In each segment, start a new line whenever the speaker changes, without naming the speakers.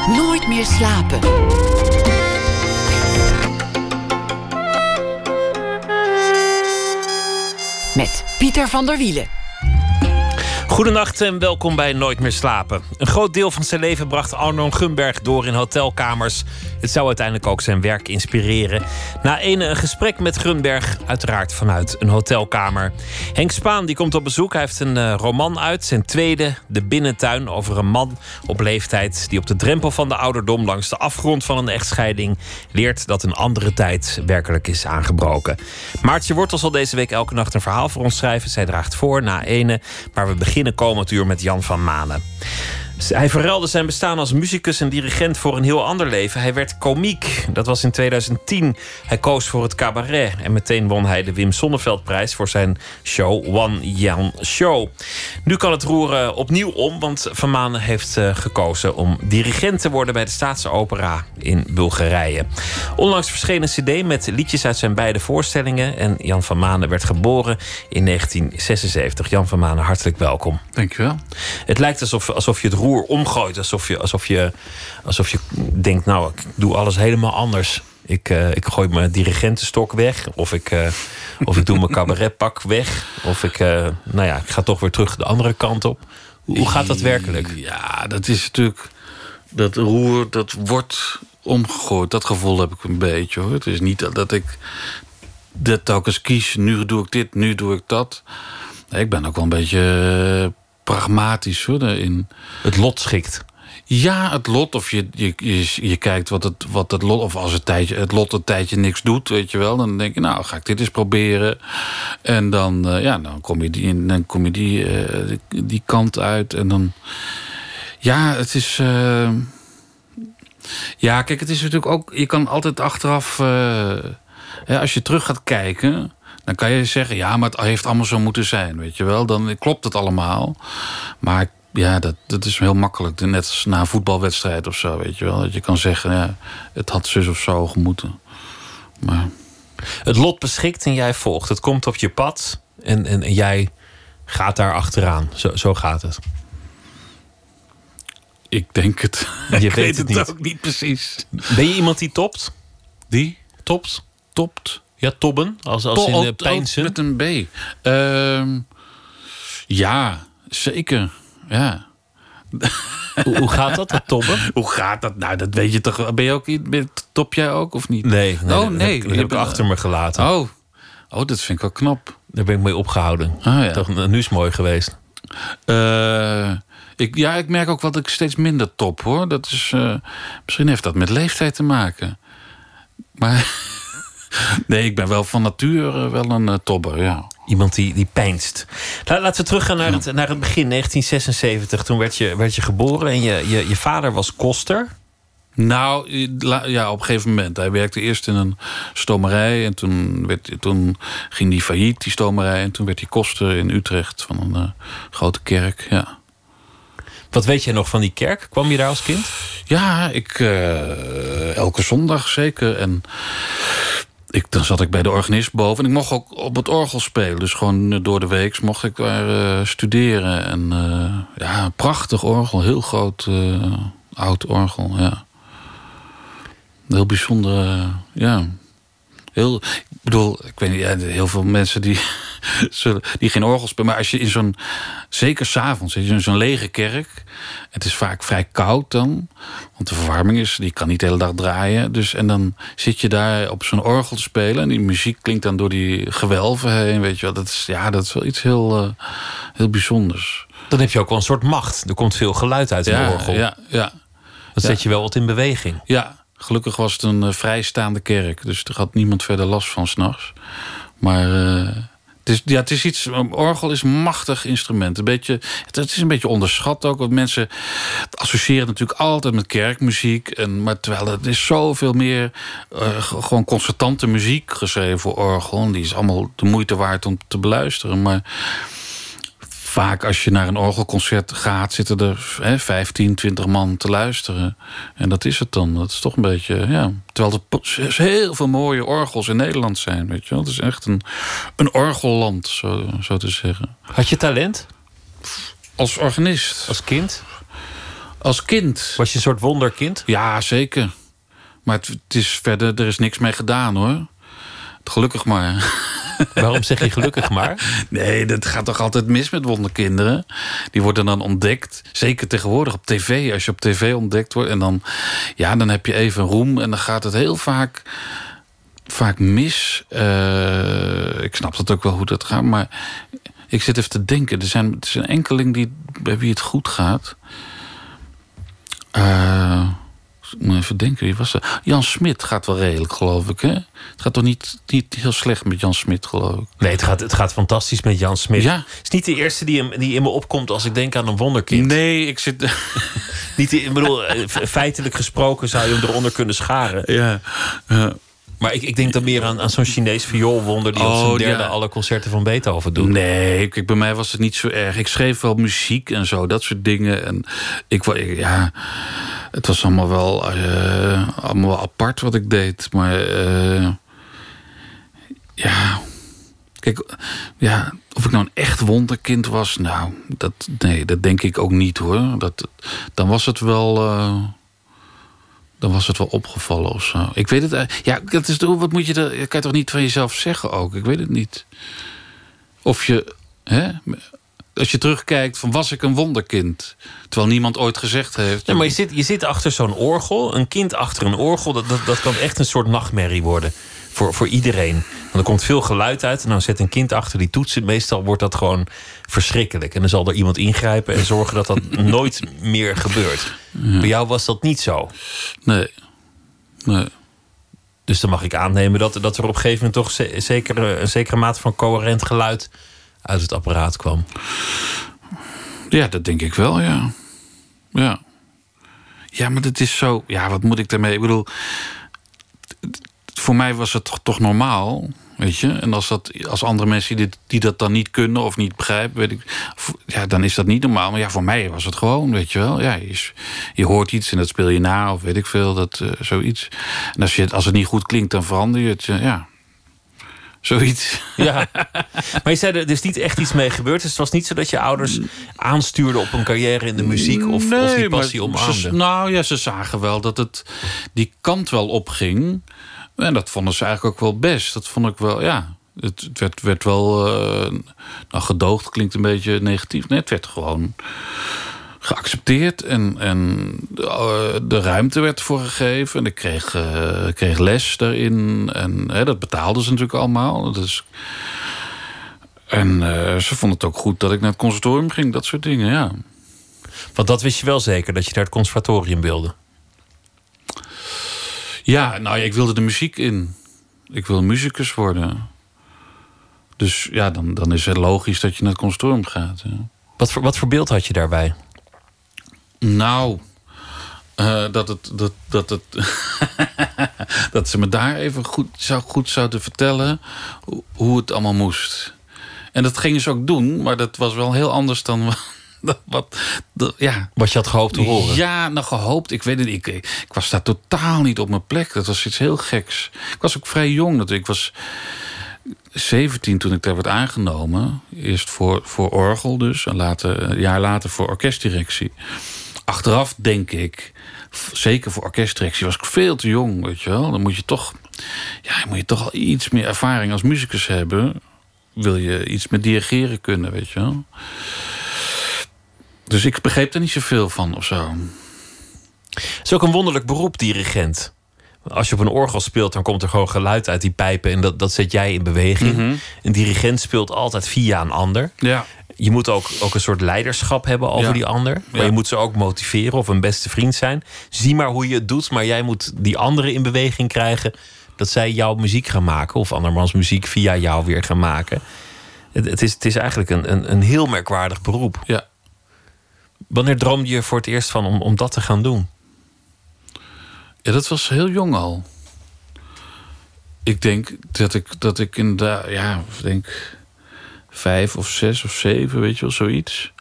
Nooit meer slapen. Met Pieter van der Wielen.
Goedenacht en welkom bij Nooit meer slapen. Een groot deel van zijn leven bracht Arnold Gunberg door in hotelkamers. Het zou uiteindelijk ook zijn werk inspireren. Na een gesprek met Gunberg, uiteraard vanuit een hotelkamer. Henk Spaan die komt op bezoek. Hij heeft een roman uit, zijn tweede, De Binnentuin, over een man op leeftijd die op de drempel van de ouderdom langs de afgrond van een echtscheiding leert dat een andere tijd werkelijk is aangebroken. Maartje Wortel zal deze week elke nacht een verhaal voor ons schrijven. Zij draagt voor na ene, maar we beginnen komend uur met Jan van Manen. Hij verruilde zijn bestaan als muzikus en dirigent voor een heel ander leven. Hij werd komiek. Dat was in 2010. Hij koos voor het cabaret. En meteen won hij de Wim Sonneveldprijs voor zijn show One Jan Show. Nu kan het roer opnieuw om, want Van Manen heeft gekozen om dirigent te worden bij de Staatsopera in Bulgarije. Onlangs verscheen een cd met liedjes uit zijn beide voorstellingen. En Jan van Manen werd geboren in 1976. Jan van Manen, hartelijk welkom.
Dankjewel.
Het lijkt alsof je het roer omgooit. Alsof je denkt, nou, ik doe alles helemaal anders. Ik gooi mijn dirigentenstok weg. Of ik doe mijn cabaretpak weg. Of ik ga toch weer terug de andere kant op. Hoe gaat dat werkelijk?
Ja, dat is natuurlijk... Dat roer, dat wordt omgegooid. Dat gevoel heb ik een beetje, hoor. Het is niet dat ik dat telkens kies. Nu doe ik dit, nu doe ik dat. Nee, ik ben ook wel een beetje pragmatisch, hoor, daarin.
Het lot schikt.
Ja, het lot. Of je kijkt wat het lot... Of als het lot een tijdje niks doet, weet je wel. Dan denk je, nou, ga ik dit eens proberen. En dan kom je die kant uit. En dan... Ja, het is... Ja, kijk, het is natuurlijk ook... Je kan altijd achteraf... als je terug gaat kijken... Dan kan je zeggen, ja, maar het heeft allemaal zo moeten zijn, weet je wel. Dan klopt het allemaal. Maar ja, dat is heel makkelijk. Net als na een voetbalwedstrijd of zo, weet je wel. Dat je kan zeggen, ja, het had zus of zo gemoeten. Maar...
Het lot beschikt en jij volgt. Het komt op je pad en jij gaat daar achteraan. Zo gaat het.
Ik denk het.
Je weet het niet.
Ook niet precies.
Ben je iemand die topt?
Die?
Topt? Ja, tobben. Als in peinzen.
Met een B. Ja, zeker. Ja.
Hoe gaat dat tobben?
Hoe gaat dat? Nou, dat weet je toch. Ben je ook top jij ook of niet?
Nee.
Dat
heb ik achter me gelaten.
Oh, dat vind ik wel knap.
Daar ben ik mee opgehouden.
Ja.
Toch, nu is het mooi geweest.
Ik merk ook wat ik steeds minder top, hoor. Dat is, misschien heeft dat met leeftijd te maken. Maar nee, ik ben wel van nature wel een tobber, ja.
Iemand die peinst. Laten we teruggaan naar het begin, 1976. Toen werd je geboren en je vader was koster.
Nou, ja, op een gegeven moment. Hij werkte eerst in een stomerij. En toen ging hij failliet, die stomerij. En toen werd hij koster in Utrecht van een grote kerk, ja.
Wat weet jij nog van die kerk? Kwam je daar als kind?
Ja, elke zondag zeker. En dan zat ik bij de organist boven. En ik mocht ook op het orgel spelen. Dus gewoon door de week mocht ik daar studeren. En een prachtig orgel. Heel groot oud orgel, ja. Heel bijzonder, ja. Ik bedoel, ik weet niet, heel veel mensen die geen orgel spelen. Maar als je in zo'n, zeker 's avonds, in zo'n lege kerk. Het is vaak vrij koud dan. Want de verwarming die kan niet de hele dag draaien. Dus, en dan zit je daar op zo'n orgel te spelen. En die muziek klinkt dan door die gewelven heen. Weet je wel. Dat is wel iets heel bijzonders.
Dan heb je ook wel een soort macht. Er komt veel geluid uit een orgel.
Ja.
Dat zet je wel wat in beweging.
Ja. Gelukkig was het een vrijstaande kerk. Dus er had niemand verder last van 's nachts. Maar het is iets... Orgel is een machtig instrument. Het is een beetje onderschat ook. Want mensen associëren natuurlijk altijd met kerkmuziek. Maar terwijl het is zoveel meer... gewoon concertante muziek geschreven voor orgel. En die is allemaal de moeite waard om te beluisteren. Maar... Vaak als je naar een orgelconcert gaat, zitten er 15, 20 man te luisteren. En dat is het dan. Dat is toch een beetje, ja. Terwijl er heel veel mooie orgels in Nederland zijn, weet je wel. Het is echt een orgelland, zo te zeggen.
Had je talent?
Als organist?
Als kind?
Als kind.
Was je een soort wonderkind?
Ja, zeker. Maar het is verder, er is niks mee gedaan, hoor. Gelukkig maar.
Waarom zeg je gelukkig maar?
Nee, dat gaat toch altijd mis met wonderkinderen. Die worden dan ontdekt. Zeker tegenwoordig op tv. Als je op tv ontdekt wordt. En dan, ja, dan heb je even roem. En dan gaat het heel vaak mis. Ik snap dat ook wel hoe dat gaat. Maar ik zit even te denken. Er is een enkeling bij wie het goed gaat. Ik moet even denken, wie was dat? Jan Smit gaat wel redelijk, geloof ik. Hè? Het gaat toch niet heel slecht met Jan Smit, geloof ik.
Nee, het gaat fantastisch met Jan Smit.
Ja.
Het is niet de eerste die in me opkomt als ik denk aan een wonderkind.
Nee, ik zit...
Ik bedoel, feitelijk gesproken zou je hem eronder kunnen scharen.
Ja.
Maar ik denk dan meer aan zo'n Chinees vioolwonder... die op zijn derde alle concerten van Beethoven doet.
Nee, kijk, bij mij was het niet zo erg. Ik schreef wel muziek en zo, dat soort dingen. En het was allemaal wel apart wat ik deed. Maar kijk, of ik nou een echt wonderkind was... Nou, dat denk ik ook niet, hoor. Dan was het wel... Dan was het wel opgevallen of zo. Ik weet het. Ja, dat is wat moet je dat kan je toch niet van jezelf zeggen ook? Ik weet het niet. Of je, als je terugkijkt van was ik een wonderkind, terwijl niemand ooit gezegd heeft.
Ja, maar je zit achter zo'n orgel, een kind achter een orgel, dat kan echt een soort nachtmerrie worden voor iedereen. Want er komt veel geluid uit en dan zet een kind achter die toetsen. Meestal wordt dat gewoon verschrikkelijk. En dan zal er iemand ingrijpen en zorgen dat dat nooit meer gebeurt. Ja. Bij jou was dat niet zo.
Nee.
Dus dan mag ik aannemen dat er op een gegeven moment toch een zekere mate van coherent geluid uit het apparaat kwam.
Ja, dat denk ik wel, ja. Ja, maar dat is zo... Ja, wat moet ik daarmee... Ik bedoel... Voor mij was het toch normaal, weet je. En als andere mensen die dat dan niet kunnen of niet begrijpen... weet ik, dan is dat niet normaal. Maar ja, voor mij was het gewoon, weet je wel. Ja, je hoort iets en dat speel je na of weet ik veel, zoiets. En als het niet goed klinkt, dan verander je het. Ja, zoiets.
Ja, maar je zei er is niet echt iets mee gebeurd. Dus het was niet zo dat je ouders aanstuurden op een carrière in de muziek... of die passie omarmden.
Nou ja, ze zagen wel dat het die kant wel opging... En dat vonden ze eigenlijk ook wel best. Dat vond ik wel, ja. Het werd wel... gedoogd klinkt een beetje negatief. Nee, het werd gewoon geaccepteerd. En de ruimte werd voor gegeven. En ik kreeg les daarin. En dat betaalden ze natuurlijk allemaal. En ze vonden het ook goed dat ik naar het conservatorium ging. Dat soort dingen, ja.
Want dat wist je wel zeker, dat je naar het conservatorium wilde?
Ja, nou ja, ik wilde de muziek in. Ik wil muzikus worden. Dus ja, dan is het logisch dat je naar het conservatorium gaat. Ja.
Wat voor beeld had je daarbij?
Nou, dat ze me daar even goed zouden vertellen hoe het allemaal moest. En dat gingen ze ook doen, maar dat was wel heel anders dan... Wat je
had gehoopt te horen?
Ja, nou gehoopt. Ik weet het niet. Ik was daar totaal niet op mijn plek. Dat was iets heel geks. Ik was ook vrij jong natuurlijk. Ik was 17 toen ik daar werd aangenomen. Eerst voor orgel dus. En een jaar later voor orkestdirectie. Achteraf denk ik, zeker voor orkestdirectie was ik veel te jong, weet je wel. Dan moet je toch al iets meer ervaring als muzikus hebben. Wil je iets met dirigeren kunnen, weet je wel. Dus ik begreep er niet zoveel van of zo.
Het is ook een wonderlijk beroep, dirigent. Als je op een orgel speelt, dan komt er gewoon geluid uit die pijpen... en dat zet jij in beweging. Mm-hmm. Een dirigent speelt altijd via een ander. Ja. Je moet ook een soort leiderschap hebben over die ander. Maar je moet ze ook motiveren of een beste vriend zijn. Zie maar hoe je het doet, maar jij moet die anderen in beweging krijgen... dat zij jouw muziek gaan maken... of andermans muziek via jou weer gaan maken. Het is eigenlijk een heel merkwaardig beroep.
Ja.
Wanneer droomde je voor het eerst van om dat te gaan doen?
Ja, dat was heel jong al. Ik denk dat ik inderdaad... Ja, ik denk 5 of 6 of 7, weet je wel, zoiets.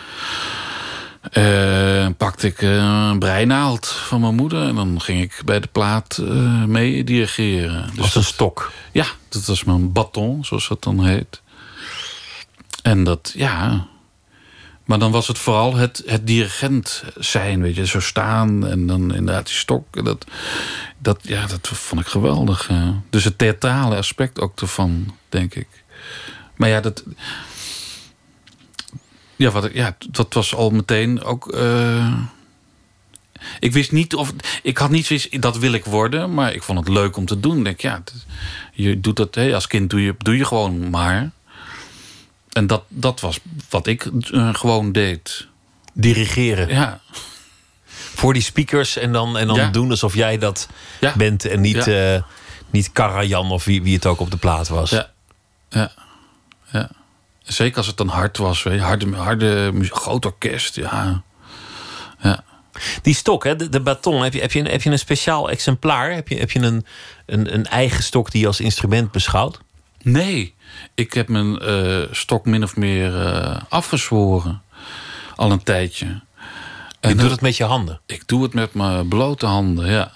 Pakte ik een breinaald van mijn moeder... en dan ging ik bij de plaat mee dirigeren. Dus
als een stok?
Ja, dat was mijn baton, zoals dat dan heet. En dat, ja... Maar dan was het vooral het dirigent zijn, weet je. Zo staan en dan inderdaad die stok. Dat vond ik geweldig. Ja. Dus het theatrale aspect ook ervan, denk ik. Maar ja, dat was al meteen ook... Ik wist niet of... Ik had niet zoiets, dat wil ik worden. Maar ik vond het leuk om te doen. Ik denk, ja, je doet dat... als kind doe je gewoon maar. En dat was wat ik gewoon deed.
Dirigeren.
Ja.
Voor die speakers en dan doen alsof jij dat bent. En niet Karajan of wie het ook op de plaat was.
Ja. Zeker als het dan hard was. Weet je. Harde muziek, groot orkest. Ja.
Die stok, hè, de baton, heb je een speciaal exemplaar? Heb je een eigen stok die je als instrument beschouwt?
Nee, ik heb mijn stok min of meer afgezworen. Al een tijdje.
Je doet het met je handen?
Ik doe het met mijn blote handen, ja.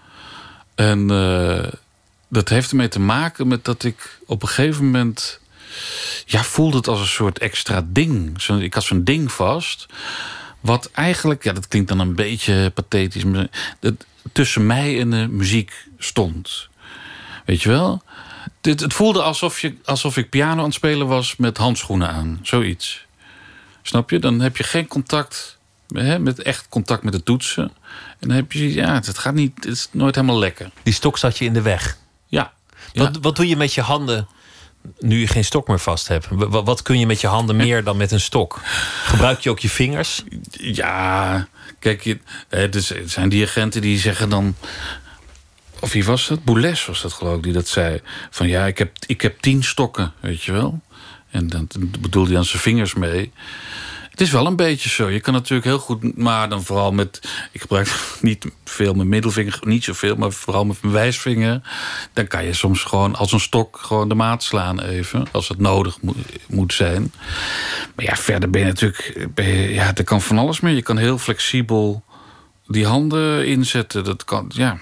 En dat heeft ermee te maken met dat ik op een gegeven moment... voelde het als een soort extra ding. Ik had zo'n ding vast... Wat eigenlijk, dat klinkt dan een beetje pathetisch... maar tussen mij en de muziek stond. Weet je wel? Het voelde alsof ik piano aan het spelen was met handschoenen aan. Zoiets. Snap je? Dan heb je geen contact... echt contact met de toetsen. En dan heb je... het gaat niet... Het is nooit helemaal lekker.
Die stok zat je in de weg?
Ja.
Wat doe je met je handen... nu je geen stok meer vast hebt? Wat kun je met je handen meer dan met een stok? Gebruik je ook je vingers?
Ja, kijk, er zijn dirigenten die zeggen dan... Of wie was dat? Boulez was dat, geloof ik, die dat zei. Van ja, ik heb 10 stokken, weet je wel. En dan bedoelde hij aan zijn vingers mee. Het is wel een beetje zo. Je kan natuurlijk heel goed, maar dan vooral met... Ik gebruik niet veel mijn middelvinger, niet zoveel... maar vooral met mijn wijsvinger. Dan kan je soms gewoon als een stok gewoon de maat slaan even. Als het nodig moet zijn. Maar ja, verder ben je natuurlijk... er kan van alles mee. Je kan heel flexibel die handen inzetten. Dat kan, ja...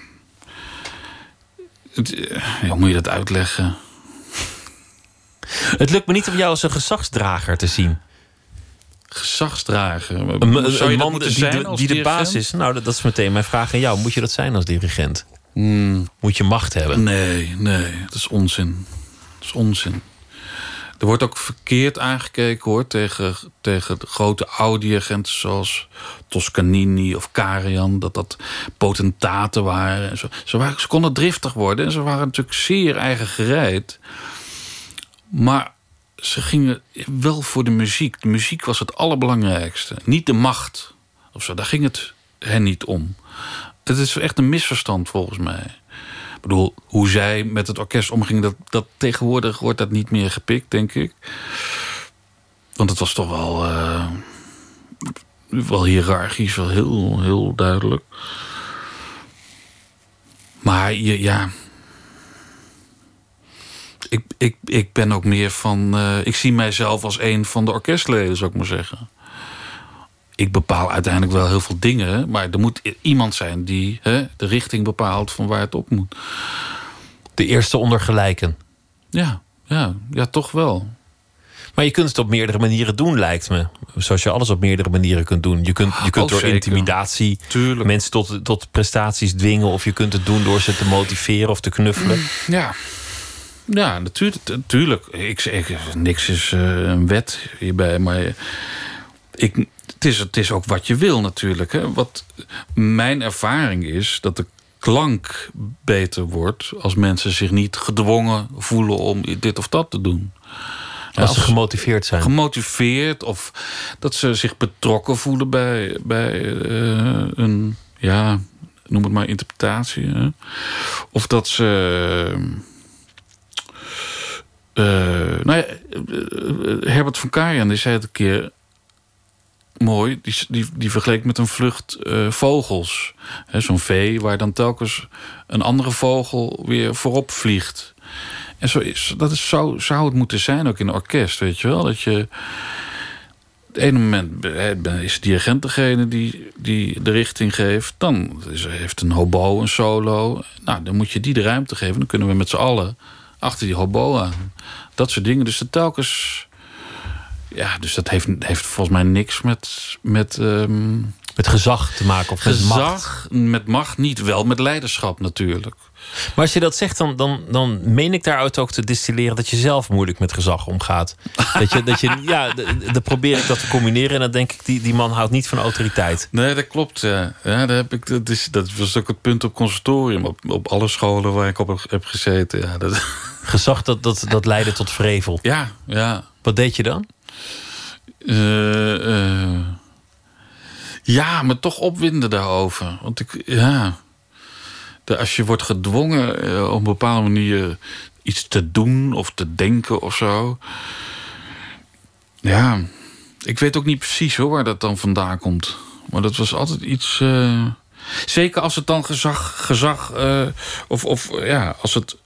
Hoe moet je dat uitleggen?
Het lukt me niet om jou als een gezagsdrager te zien.
Gezagsdrager?
Zou je man die de baas is? Nou, dat is meteen mijn vraag aan jou. Moet je dat zijn als dirigent? Moet je macht hebben?
Nee, dat is onzin. Er wordt ook verkeerd aangekeken, hoor, tegen de grote oude dirigenten zoals Toscanini of Karajan, dat potentaten waren. En zo. Ze konden driftig worden en ze waren natuurlijk zeer eigen gereid. Maar ze gingen wel voor de muziek. De muziek was het allerbelangrijkste. Niet de macht of zo, daar ging het hen niet om. Het is echt een misverstand volgens mij. Ik bedoel, hoe zij met het orkest omgingen... dat tegenwoordig wordt dat niet meer gepikt, denk ik. Want het was toch wel hiërarchisch, wel heel, heel duidelijk. Maar ik ben ook meer van... ik zie mijzelf als een van de orkestleden, zou ik maar zeggen. Ik bepaal uiteindelijk wel heel veel dingen... maar er moet iemand zijn die de richting bepaalt van waar het op moet.
De eerste onder gelijken.
Ja, toch wel.
Maar je kunt het op meerdere manieren doen, lijkt me. Zoals je alles op meerdere manieren kunt doen. Je kunt door
zeker.
intimidatie mensen tot prestaties dwingen... of je kunt het doen door ze te motiveren of te knuffelen.
Ja, natuurlijk. Niks is een wet hierbij, maar... Het is ook wat je wil natuurlijk. Hè. Wat mijn ervaring is dat de klank beter wordt... als mensen zich niet gedwongen voelen om dit of dat te doen.
Als ze gemotiveerd zijn.
Gemotiveerd of dat ze zich betrokken voelen bij een... ja, noem het maar interpretatie. Hè. Of dat ze... Herbert van Karajan, die zei het een keer... mooi, die vergeleek met een vlucht vogels. Zo'n vee waar dan telkens een andere vogel weer voorop vliegt. En zou het moeten zijn ook in een orkest, weet je wel? Dat je... Op het ene moment is de dirigent degene die de richting geeft. Dan heeft een hobo een solo. Nou, dan moet je die de ruimte geven. Dan kunnen we met z'n allen achter die hobo aan. Dat soort dingen. Dus telkens... Ja, dus dat heeft volgens mij niks met
Met gezag te maken of met macht?
gezag, met macht niet. Wel met leiderschap natuurlijk.
Maar als je dat zegt, dan meen ik daaruit ook te distilleren dat je zelf moeilijk met gezag omgaat. Dan probeer ik dat te combineren en dan denk ik, die man houdt niet van autoriteit.
Nee, dat klopt. Ja, daar heb ik, dat was ook het punt op conservatorium. Op alle scholen waar ik op heb gezeten. Ja,
Gezag, dat leidde tot vrevel.
Ja.
Wat deed je dan?
Ja, maar toch opwinden daarover. Want als je wordt gedwongen op een bepaalde manier iets te doen of te denken of zo. Ja, ik weet ook niet precies hoor, waar dat dan vandaan komt. Maar dat was altijd iets. Zeker als het dan gezag als het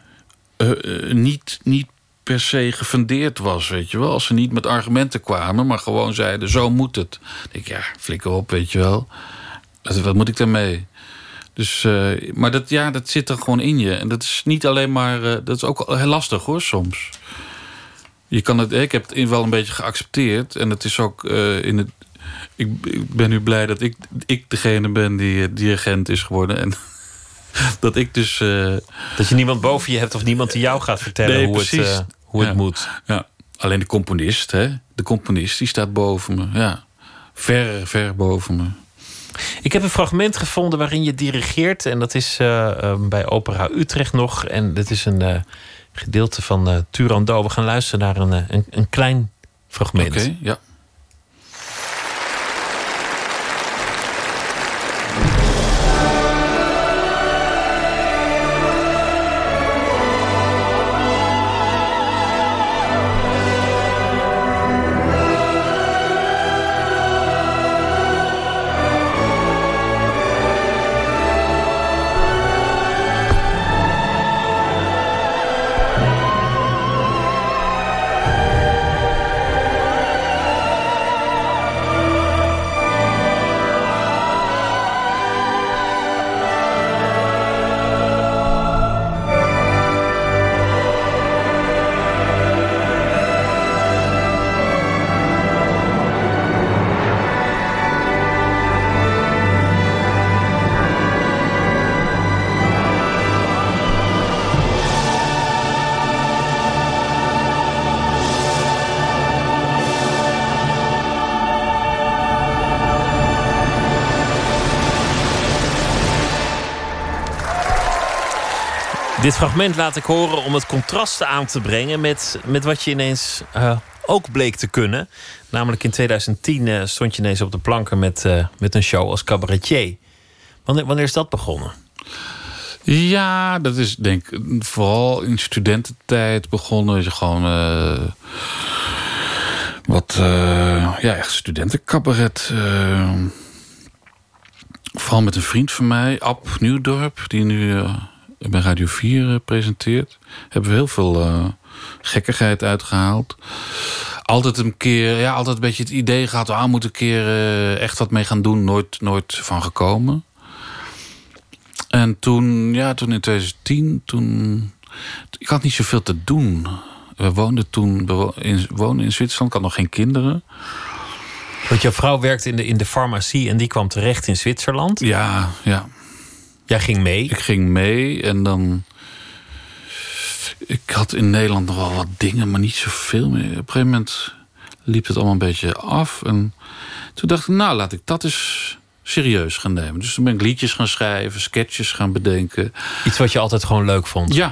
niet per se gefundeerd was, weet je wel. Als ze niet met argumenten kwamen, maar gewoon zeiden, zo moet het. Dan denk ik, flikker op, weet je wel. Wat moet ik daarmee? Dus, maar dat zit er gewoon in je. En dat is niet alleen maar... dat is ook heel lastig, hoor, soms. Je kan het, ik heb het wel een beetje geaccepteerd. En het is ook ik ben nu blij dat ik degene ben die dirigent is geworden. En dat ik dus...
dat je niemand boven je hebt of niemand die jou gaat vertellen hoe het moet.
Ja. Alleen de componist, hè? De componist die staat boven me. Ja. Ver boven me.
Ik heb een fragment gevonden waarin je dirigeert. En dat is bij Opera Utrecht nog. En dat is een gedeelte van Turandot. We gaan luisteren naar een klein fragment.
Oké, ja.
Dit fragment laat ik horen om het contrast aan te brengen met wat je ineens ook bleek te kunnen. Namelijk in 2010 stond je ineens op de planken met een show als cabaretier. Wanneer is dat begonnen?
Ja, dat is denk ik vooral in studententijd begonnen. Je gewoon echt studentencabaret. Vooral met een vriend van mij, Ab Nieuwdorp, die nu bij Radio 4 presenteert. Hebben we heel veel gekkigheid uitgehaald. Altijd een beetje het idee gehad, we moeten een keer echt wat mee gaan doen. Nooit van gekomen. En toen in 2010, ik had niet zoveel te doen. We woonden in Zwitserland, ik had nog geen kinderen.
Want jouw vrouw werkte in de farmacie en die kwam terecht in Zwitserland?
Ja.
Jij ging mee?
Ik ging mee en dan... Ik had in Nederland nog wel wat dingen, maar niet zoveel meer. Op een gegeven moment liep het allemaal een beetje af. En toen dacht ik, laat ik dat eens serieus gaan nemen. Dus toen ben ik liedjes gaan schrijven, sketches gaan bedenken.
Iets wat je altijd gewoon leuk vond?
Ja.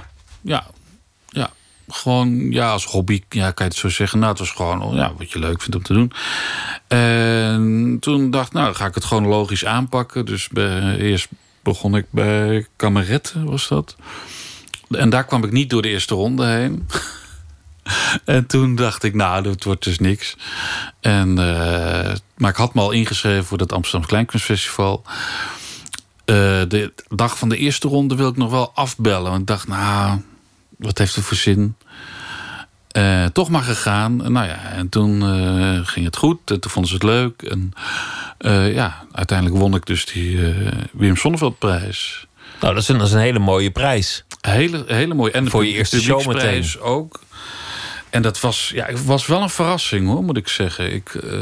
Gewoon, als hobby, kan je het zo zeggen. Het was gewoon wat je leuk vindt om te doen. En toen dacht ik, dan ga ik het gewoon logisch aanpakken. Dus eerst begon ik bij Kameretten, was dat. En daar kwam ik niet door de eerste ronde heen. En toen dacht ik, dat wordt dus niks. Maar ik had me al ingeschreven voor dat Amsterdam Kleinkunstfestival. De dag van de eerste ronde wil ik nog wel afbellen. Want ik dacht, wat heeft het voor zin? Toch maar gegaan. En toen ging het goed. En toen vonden ze het leuk. En uiteindelijk won ik dus die Wim Sonneveldprijs.
Nou, dat is een hele mooie prijs.
Hele mooie. En
voor je eerste show meteen
ook. En dat was wel een verrassing, hoor, moet ik zeggen.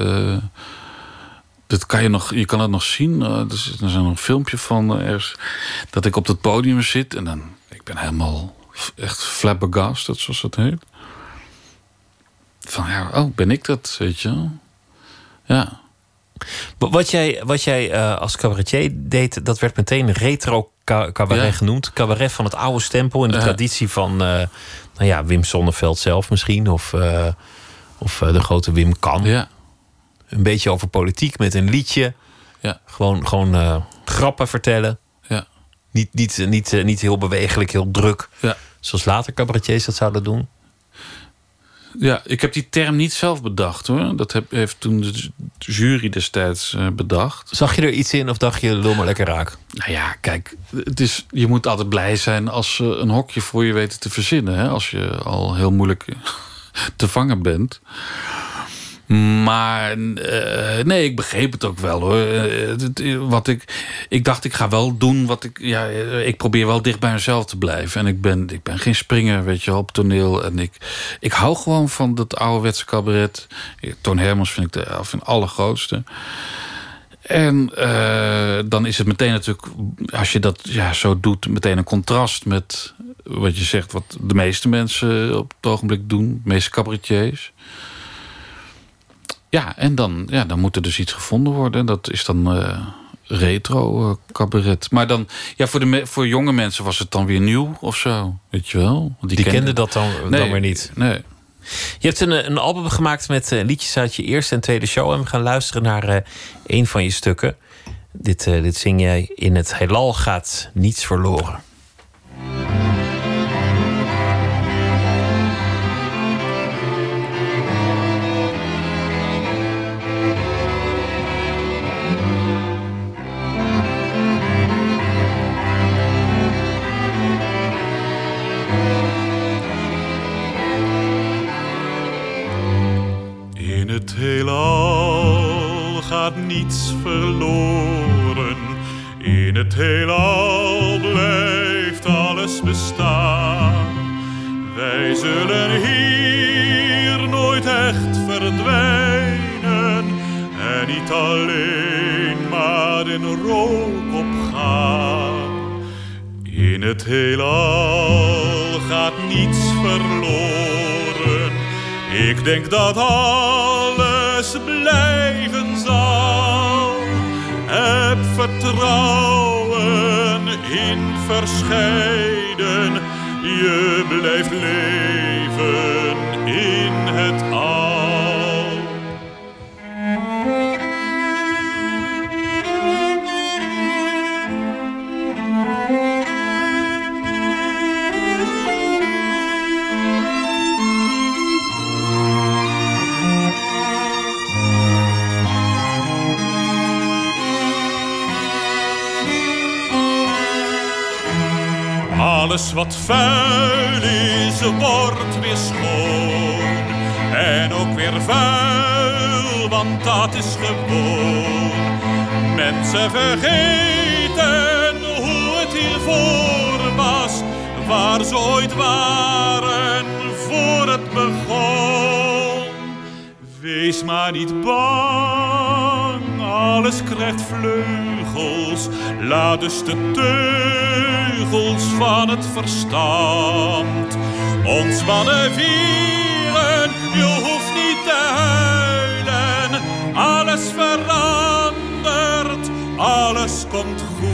Je kan het nog zien. Er is nog een filmpje van ergens, dat ik op dat podium zit. En dan, ik ben helemaal echt flabbergasted, zoals dat heet. Van, ben ik dat, weet je wel? Ja.
Wat jij als cabaretier deed, dat werd meteen retro cabaret genoemd. Cabaret van het oude stempel in de traditie van Wim Sonneveld zelf misschien. Of de grote Wim Kan.
Ja.
Een beetje over politiek met een liedje.
Ja.
Gewoon grappen vertellen.
Ja.
Niet heel bewegelijk, heel druk.
Ja.
Zoals later cabaretiers dat zouden doen.
Ja, ik heb die term niet zelf bedacht, hoor. Dat heeft toen de jury destijds bedacht.
Zag je er iets in of dacht je, lul maar lekker raak?
Nou ja, kijk, je moet altijd blij zijn als ze een hokje voor je weten te verzinnen. Hè? Als je al heel moeilijk te vangen bent. Maar nee, ik begreep het ook wel, hoor. Ik dacht, ik ga wel doen wat ik... Ja, ik probeer wel dicht bij mezelf te blijven. En ik ben geen springer, weet je wel, op toneel. En ik hou gewoon van dat ouderwetse cabaret. Toon Hermans vind ik de allergrootste. En dan is het meteen natuurlijk, als je dat zo doet, meteen een contrast met wat je zegt, wat de meeste mensen op het ogenblik doen. De meeste cabaretiers. Ja, en dan moet er dus iets gevonden worden. Dat is dan retro cabaret. Maar dan, voor jonge mensen was het dan weer nieuw of zo. Weet je wel? Want die
kenden dat dan weer niet.
Nee.
Je hebt een album gemaakt met liedjes uit je eerste en tweede show. En we gaan luisteren naar een van je stukken. Dit zing jij in Het heelal gaat niets verloren.
In het heelal gaat niets verloren. In het heelal blijft alles bestaan. Wij zullen hier nooit echt verdwijnen. En niet alleen maar in rook opgaan. In het heelal gaat niets verloren. Ik denk dat alles blijven zal. Heb vertrouwen in verscheiden. Je blijft leven in het al. Alles wat vuil is, wordt weer schoon. En ook weer vuil, want dat is gewoon. Mensen vergeten hoe het hiervoor was. Waar ze ooit waren, voor het begon. Wees maar niet bang, alles krijgt vleugels. Laat dus de teugels van het verstand ons mannen vieren. Je hoeft niet te huilen, alles verandert, alles komt goed.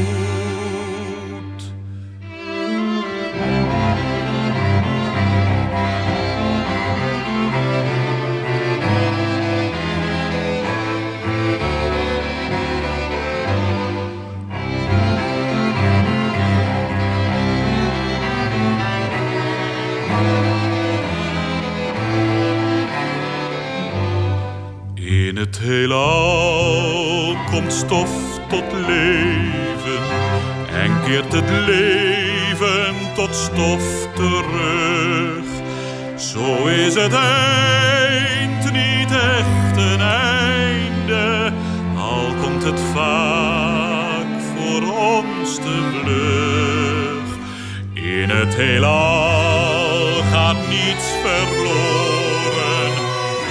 In het heelal komt stof tot leven en keert het leven tot stof terug. Zo is het eind niet echt een einde, al komt het vaak voor ons te vlug. In het heelal gaat niets verloren.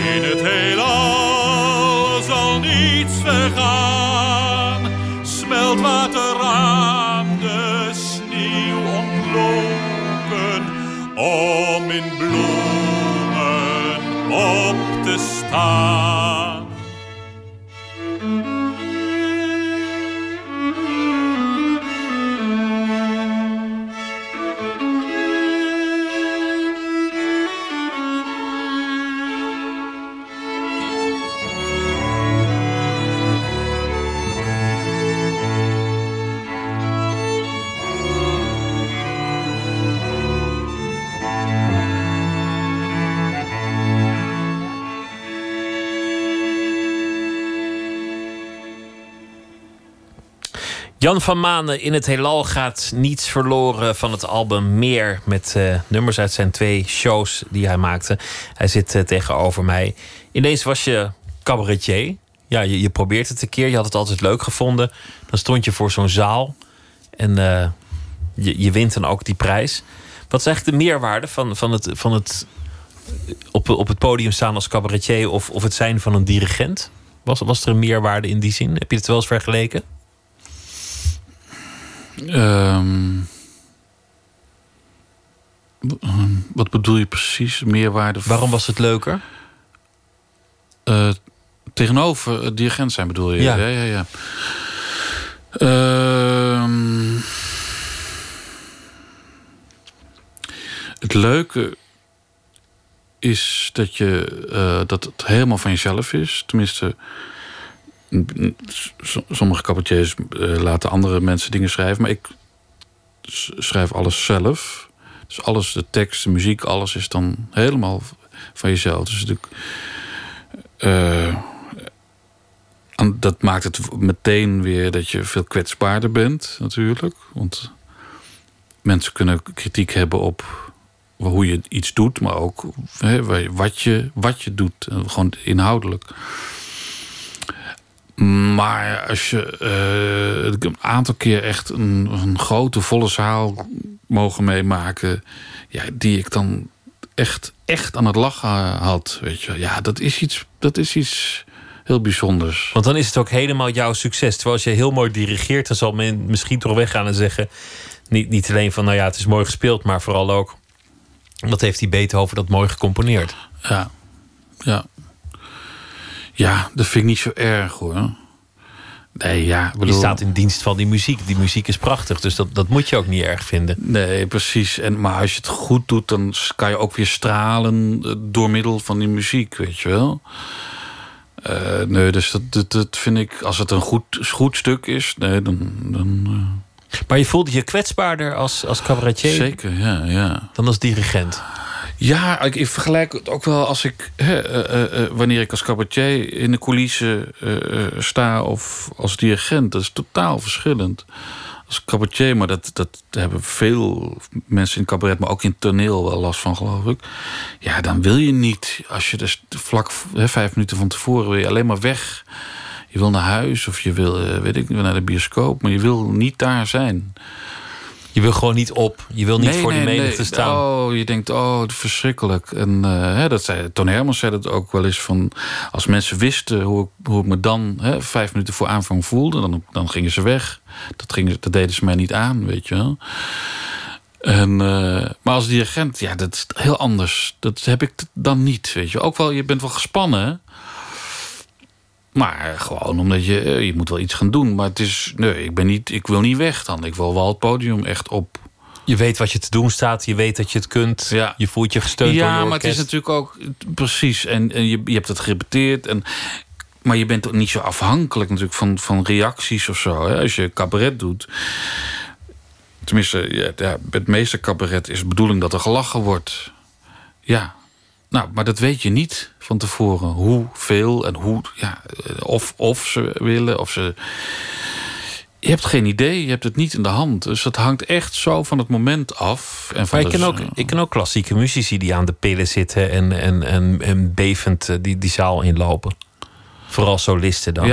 In het heelal zal niets vergaan. Smeltwater aan de sneeuw ontloken, om in bloemen op te staan.
Jan van Manen, In het heelal gaat niets verloren van het album Meer. Met nummers uit zijn 2 shows die hij maakte. Hij zit tegenover mij. Ineens was je cabaretier. Ja, je probeert het een keer. Je had het altijd leuk gevonden. Dan stond je voor zo'n zaal. En je wint dan ook die prijs. Wat is eigenlijk de meerwaarde van het op het podium staan als cabaretier of het zijn van een dirigent? Was er een meerwaarde in die zin? Heb je het wel eens vergeleken?
Wat bedoel je precies? Meerwaarde?
Waarom was het leuker?
Tegenover dirigent zijn bedoel je? Ja. Het leuke is dat het helemaal van jezelf is. Tenminste, sommige cabaretiers laten andere mensen dingen schrijven, maar ik schrijf alles zelf. Dus alles, de tekst, de muziek, alles is dan helemaal van jezelf. Dus dat maakt het meteen weer dat je veel kwetsbaarder bent, natuurlijk. Want mensen kunnen kritiek hebben op hoe je iets doet, maar ook wat je doet. Gewoon inhoudelijk. Maar als je een aantal keer echt een grote, volle zaal mogen meemaken, ja, die ik dan echt aan het lachen had, weet je. Ja, dat is iets heel bijzonders.
Want dan is het ook helemaal jouw succes. Terwijl als je heel mooi dirigeert, dan zal men misschien toch weggaan en zeggen, niet alleen van, nou ja, het is mooi gespeeld, maar vooral ook, wat heeft die Beethoven dat mooi gecomponeerd.
Ja, dat vind ik niet zo erg, hoor. Nee, ja,
Je staat in dienst van die muziek. Die muziek is prachtig, dus dat moet je ook niet erg vinden.
Nee, precies. Maar als je het goed doet, dan kan je ook weer stralen door middel van die muziek, weet je wel. Nee, dus dat vind ik, als het een goed stuk is, nee, dan
Maar je voelde je kwetsbaarder als cabaretier?
Zeker, ja.
Dan als dirigent?
Ja, ik vergelijk het ook wel als ik, wanneer ik als cabaretier in de coulissen sta of als dirigent. Dat is totaal verschillend. Als cabaretier, maar dat hebben veel mensen in cabaret, maar ook in toneel wel last van, geloof ik. Ja, dan wil je niet, als je dus vlak 5 minuten van tevoren wil je alleen maar weg. Je wil naar huis of je wil, naar de bioscoop, maar je wil niet daar zijn.
Je wil gewoon niet op. Je wil niet voor die menigte staan.
Oh, je denkt, verschrikkelijk. En Toon Hermans zei dat ook wel eens van, als mensen wisten hoe ik me dan 5 minuten voor aanvang voelde, dan gingen ze weg. Dat deden ze mij niet aan, weet je wel. Maar als dirigent, ja, dat is heel anders. Dat heb ik dan niet, weet je. Ook wel, je bent wel gespannen, maar gewoon omdat je moet wel iets gaan doen. Maar het is, ik wil niet weg dan. Ik wil wel het podium echt op.
Je weet wat je te doen staat. Je weet dat je het kunt. Ja. Je voelt je gesteund door je orkest.
Ja, maar het is natuurlijk ook, precies. En je hebt het gerepeteerd. Maar je bent ook niet zo afhankelijk natuurlijk van reacties of zo. Hè? Als je cabaret doet. Tenminste, het meeste cabaret is de bedoeling dat er gelachen wordt. Ja. Nou, maar dat weet je niet van tevoren. Hoeveel en hoe. Ja, of ze willen, of ze. Je hebt geen idee, je hebt het niet in de hand. Dus het hangt echt zo van het moment af. En van
maar ik ken ook klassieke muzici die aan de pillen zitten en bevend die zaal inlopen. Vooral solisten dan.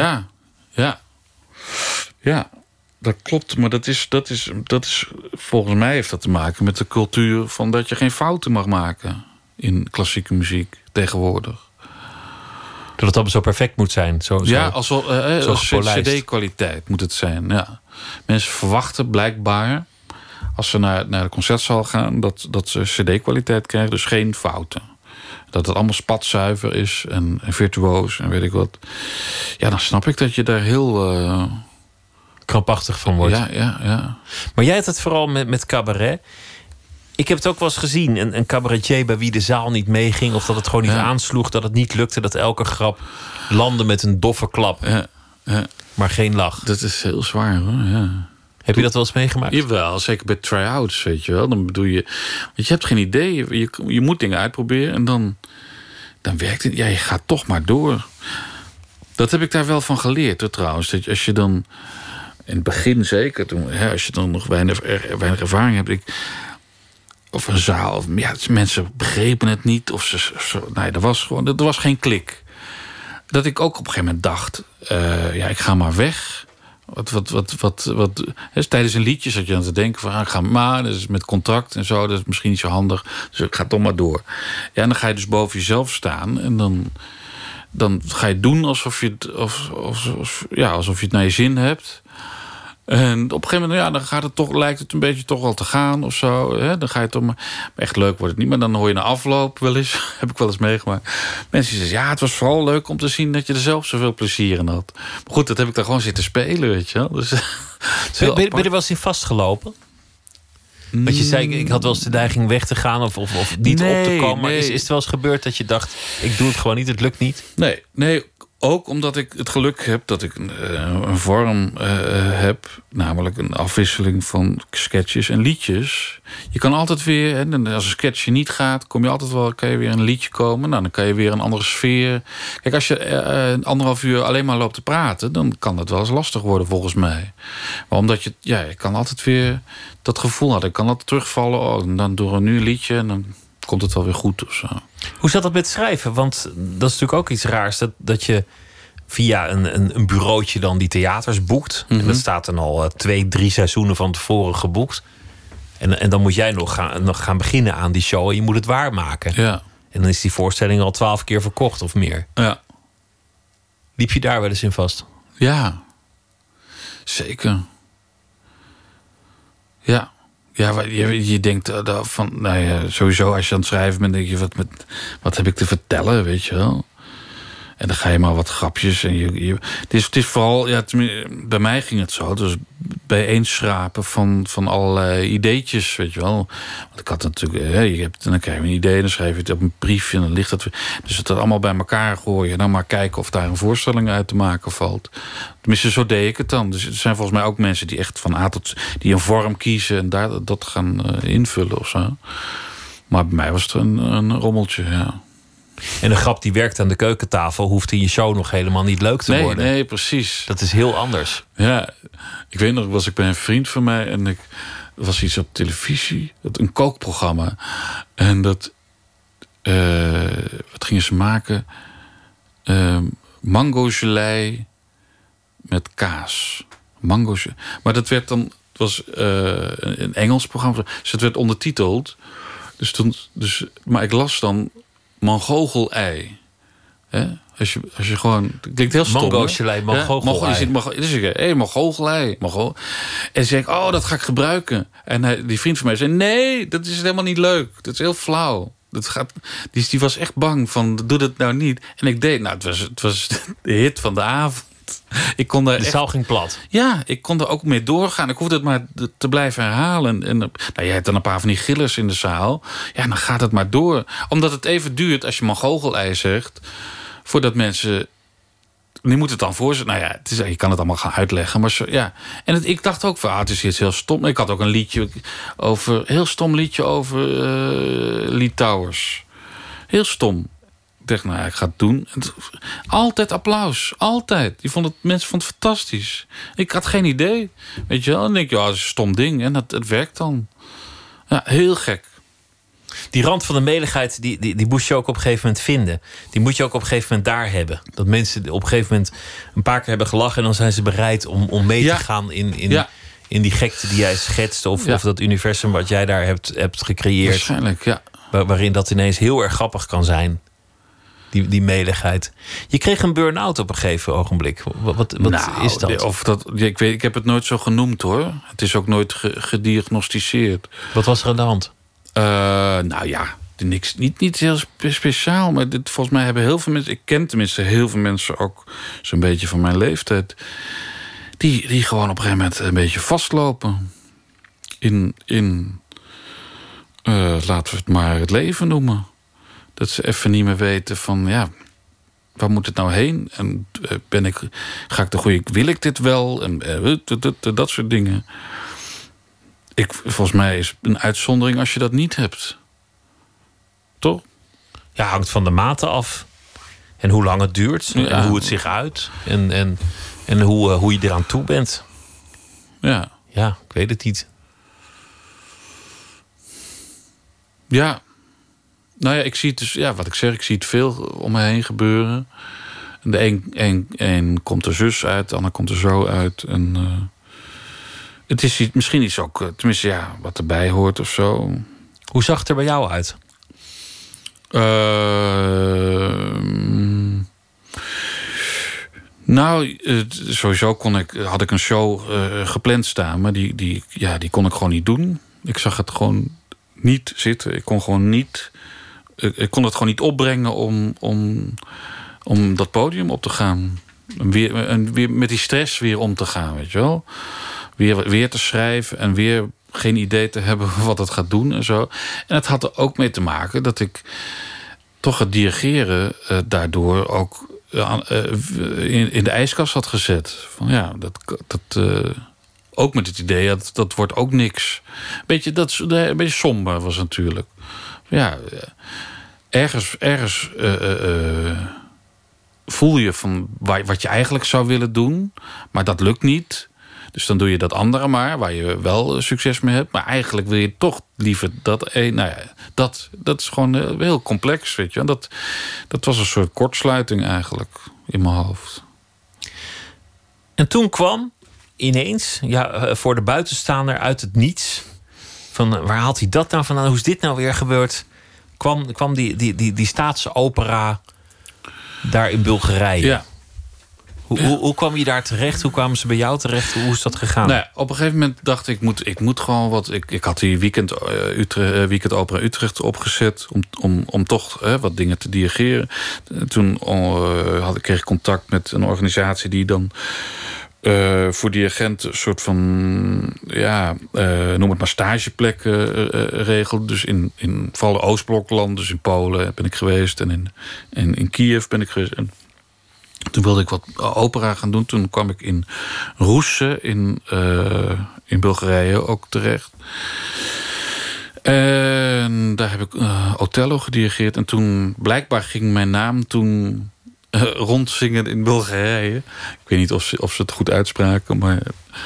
Ja, dat klopt. Maar dat is volgens mij heeft dat te maken met de cultuur van dat je geen fouten mag maken in klassieke muziek tegenwoordig.
Dat het allemaal zo perfect moet zijn.
Ja, als
gepolijst.
CD-kwaliteit moet het zijn. Ja. Mensen verwachten blijkbaar, als ze naar de concertzaal gaan, dat ze CD-kwaliteit krijgen, dus geen fouten. Dat het allemaal spatzuiver is en virtuoos en weet ik wat. Ja, dan snap ik dat je daar heel
krampachtig van wordt.
Ja.
Maar jij hebt het vooral met cabaret. Ik heb het ook wel eens gezien. Een cabaretier bij wie de zaal niet meeging, of dat het gewoon niet aansloeg, dat het niet lukte, dat elke grap landde met een doffe klap.
Ja.
Maar geen lach.
Dat is heel zwaar, hoor. Ja.
Heb je dat wel eens meegemaakt?
Jawel, zeker bij try-outs, weet je wel. Dan bedoel je, want je hebt geen idee. Je moet dingen uitproberen en dan werkt het. Ja, je gaat toch maar door. Dat heb ik daar wel van geleerd, hoor, trouwens. Dat als je dan, in het begin zeker, als je dan nog weinig ervaring hebt. Of een zaal, of mensen begrepen het niet. Nee, er was geen klik. Dat ik ook op een gegeven moment dacht, ik ga maar weg. Tijdens een liedje zat je aan te denken van, ik ga maar, dat is met contract en zo, dat is misschien niet zo handig, dus ik ga toch maar door. Ja, en dan ga je dus boven jezelf staan en dan ga je doen alsof je het naar je zin hebt. En op een gegeven moment, dan gaat het toch, lijkt het een beetje toch wel te gaan of zo. Hè? Dan ga je toch maar echt leuk wordt het niet. Maar dan hoor je na afloop wel eens, heb ik wel eens meegemaakt. Mensen die zeggen, het was vooral leuk om te zien dat je er zelf zoveel plezier in had. Maar goed, dat heb ik daar gewoon zitten spelen, weet je wel. Dus,
ben je er wel eens in vastgelopen? Want je zei, ik had wel eens de neiging weg te gaan of niet op te komen. Maar is het wel eens gebeurd dat je dacht, ik doe het gewoon niet, het lukt niet?
Nee. Ook omdat ik het geluk heb dat ik een vorm heb, namelijk een afwisseling van sketches en liedjes. Je kan altijd weer, en als een sketchje niet gaat, kan je weer een liedje komen. Nou, dan kan je weer een andere sfeer. Kijk, als je 1,5 uur alleen maar loopt te praten, dan kan dat wel eens lastig worden volgens mij. Maar omdat je kan altijd weer dat gevoel hadden. Ik kan altijd terugvallen, en dan door een nieuw liedje en dan komt het wel weer goed of zo.
Hoe zat dat met schrijven? Want dat is natuurlijk ook iets raars. Dat je via een bureautje dan die theaters boekt. En dat staat dan al 2-3 seizoenen van tevoren geboekt. En dan moet jij nog gaan beginnen aan die show. En je moet het waarmaken.
Ja.
En dan is die voorstelling al 12 keer verkocht of meer.
Ja.
Liep je daar wel eens in vast?
Ja. Zeker. Ja. Ja, je denkt van, sowieso als je aan het schrijven bent, denk je, wat heb ik te vertellen, weet je wel? En dan ga je maar wat grapjes. En het is vooral, bij mij ging het zo. Dus bijeenschrapen van allerlei ideetjes, weet je wel. Want ik had natuurlijk, dan krijg je een idee, dan schrijf je het op een briefje en dan ligt dat. Dus het allemaal bij elkaar gooien. En dan maar kijken of daar een voorstelling uit te maken valt. Tenminste, zo deed ik het dan. Dus er zijn volgens mij ook mensen die echt van A tot die een vorm kiezen en dat gaan invullen of zo. Maar bij mij was het een rommeltje, ja.
En een grap die werkt aan de keukentafel hoeft in je show nog helemaal niet leuk te worden.
Nee, precies.
Dat is heel anders.
Ja, ik weet nog, was ik bij een vriend van mij en er was iets op televisie, een kookprogramma. En wat gingen ze maken? Mango gelei met kaas. Maar dat werd dan, het was een Engels programma, dus het werd ondertiteld. Maar ik las dan Mangogel-ei. Als je gewoon, het klinkt heel stom.
Mango-gelei, Mangogel-ei.
Mangogel-ei. En zei ik, dat ga ik gebruiken. En die vriend van mij zei, nee, dat is helemaal niet leuk. Dat is heel flauw. Die was echt bang van, doe dat nou niet. En ik deed, het was de hit van de avond. Ik kon daar
de zaal ging plat.
Ja, ik kon er ook mee doorgaan. Ik hoefde het maar te blijven herhalen. En je hebt dan een paar van die gillers in de zaal. Ja, dan gaat het maar door. Omdat het even duurt als je Mangogel-ei zegt, voordat mensen, die moeten het dan voorstellen. Je kan het allemaal gaan uitleggen. Maar En ik dacht ook van, het is iets heel stom. Ik had ook een liedje heel stom liedje over Litouwers. Heel stom. Ik dacht, ik ga het doen. Altijd applaus. Altijd. Mensen vonden het fantastisch. Ik had geen idee. Weet je wel? En dan denk je, dat is een stom ding. En het werkt dan. Ja, heel gek.
Die rand van de meligheid, die moest je ook op een gegeven moment vinden. Die moet je ook op een gegeven moment daar hebben. Dat mensen op een gegeven moment een paar keer hebben gelachen en dan zijn ze bereid om mee te gaan in die gekte die jij schetst. Of dat universum wat jij daar hebt gecreëerd.
Waarschijnlijk, ja.
Waarin dat ineens heel erg grappig kan zijn. Die meligheid. Je kreeg een burn-out op een gegeven ogenblik. Wat is dat?
Ik heb het nooit zo genoemd, hoor. Het is ook nooit gediagnosticeerd.
Wat was er aan de hand?
Niks, niet heel speciaal. Maar volgens mij hebben heel veel mensen... Ik ken tenminste heel veel mensen, ook zo'n beetje van mijn leeftijd... die gewoon op een gegeven moment een beetje vastlopen. Laten we het maar het leven noemen. Dat ze even niet meer weten van... waar moet het nou heen? En ga ik de goede... Wil ik dit wel? En dat soort dingen. Volgens mij is een uitzondering als je dat niet hebt. Toch?
Ja, hangt van de mate af. En hoe lang het duurt. Ja. En hoe het zich uit. En hoe je eraan toe bent.
Ja.
Ja, ik weet het niet.
Ja. Nou ja, ik zie het dus... Ja, wat ik zeg, ik zie het veel om me heen gebeuren. En de een komt er zus uit, de ander komt er zo uit. En het is misschien iets ook... tenminste, wat erbij hoort of zo.
Hoe zag het er bij jou uit?
Sowieso had ik een show gepland staan, maar die kon ik gewoon niet doen. Ik zag het gewoon niet zitten. Ik kon het gewoon niet opbrengen om dat podium op te gaan. Weer met die stress weer om te gaan, weet je wel. Weer te schrijven en weer geen idee te hebben wat het gaat doen en zo. En het had er ook mee te maken dat ik toch het dirigeren daardoor ook in de ijskast had gezet. Van ook met het idee dat wordt ook niks. Een beetje somber was het natuurlijk. Ja, ergens voel je van wat je eigenlijk zou willen doen, maar dat lukt niet. Dus dan doe je dat andere maar, waar je wel succes mee hebt. Maar eigenlijk wil je toch liever dat... dat is gewoon heel complex, weet je. Dat was een soort kortsluiting eigenlijk in mijn hoofd.
En toen kwam ineens, voor de buitenstaander uit het niets... van waar haalt hij dat nou vandaan? Hoe is dit nou weer gebeurd? Kwam die Staatse opera daar in Bulgarije...
Ja.
Hoe kwam je daar terecht? Hoe kwamen ze bij jou terecht? Hoe is dat gegaan?
Nou ja, op een gegeven moment dacht ik moet gewoon wat... Ik had die weekend opera Utrecht opgezet... om toch wat dingen te dirigeren. Toen kreeg ik contact met een organisatie... die dan voor dirigenten een soort van... noem het maar stageplekken regelde. Dus in vooral Oostblokland, dus in Polen ben ik geweest... en in Kiev ben ik geweest... Toen wilde ik wat opera gaan doen. Toen kwam ik in Russe in Bulgarije ook terecht. En daar heb ik Othello gedirigeerd. En toen, blijkbaar ging mijn naam toen rondzingen in Bulgarije. Ik weet niet of ze het goed uitspraken. Maar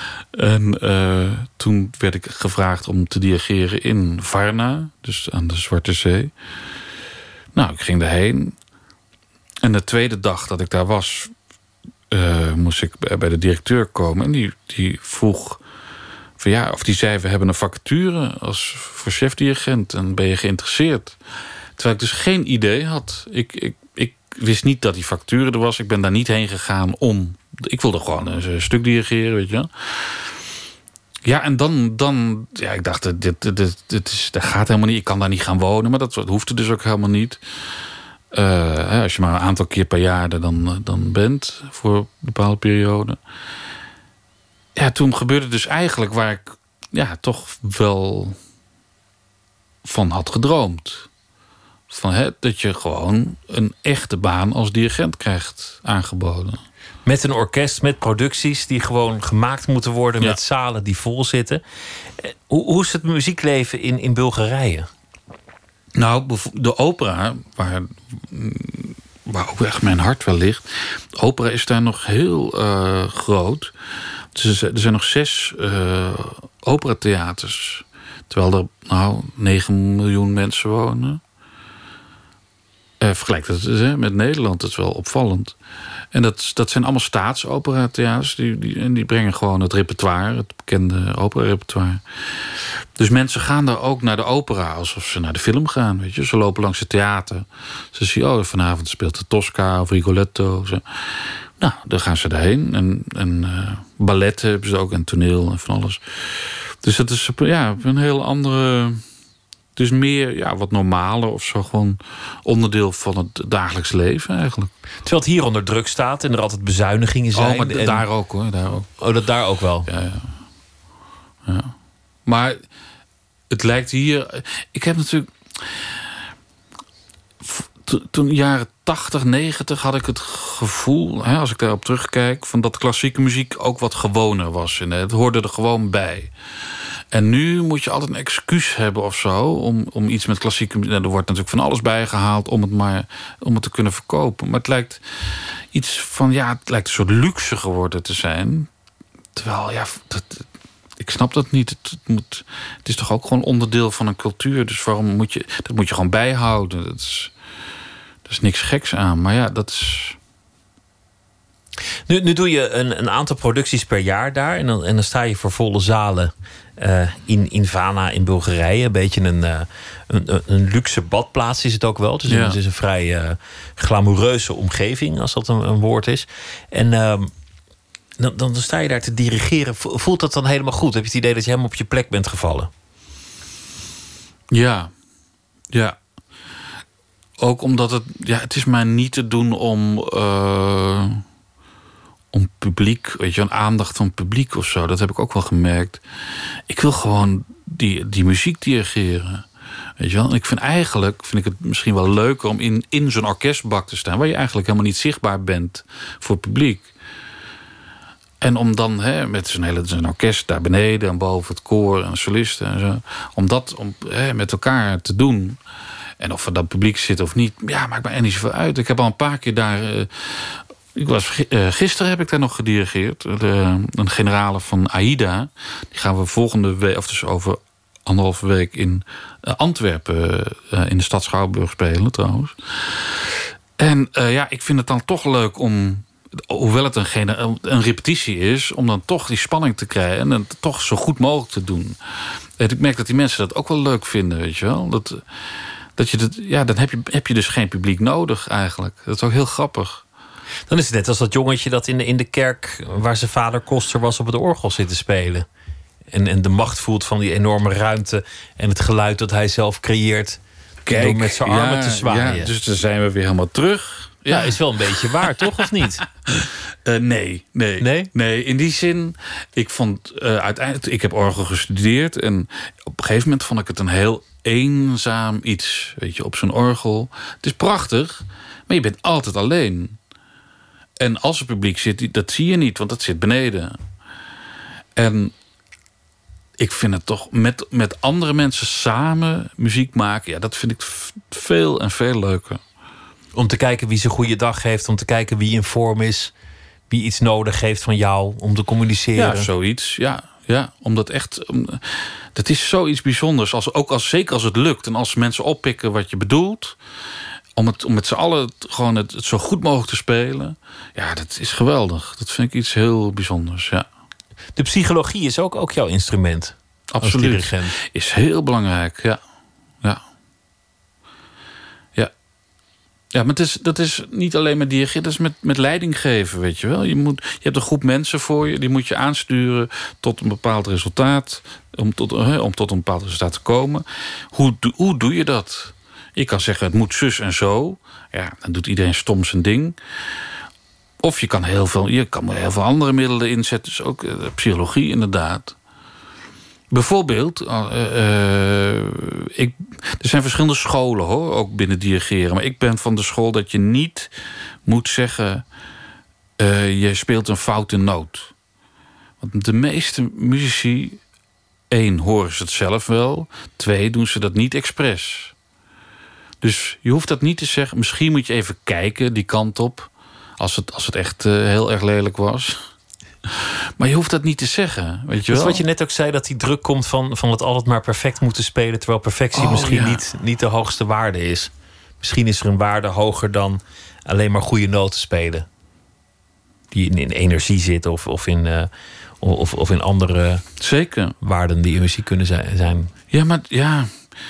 toen werd ik gevraagd om te dirigeren in Varna. Dus aan de Zwarte Zee. Nou, ik ging daarheen. En de tweede dag dat ik daar was... moest ik bij de directeur komen. En die vroeg... of die zei, we hebben een vacature voor chefdirigent. En ben je geïnteresseerd? Terwijl ik dus geen idee had. Ik wist niet dat die vacature er was. Ik ben daar niet heen gegaan om... Ik wilde gewoon een stuk dirigeren, weet je wel. Ja, en dan ik dacht, dat gaat helemaal niet. Ik kan daar niet gaan wonen. Maar dat hoefde dus ook helemaal niet... als je maar een aantal keer per jaar er dan bent... voor een bepaalde periode. Ja, toen gebeurde dus eigenlijk waar ik... toch wel van had gedroomd. Van, dat je gewoon een echte baan als dirigent krijgt aangeboden.
Met een orkest, met producties die gewoon gemaakt moeten worden... met zalen die vol zitten. Hoe is het muziekleven in Bulgarije?
Nou, de opera, waar ook echt mijn hart wel ligt... de opera is daar nog heel groot. Dus er zijn nog 6 operatheaters. Terwijl er 9 miljoen mensen wonen. Vergelijk dat met Nederland, dat is wel opvallend. En dat zijn allemaal staatsoperatheaters. Die brengen gewoon het repertoire, het bekende opera-repertoire. Dus mensen gaan daar ook naar de opera alsof ze naar de film gaan. Weet je? Ze lopen langs het theater. Ze zien, vanavond speelt de Tosca of Rigoletto. Zo. Nou, dan gaan ze daarheen. En ballet hebben ze ook en toneel en van alles. Dus dat is een heel andere... Dus meer wat normaler of zo. Gewoon onderdeel van het dagelijks leven eigenlijk.
Terwijl het hier onder druk staat en er altijd bezuinigingen zijn.
Maar daar ook hoor. Daar ook.
Oh, dat daar ook wel?
Ja. Maar het lijkt hier... Ik heb natuurlijk... Toen jaren 80, 90 had ik het gevoel... als ik daarop terugkijk... van dat klassieke muziek ook wat gewoner was. En het hoorde er gewoon bij. En nu moet je altijd een excuus hebben of zo... om iets met klassieke muziek... Er wordt natuurlijk van alles bijgehaald om het te kunnen verkopen. Maar het lijkt iets van... het lijkt een soort luxe geworden te zijn. Terwijl, ik snap dat niet. Het is toch ook gewoon onderdeel van een cultuur. Dus waarom moet je gewoon bijhouden? Dat is niks geks aan. Maar dat is...
Nu doe je een aantal producties per jaar daar. En dan sta je voor volle zalen in Vana in Bulgarije. Een beetje een luxe badplaats is het ook wel. Dus het is een vrij glamoureuze omgeving, als dat een woord is. En dan sta je daar te dirigeren. Voelt dat dan helemaal goed? Heb je het idee dat je helemaal op je plek bent gevallen?
Ja. Ook omdat het is mij niet te doen om publiek, weet je, een aandacht van publiek of zo. Dat heb ik ook wel gemerkt. Ik wil gewoon die muziek dirigeren. Weet je wel? En ik vind het misschien wel leuker om in zo'n orkestbak te staan, waar je eigenlijk helemaal niet zichtbaar bent voor het publiek. En om dan met zo'n orkest daar beneden en boven het koor en solisten en zo, om dat met elkaar te doen. En of er dan publiek zit of niet, maakt me er niet zoveel uit. Ik heb al een paar keer daar... Gisteren heb ik daar nog gedirigeerd. Een generale van AIDA. Die gaan we volgende week, of dus over 1,5 week in Antwerpen, in de stad Schouwburg spelen trouwens. En ik vind het dan toch leuk om, hoewel het een repetitie is, om dan toch die spanning te krijgen en het toch zo goed mogelijk te doen. En ik merk dat die mensen dat ook wel leuk vinden, weet je wel. Dan heb je dus geen publiek nodig eigenlijk. Dat is ook heel grappig.
Dan is het net als dat jongetje dat in de kerk, waar zijn vader koster was, op het orgel zit te spelen. En de macht voelt van die enorme ruimte en het geluid dat hij zelf creëert. Kijk, door met zijn armen te zwaaien.
Ja, dus dan zijn we weer helemaal terug.
Ja, is wel een beetje waar, toch? Of niet?
Nee, in die zin, ik vond uiteindelijk... Ik heb orgel gestudeerd en op een gegeven moment vond ik het een heel eenzaam iets. Weet je, op zo'n orgel. Het is prachtig, maar je bent altijd alleen. En als er publiek zit, dat zie je niet, want dat zit beneden. En ik vind het toch met andere mensen samen muziek maken, dat vind ik veel en veel leuker.
Om te kijken wie zijn goede dag heeft, om te kijken wie in vorm is, wie iets nodig heeft van jou om te communiceren.
Ja, zoiets. Ja, omdat echt... Dat is zoiets bijzonders. Zeker als het lukt en als mensen oppikken wat je bedoelt, om met z'n allen gewoon het zo goed mogelijk te spelen. Ja, dat is geweldig. Dat vind ik iets heel bijzonders, ja.
De psychologie is ook jouw instrument.
Absoluut.
Als dirigent.
Is heel belangrijk, ja. Ja, maar dat is niet alleen met dirigeren, dat is met leiding geven, weet je wel. Je hebt een groep mensen voor je, die moet je aansturen tot een bepaald resultaat, om tot een bepaald resultaat te komen. Hoe doe je dat? Je kan zeggen, het moet zus en zo. Ja, dan doet iedereen stom zijn ding. Of je kan heel veel andere middelen inzetten, dus ook psychologie inderdaad. Bijvoorbeeld, er zijn verschillende scholen hoor, ook binnen dirigeren. Maar ik ben van de school dat je niet moet zeggen, je speelt een foute noot. Want de meeste muzici, 1, horen ze het zelf wel. 2, doen ze dat niet expres. Dus je hoeft dat niet te zeggen. Misschien moet je even kijken die kant op, als het echt heel erg lelijk was. Maar je hoeft dat niet te zeggen, weet je wel?
Dus wat je net ook zei, dat die druk komt van het altijd maar perfect moeten spelen, terwijl perfectie misschien niet de hoogste waarde is. Misschien is er een waarde hoger dan alleen maar goede noten spelen. Die in energie zit of Of in andere
Zeker.
waarden die in muziek kunnen zijn.
Ja, maar ja.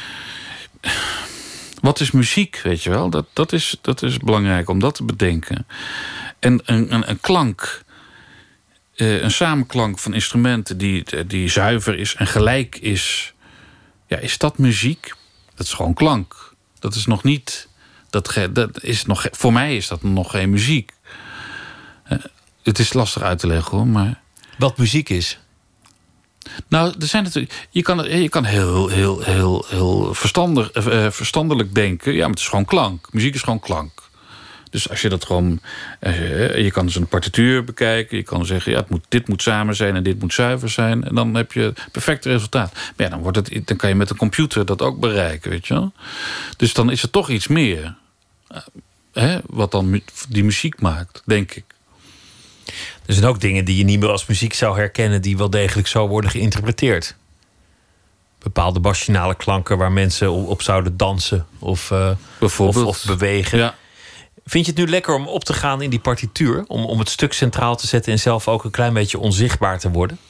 Wat is muziek, weet je wel? Dat is belangrijk om dat te bedenken. En een klank, een samenklank van instrumenten die zuiver is en gelijk is. Ja, is dat muziek? Dat is gewoon klank. Dat is nog niet. Voor mij is dat nog geen muziek. Het is lastig uit te leggen hoor, maar.
Wat muziek is?
Nou, er zijn natuurlijk. Je kan heel verstandelijk denken. Ja, maar het is gewoon klank. Muziek is gewoon klank. Dus als je dat gewoon. Je kan dus een partituur bekijken. Je kan zeggen, ja, dit moet samen zijn en dit moet zuiver zijn. En dan heb je het perfecte resultaat. Maar ja, dan kan je met een computer dat ook bereiken, weet je wel. Dus dan is er toch iets meer. Wat dan die muziek maakt, denk ik.
Er zijn ook dingen die je niet meer als muziek zou herkennen, die wel degelijk zo worden geïnterpreteerd. Bepaalde machinale klanken waar mensen op zouden dansen of bewegen.
Ja.
Vind je het nu lekker om op te gaan in die partituur? Om het stuk centraal te zetten en zelf ook een klein beetje onzichtbaar te worden?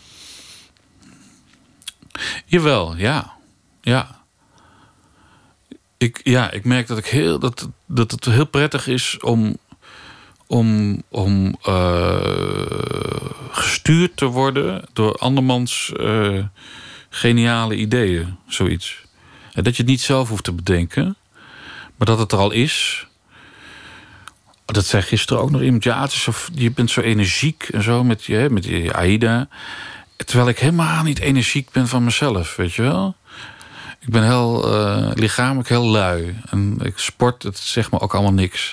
Jawel, ja. Ik merk dat het heel prettig is om gestuurd te worden door andermans geniale ideeën, zoiets. En dat je het niet zelf hoeft te bedenken, maar dat het er al is. Dat zei gisteren ook nog iemand. Ja, het is je bent zo energiek en zo met je Aida. Terwijl ik helemaal niet energiek ben van mezelf, weet je wel. Ik ben heel lichamelijk heel lui. En ik sport, het zegt me ook allemaal niks.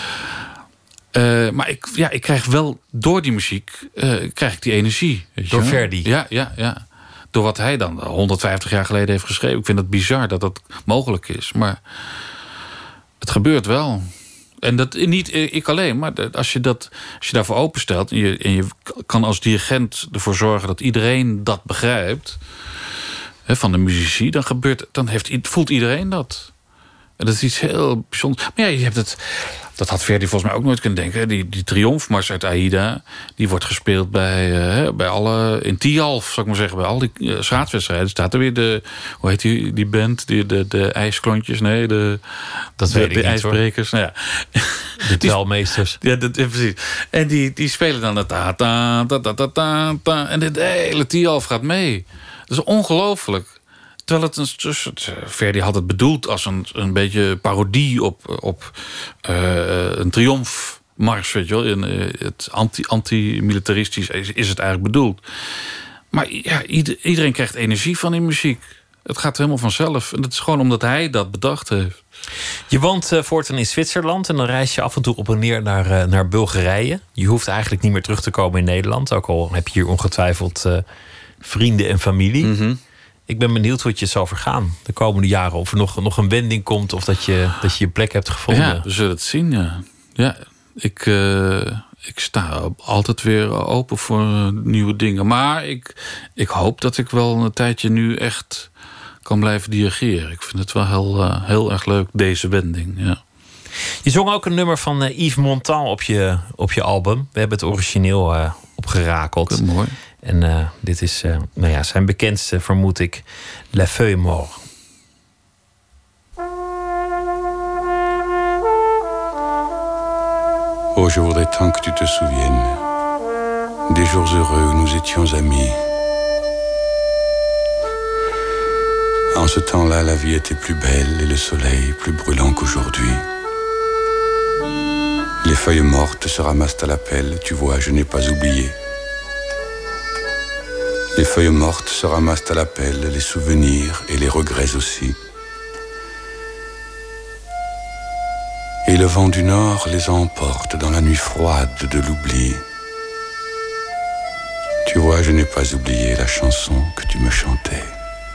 Maar ik krijg wel door die muziek krijg ik die energie. Weet je
Door
wel?
Verdi?
Ja. Door wat hij dan 150 jaar geleden heeft geschreven. Ik vind het bizar dat dat mogelijk is. Maar het gebeurt wel. En dat niet ik alleen, maar als je daarvoor openstelt en je kan als dirigent ervoor zorgen dat iedereen dat begrijpt, van de muzici, dan voelt iedereen dat. En dat is iets heel bijzonders. Maar ja, je hebt het. Dat had Verdi volgens mij ook nooit kunnen denken. Die triomfmars uit Aida, die wordt gespeeld bij alle, in Tialf, zou ik maar zeggen, bij al die schaatswedstrijden. Staat er weer hoe heet die band? De ijsklontjes? Nee,
dat weet ik niet,
ijsbrekers. Nou ja.
De telmeesters.
Ja, precies. En die spelen dan het ta. En de hele Tialf gaat mee. Dat is ongelooflijk. Terwijl Verdi had het bedoeld als een beetje parodie op een triomfmars, weet je wel. In het anti-militaristisch is het eigenlijk bedoeld. Maar ja, iedereen krijgt energie van in muziek. Het gaat helemaal vanzelf. En dat is gewoon omdat hij dat bedacht heeft.
Je woont voortaan in Zwitserland en dan reis je af en toe op en neer naar Bulgarije. Je hoeft eigenlijk niet meer terug te komen in Nederland. Ook al heb je hier ongetwijfeld vrienden en familie. Mm-hmm. Ik ben benieuwd hoe het je zal vergaan de komende jaren. Of er nog een wending komt of dat je je plek hebt gevonden.
Ja, we zullen het zien, ja. Ik sta altijd weer open voor nieuwe dingen. Maar ik hoop dat ik wel een tijdje nu echt kan blijven dirigeren. Ik vind het wel heel erg leuk, deze wending, ja.
Je zong ook een nummer van Yves Montand op je album. We hebben het origineel opgerakeld.
Dat is mooi.
En dit is zijn bekendste, vermoed ik, La Feuille Morte.
Oh, je voudrais tant que tu te souviennes des jours heureux où nous étions amis. En ce temps-là, la vie était plus belle et le soleil plus brûlant qu'aujourd'hui. Les feuilles mortes se ramassent à la pelle, tu vois, je n'ai pas oublié. Les feuilles mortes se ramassent à la pelle, les souvenirs et les regrets aussi. Et le vent du nord les emporte dans la nuit froide de l'oubli. Tu vois, je n'ai pas oublié la chanson que tu me chantais.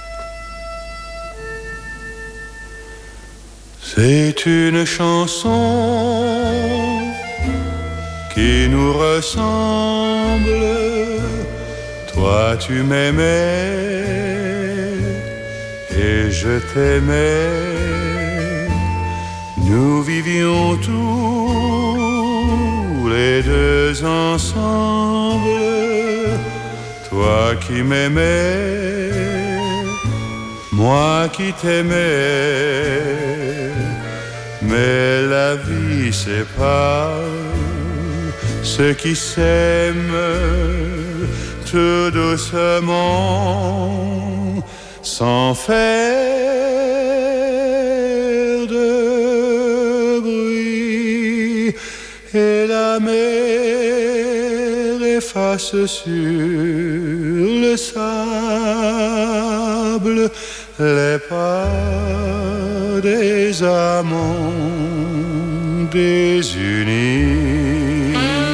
C'est une chanson qui nous ressemble. Toi tu m'aimais et je t'aimais. Nous vivions tous les deux ensemble. Toi qui m'aimais, moi qui t'aimais, mais la vie sépare ceux qui s'aiment tout doucement, sans faire de bruit, et la mer efface sur le sable les pas des amants désunis.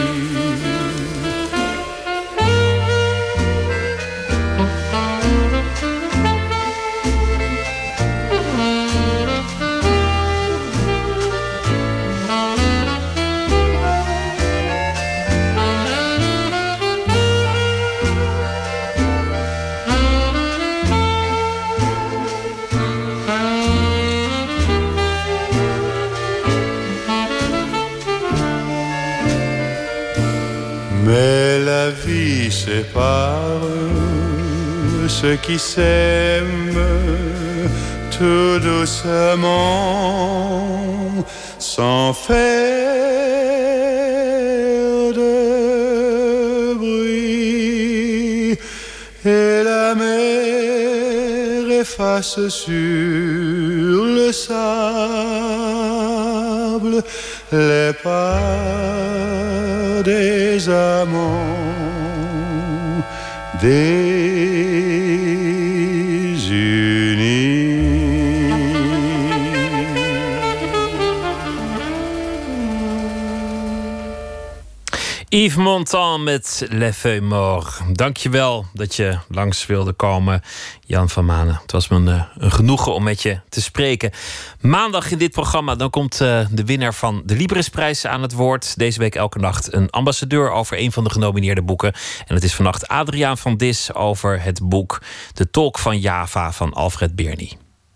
Mais la vie sépare ceux qui s'aiment tout doucement, sans faire de bruit, et la mer efface sur le sable les pas des amants désunis.
Yves Montand met Les Feuilles Mortes. Dankjewel dat je langs wilde komen, Jan van Manen. Het was me een genoegen om met je te spreken. Maandag in dit programma dan komt de winnaar van de Librisprijs aan het woord. Deze week elke nacht een ambassadeur over een van de genomineerde boeken. En het is vannacht Adriaan van Dis over het boek De Tolk van Java van Alfred Birny.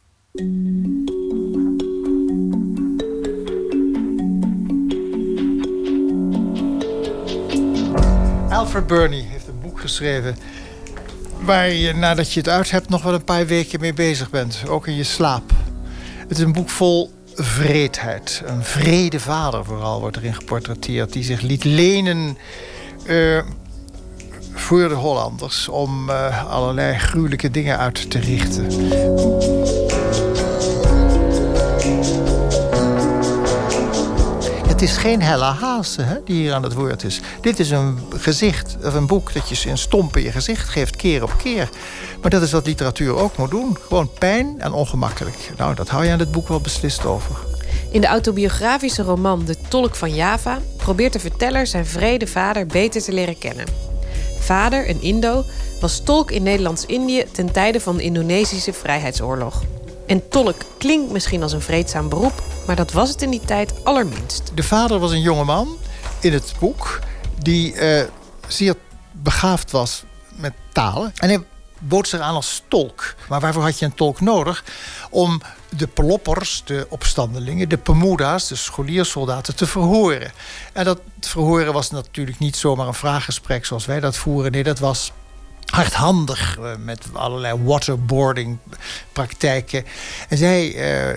Alfred Birny heeft een boek geschreven waar je nadat je het uit hebt nog wel een paar weken mee bezig bent. Ook in je slaap. Het is een boek vol wreedheid. Een wrede vader vooral wordt erin geportretteerd. Die zich liet lenen voor de Hollanders om allerlei gruwelijke dingen uit te richten. Het is geen Hella Haase die hier aan het woord is. Dit is een gezicht of een boek dat je een stomp in je gezicht geeft keer op keer. Maar dat is wat literatuur ook moet doen. Gewoon pijn en ongemakkelijk. Nou, dat hou je aan dit boek wel beslist over.
In de autobiografische roman De Tolk van Java probeert de verteller zijn wrede vader beter te leren kennen. Vader, een Indo, was tolk in Nederlands-Indië ten tijde van de Indonesische Vrijheidsoorlog. En tolk klinkt misschien als een vreedzaam beroep, maar dat was het in die tijd allerminst.
De vader was een jongeman in het boek die zeer begaafd was met talen. En hij bood zich aan als tolk. Maar waarvoor had je een tolk nodig? Om de Ploppers, de opstandelingen, de Pemuda's, de scholiersoldaten, te verhoren. En dat verhoren was natuurlijk niet zomaar een vraaggesprek zoals wij dat voeren. Nee, dat was hardhandig met allerlei waterboarding praktijken. En zij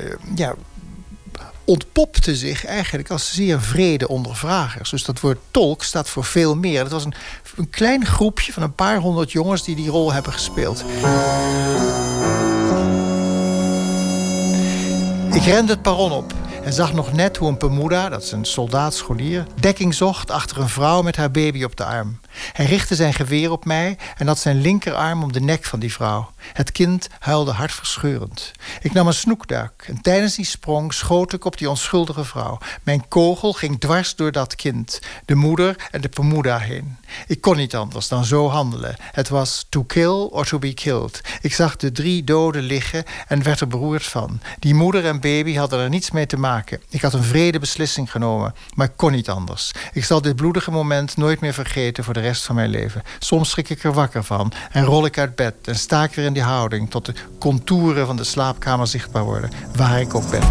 ontpopte zich eigenlijk als zeer wrede ondervragers. Dus dat woord tolk staat voor veel meer. Het was een klein groepje van een paar honderd jongens die die rol hebben gespeeld. Ik rende het perron op en zag nog net hoe een Pemuda, dat is een soldaat-scholier, dekking zocht achter een vrouw met haar baby op de arm. Hij richtte zijn geweer op mij en had zijn linkerarm om de nek van die vrouw. Het kind huilde hartverscheurend. Ik nam een snoekduik en tijdens die sprong schoot ik op die onschuldige vrouw. Mijn kogel ging dwars door dat kind, de moeder en de Pemuda heen. Ik kon niet anders dan zo handelen. Het was to kill or to be killed. Ik zag de 3 doden liggen en werd er beroerd van. Die moeder en baby hadden er niets mee te maken. Ik had een wrede beslissing genomen, maar ik kon niet anders. Ik zal dit bloedige moment nooit meer vergeten voor de rest van mijn leven. Soms schrik ik er wakker van en rol ik uit bed en sta ik weer in die houding tot de contouren van de slaapkamer zichtbaar worden, waar ik ook ben.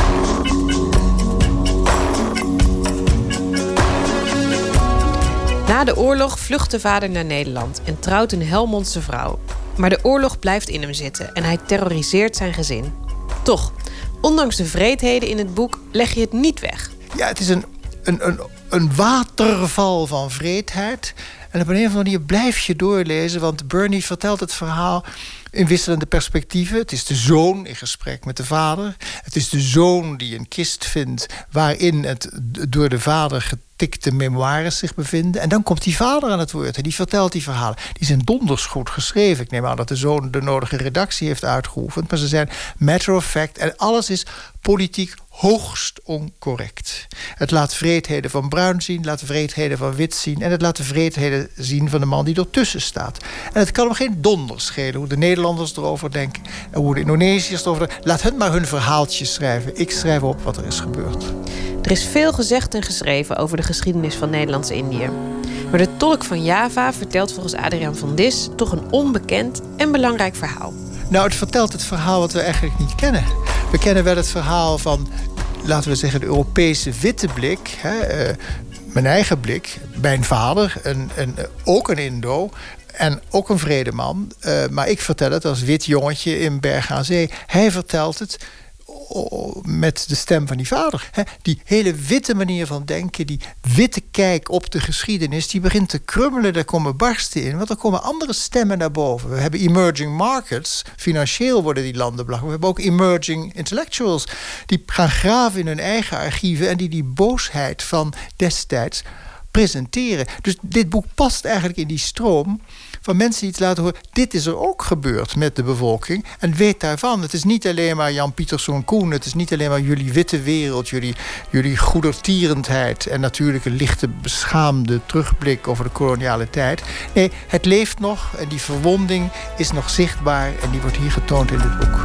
Na Na de oorlog vlucht de vader naar Nederland en trouwt een Helmondse vrouw. Maar de oorlog blijft in hem zitten en hij terroriseert zijn gezin. Toch, ondanks de wreedheden in het boek leg je het niet weg.
Ja, het is een waterval van wreedheid. En op een of andere manier blijf je doorlezen, want Bernie vertelt het verhaal in wisselende perspectieven. Het is de zoon in gesprek met de vader. Het is de zoon die een kist vindt waarin het door de vader getikte memoires zich bevinden. En dan komt die vader aan het woord en die vertelt die verhalen. Die zijn donders goed geschreven. Ik neem aan dat de zoon de nodige redactie heeft uitgeoefend, maar ze zijn matter of fact en alles is politiek hoogst oncorrect. Het laat wreedheden van bruin zien, laat wreedheden van wit zien en het laat de wreedheden zien van de man die ertussen staat. En het kan hem geen donder schelen hoe de Nederlanders erover denken en hoe de Indonesiërs erover denken. Laat hen maar hun verhaaltjes schrijven. Ik schrijf op wat er is gebeurd.
Er is veel gezegd en geschreven over de geschiedenis van Nederlands-Indië. Maar de tolk van Java vertelt volgens Adriaan van Dis toch een onbekend en belangrijk verhaal.
Nou, het vertelt het verhaal wat we eigenlijk niet kennen. We kennen wel het verhaal van, laten we zeggen, de Europese witte blik. Mijn eigen blik. Mijn vader, ook een Indo en ook een vredeman. Maar ik vertel het als wit jongetje in Bergen aan Zee. Hij vertelt het met de stem van die vader. Die hele witte manier van denken, die witte kijk op de geschiedenis, die begint te krummelen, daar komen barsten in, want er komen andere stemmen naar boven. We hebben emerging markets, financieel worden die landen belangrijk. We hebben ook emerging intellectuals, die gaan graven in hun eigen archieven en die boosheid van destijds presenteren. Dus dit boek past eigenlijk in die stroom van mensen die iets laten horen. Dit is er ook gebeurd met de bevolking. En weet daarvan. Het is niet alleen maar Jan Pieterszoon Koen. Het is niet alleen maar jullie witte wereld. Jullie goedertierendheid. En natuurlijk een lichte beschaamde terugblik over de koloniale tijd. Nee, het leeft nog. En die verwonding is nog zichtbaar. En die wordt hier getoond in dit boek.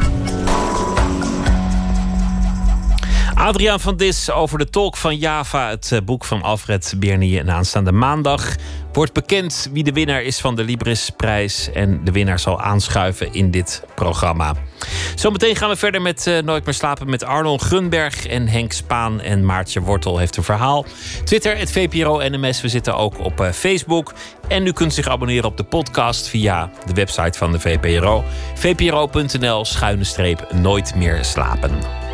Adriaan van Dis over de tolk van Java. Het boek van Alfred Bernie. En aanstaande maandag wordt bekend wie de winnaar is van de Librisprijs. En de winnaar zal aanschuiven in dit programma. Zometeen gaan we verder met Nooit meer slapen met Arnon Grunberg en Henk Spaan. En Maartje Wortel heeft een verhaal. Twitter, @ VPRO-NMS. We zitten ook op Facebook. En u kunt zich abonneren op de podcast via de website van de VPRO. vpro.nl/Nooit meer slapen.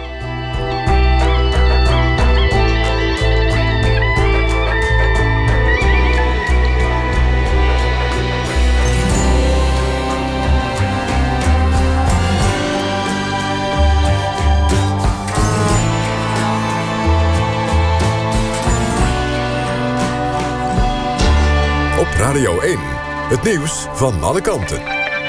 Op Radio 1, het nieuws van alle kanten.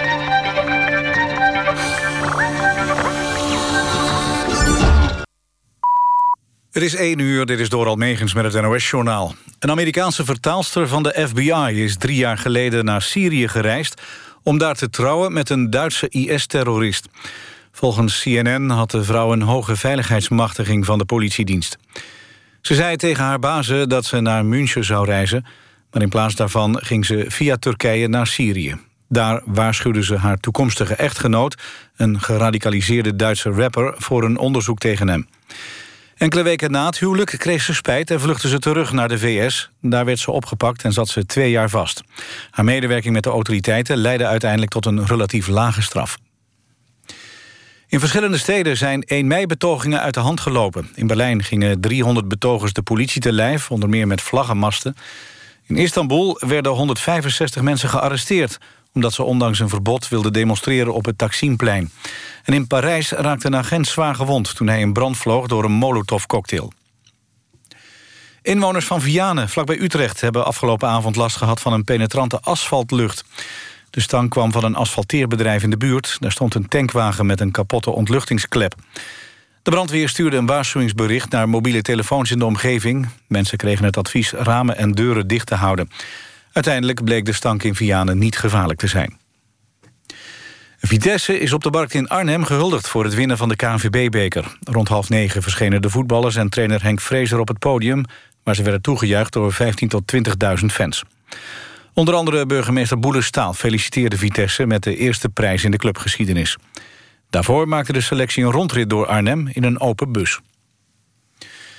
Het is 1 uur, dit is Doral Megens met het NOS-journaal. Een Amerikaanse vertaalster van de FBI is 3 jaar geleden naar Syrië gereisd om daar te trouwen met een Duitse IS-terrorist. Volgens CNN had de vrouw een hoge veiligheidsmachtiging van de politiedienst. Ze zei tegen haar bazen dat ze naar München zou reizen, maar in plaats daarvan ging ze via Turkije naar Syrië. Daar waarschuwde ze haar toekomstige echtgenoot, een geradicaliseerde Duitse rapper, voor een onderzoek tegen hem. Enkele weken na het huwelijk kreeg ze spijt en vluchtte ze terug naar de VS. Daar werd ze opgepakt en zat ze 2 jaar vast. Haar medewerking met de autoriteiten leidde uiteindelijk tot een relatief lage straf. In verschillende steden zijn 1 mei-betogingen uit de hand gelopen. In Berlijn gingen 300 betogers de politie te lijf, onder meer met vlaggenmasten. In Istanbul werden 165 mensen gearresteerd, omdat ze ondanks een verbod wilden demonstreren op het Taksimplein. En in Parijs raakte een agent zwaar gewond toen hij in brand vloog door een molotovcocktail. Inwoners van Vianen, vlakbij Utrecht, hebben afgelopen avond last gehad van een penetrante asfaltlucht. De stank kwam van een asfalteerbedrijf in de buurt. Daar stond een tankwagen met een kapotte ontluchtingsklep. De brandweer stuurde een waarschuwingsbericht naar mobiele telefoons in de omgeving. Mensen kregen het advies ramen en deuren dicht te houden. Uiteindelijk bleek de stank in Vianen niet gevaarlijk te zijn. Vitesse is op de Markt in Arnhem gehuldigd voor het winnen van de KNVB-beker. Rond 8:30 verschenen de voetballers en trainer Henk Vrezer op het podium, waar ze werden toegejuicht door 15.000 tot 20.000 fans. Onder andere burgemeester Boele-Staal feliciteerde Vitesse met de eerste prijs in de clubgeschiedenis. Daarvoor maakte de selectie een rondrit door Arnhem in een open bus.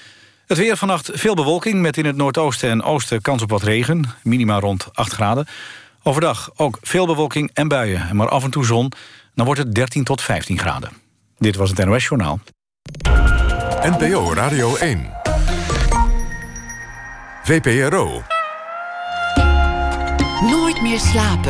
Het weer vannacht veel bewolking met in het noordoosten en oosten kans op wat regen. Minima rond 8 graden. Overdag ook veel bewolking en buien en maar af en toe zon. Dan wordt het 13 tot 15 graden. Dit was het NOS Journaal.
NPO Radio 1. VPRO.
Nooit meer slapen.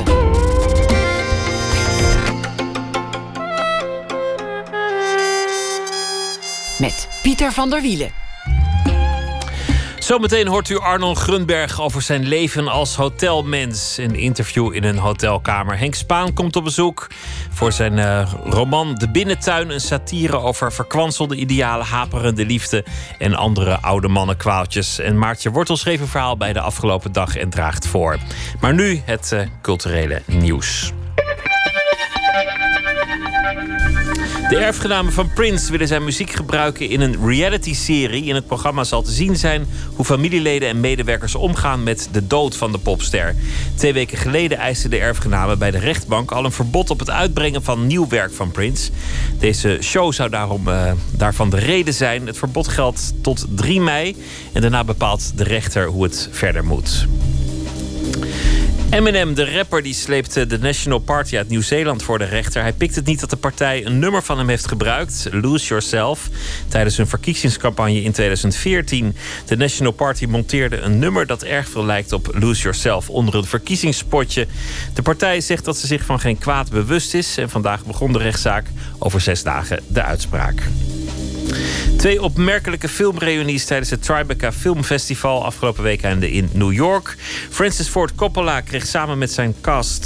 Met Pieter van der Wielen.
Zometeen hoort u Arnon Grunberg over zijn leven als hotelmens. Een interview in een hotelkamer. Henk Spaan komt op bezoek voor zijn roman De Binnentuin. Een satire over verkwanselde idealen, haperende liefde en andere oude mannenkwaaltjes. En Maartje Wortel schreef een verhaal bij de afgelopen dag en draagt voor. Maar nu het culturele nieuws. De erfgenamen van Prince willen zijn muziek gebruiken in een reality-serie. In het programma zal te zien zijn hoe familieleden en medewerkers omgaan met de dood van de popster. 2 weken geleden eisten de erfgenamen bij de rechtbank al een verbod op het uitbrengen van nieuw werk van Prince. Deze show zou daarvan de reden zijn. Het verbod geldt tot 3 mei en daarna bepaalt de rechter hoe het verder moet. Eminem, de rapper, die sleept de National Party uit Nieuw-Zeeland voor de rechter. Hij pikt het niet dat de partij een nummer van hem heeft gebruikt, Lose Yourself, tijdens hun verkiezingscampagne in 2014. De National Party monteerde een nummer dat erg veel lijkt op Lose Yourself onder een verkiezingspotje. De partij zegt dat ze zich van geen kwaad bewust is en vandaag begon de rechtszaak. Over 6 dagen de uitspraak. 2 opmerkelijke filmreunies tijdens het Tribeca Filmfestival afgelopen weekende in New York. Francis Ford Coppola keek samen met zijn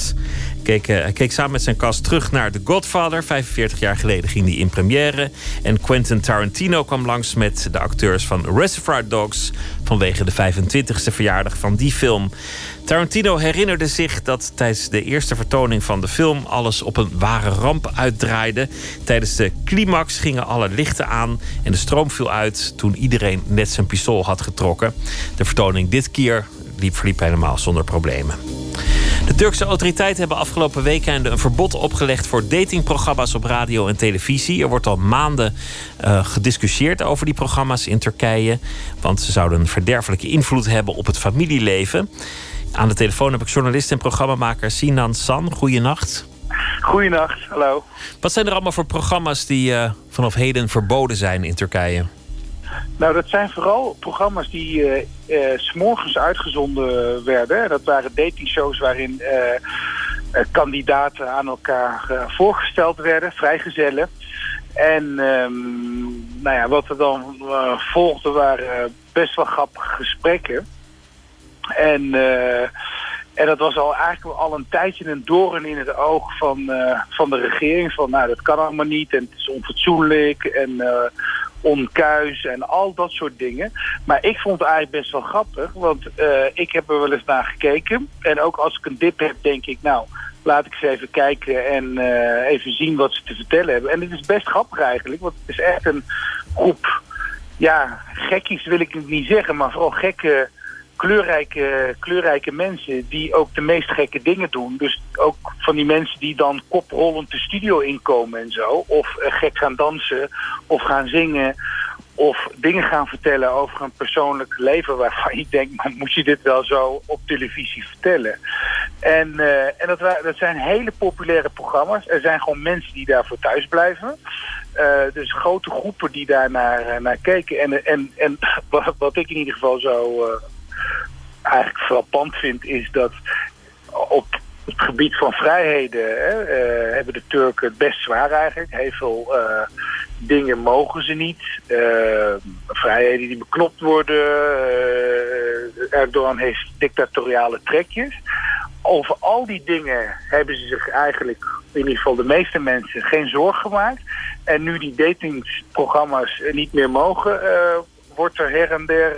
cast terug naar The Godfather. 45 jaar geleden ging die in première. En Quentin Tarantino kwam langs met de acteurs van Reservoir Dogs vanwege de 25e verjaardag van die film. Tarantino herinnerde zich dat tijdens de eerste vertoning van de film alles op een ware ramp uitdraaide. Tijdens de climax gingen alle lichten aan en de stroom viel uit toen iedereen net zijn pistool had getrokken. De vertoning dit keer verliep helemaal zonder problemen. De Turkse autoriteiten hebben afgelopen weekend een verbod opgelegd voor datingprogramma's op radio en televisie. Er wordt al maanden gediscussieerd over die programma's in Turkije, want ze zouden een verderfelijke invloed hebben op het familieleven. Aan de telefoon heb ik journalist en programmamaker Sinan San. Goeienacht.
Goeienacht, hallo.
Wat zijn er allemaal voor programma's die vanaf heden verboden zijn in Turkije?
Nou, dat zijn vooral programma's die 's morgens uitgezonden werden. Dat waren datingshows waarin kandidaten aan elkaar voorgesteld werden, vrijgezellen. En wat er dan volgde waren best wel grappige gesprekken. En dat was eigenlijk al een tijdje een doorn in het oog van de regering. Van dat kan allemaal niet en het is onfatsoenlijk en onkuis en al dat soort dingen. Maar ik vond het eigenlijk best wel grappig, want ik heb er wel eens naar gekeken. En ook als ik een dip heb, denk ik, laat ik eens even kijken en even zien wat ze te vertellen hebben. En het is best grappig eigenlijk, want het is echt een groep, gekkies wil ik niet zeggen, maar vooral gekke, kleurrijke mensen die ook de meest gekke dingen doen. Dus ook van die mensen die dan koprollend de studio inkomen en zo. Of gek gaan dansen of gaan zingen of dingen gaan vertellen over een persoonlijk leven waarvan je denkt, maar moet je dit wel zo op televisie vertellen? En dat zijn hele populaire programma's. Er zijn gewoon mensen die daarvoor thuis blijven. Dus grote groepen die daar naar keken. En wat ik in ieder geval zo eigenlijk frappant vind, is dat op het gebied van vrijheden hebben de Turken het best zwaar eigenlijk. Heel veel dingen mogen ze niet. Vrijheden die beknopt worden. Erdogan heeft dictatoriale trekjes. Over al die dingen hebben ze zich eigenlijk, in ieder geval de meeste mensen, geen zorg gemaakt. En nu die datingsprogramma's niet meer mogen, wordt er her en der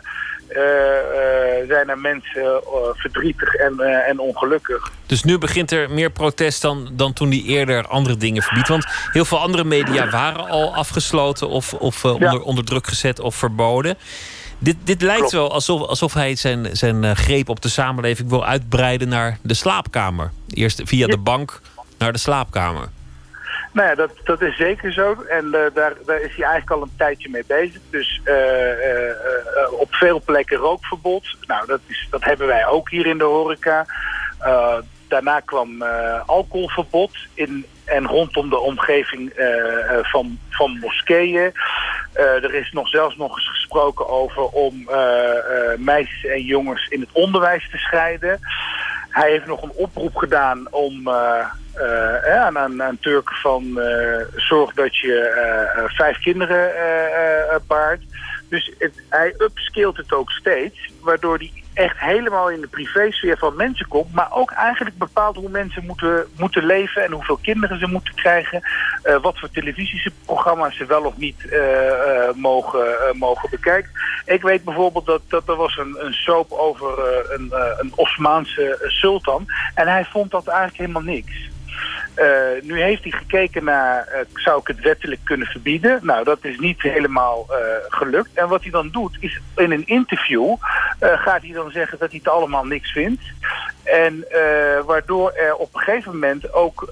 zijn er mensen verdrietig en ongelukkig. Dus nu begint er meer protest dan toen die eerder andere dingen verbiedt. Want heel veel andere media waren al afgesloten of onder druk gezet of verboden. Dit lijkt wel alsof hij zijn greep op de samenleving wil uitbreiden naar de slaapkamer. Eerst via de bank naar de slaapkamer. Nou ja, dat is zeker zo. En daar is hij eigenlijk al een tijdje mee bezig. Dus op veel plekken rookverbod. Nou, dat hebben wij ook hier in de horeca. Daarna kwam alcoholverbod in en rondom de omgeving van moskeeën. Er is zelfs nog eens gesproken over om meisjes en jongens in het onderwijs te scheiden. Hij heeft nog een oproep gedaan om aan Turken van zorg dat je 5 kinderen baart. Dus hij upscaled het ook steeds, waardoor hij echt helemaal in de privésfeer van mensen komt, maar ook eigenlijk bepaalt hoe mensen moeten leven en hoeveel kinderen ze moeten krijgen, wat voor televisieprogramma's ze wel of niet mogen bekijken. Ik weet bijvoorbeeld dat er was een soap over een Osmaanse sultan en hij vond dat eigenlijk helemaal niks. Nu heeft hij gekeken naar, zou ik het wettelijk kunnen verbieden? Nou, dat is niet helemaal gelukt. En wat hij dan doet, is in een interview gaat hij dan zeggen dat hij het allemaal niks vindt. En waardoor er op een gegeven moment ook,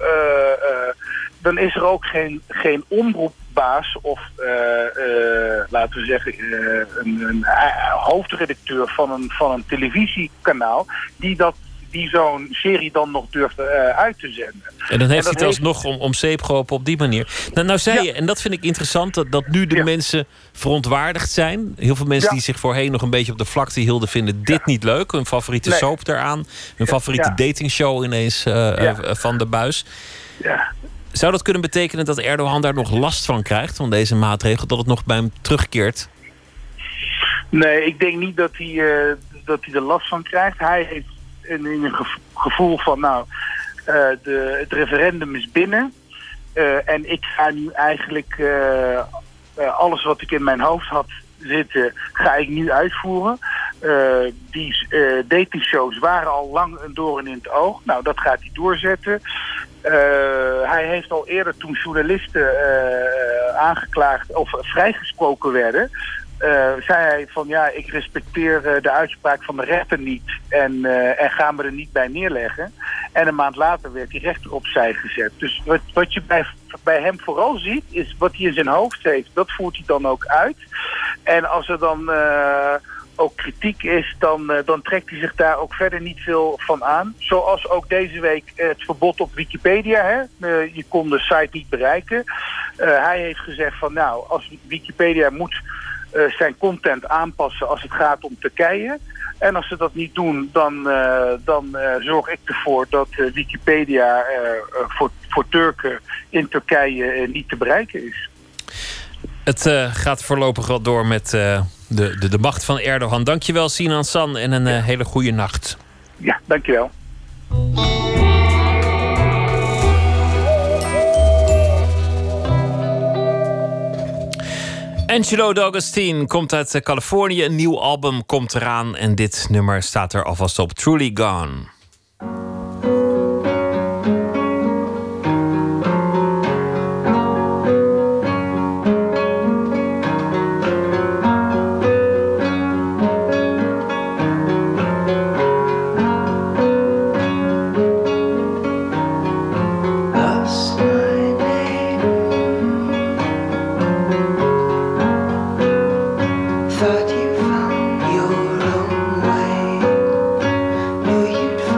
dan is er ook geen omroepbaas of laten we zeggen een hoofdredacteur van een televisiekanaal die zo'n serie dan nog durft uit te zenden.
En dan heeft hij het alsnog om zeep geholpen op die manier. Nou zei je, en dat vind ik interessant, dat nu de mensen verontwaardigd zijn. Heel veel mensen die zich voorheen nog een beetje op de vlakte hielden, vinden dit niet leuk. Hun favoriete soap eraan. Hun favoriete datingshow ineens van de buis. Ja. Zou dat kunnen betekenen dat Erdogan daar nog last van krijgt, van deze maatregel? Dat het nog bij hem terugkeert?
Nee, ik denk niet dat hij er last van krijgt. Hij heeft een gevoel van, het referendum is binnen. En ik ga nu eigenlijk alles wat ik in mijn hoofd had zitten, ga ik nu uitvoeren. Die datingshows waren al lang een doorn in het oog. Nou, dat gaat hij doorzetten. Hij heeft al eerder, toen journalisten aangeklaagd of vrijgesproken werden, zei hij van ik respecteer de uitspraak van de rechter niet en ga me er niet bij neerleggen. En een maand later werd die rechter opzij gezet. Dus wat je bij hem vooral ziet, is wat hij in zijn hoofd heeft, dat voert hij dan ook uit. En als er dan ook kritiek is, dan trekt hij zich daar ook verder niet veel van aan. Zoals ook deze week het verbod op Wikipedia. Hè? Je kon de site niet bereiken. Hij heeft gezegd van als Wikipedia moet zijn content aanpassen als het gaat om Turkije. En als ze dat niet doen, dan zorg ik ervoor dat Wikipedia voor Turken in Turkije niet te bereiken is.
Het gaat voorlopig wel door met de macht van Erdogan. Dankjewel, Sinan San, en een hele goede nacht.
Ja, dankjewel.
Angelo D'Agostino komt uit Californië. Een nieuw album komt eraan. En dit nummer staat er alvast op. Truly Gone.
Thought you found your own way. Knew you'd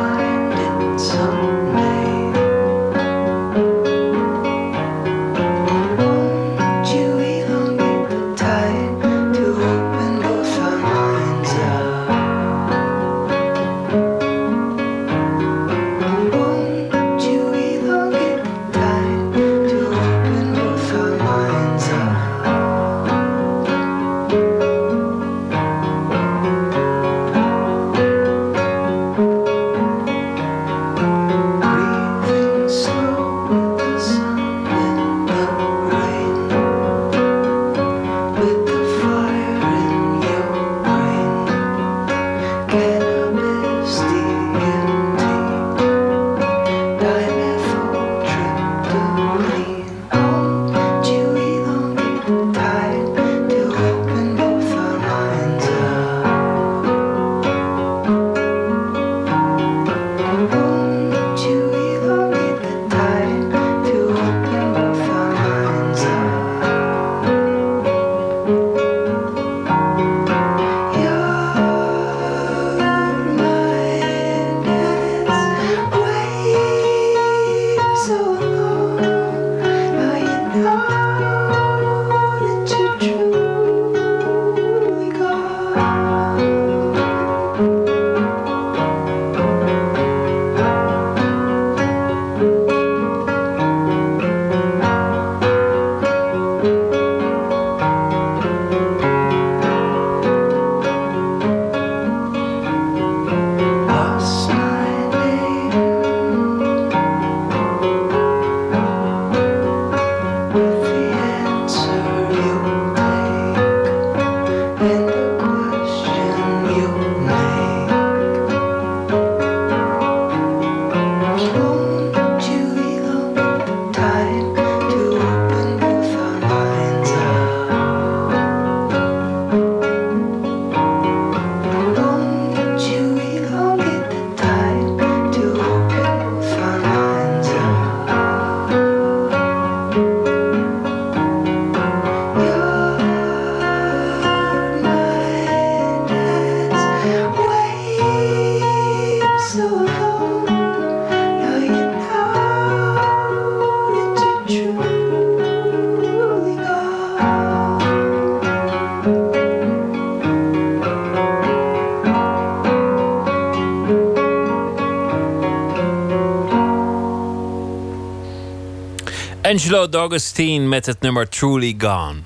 Angelo D'Agostino met het nummer Truly Gone.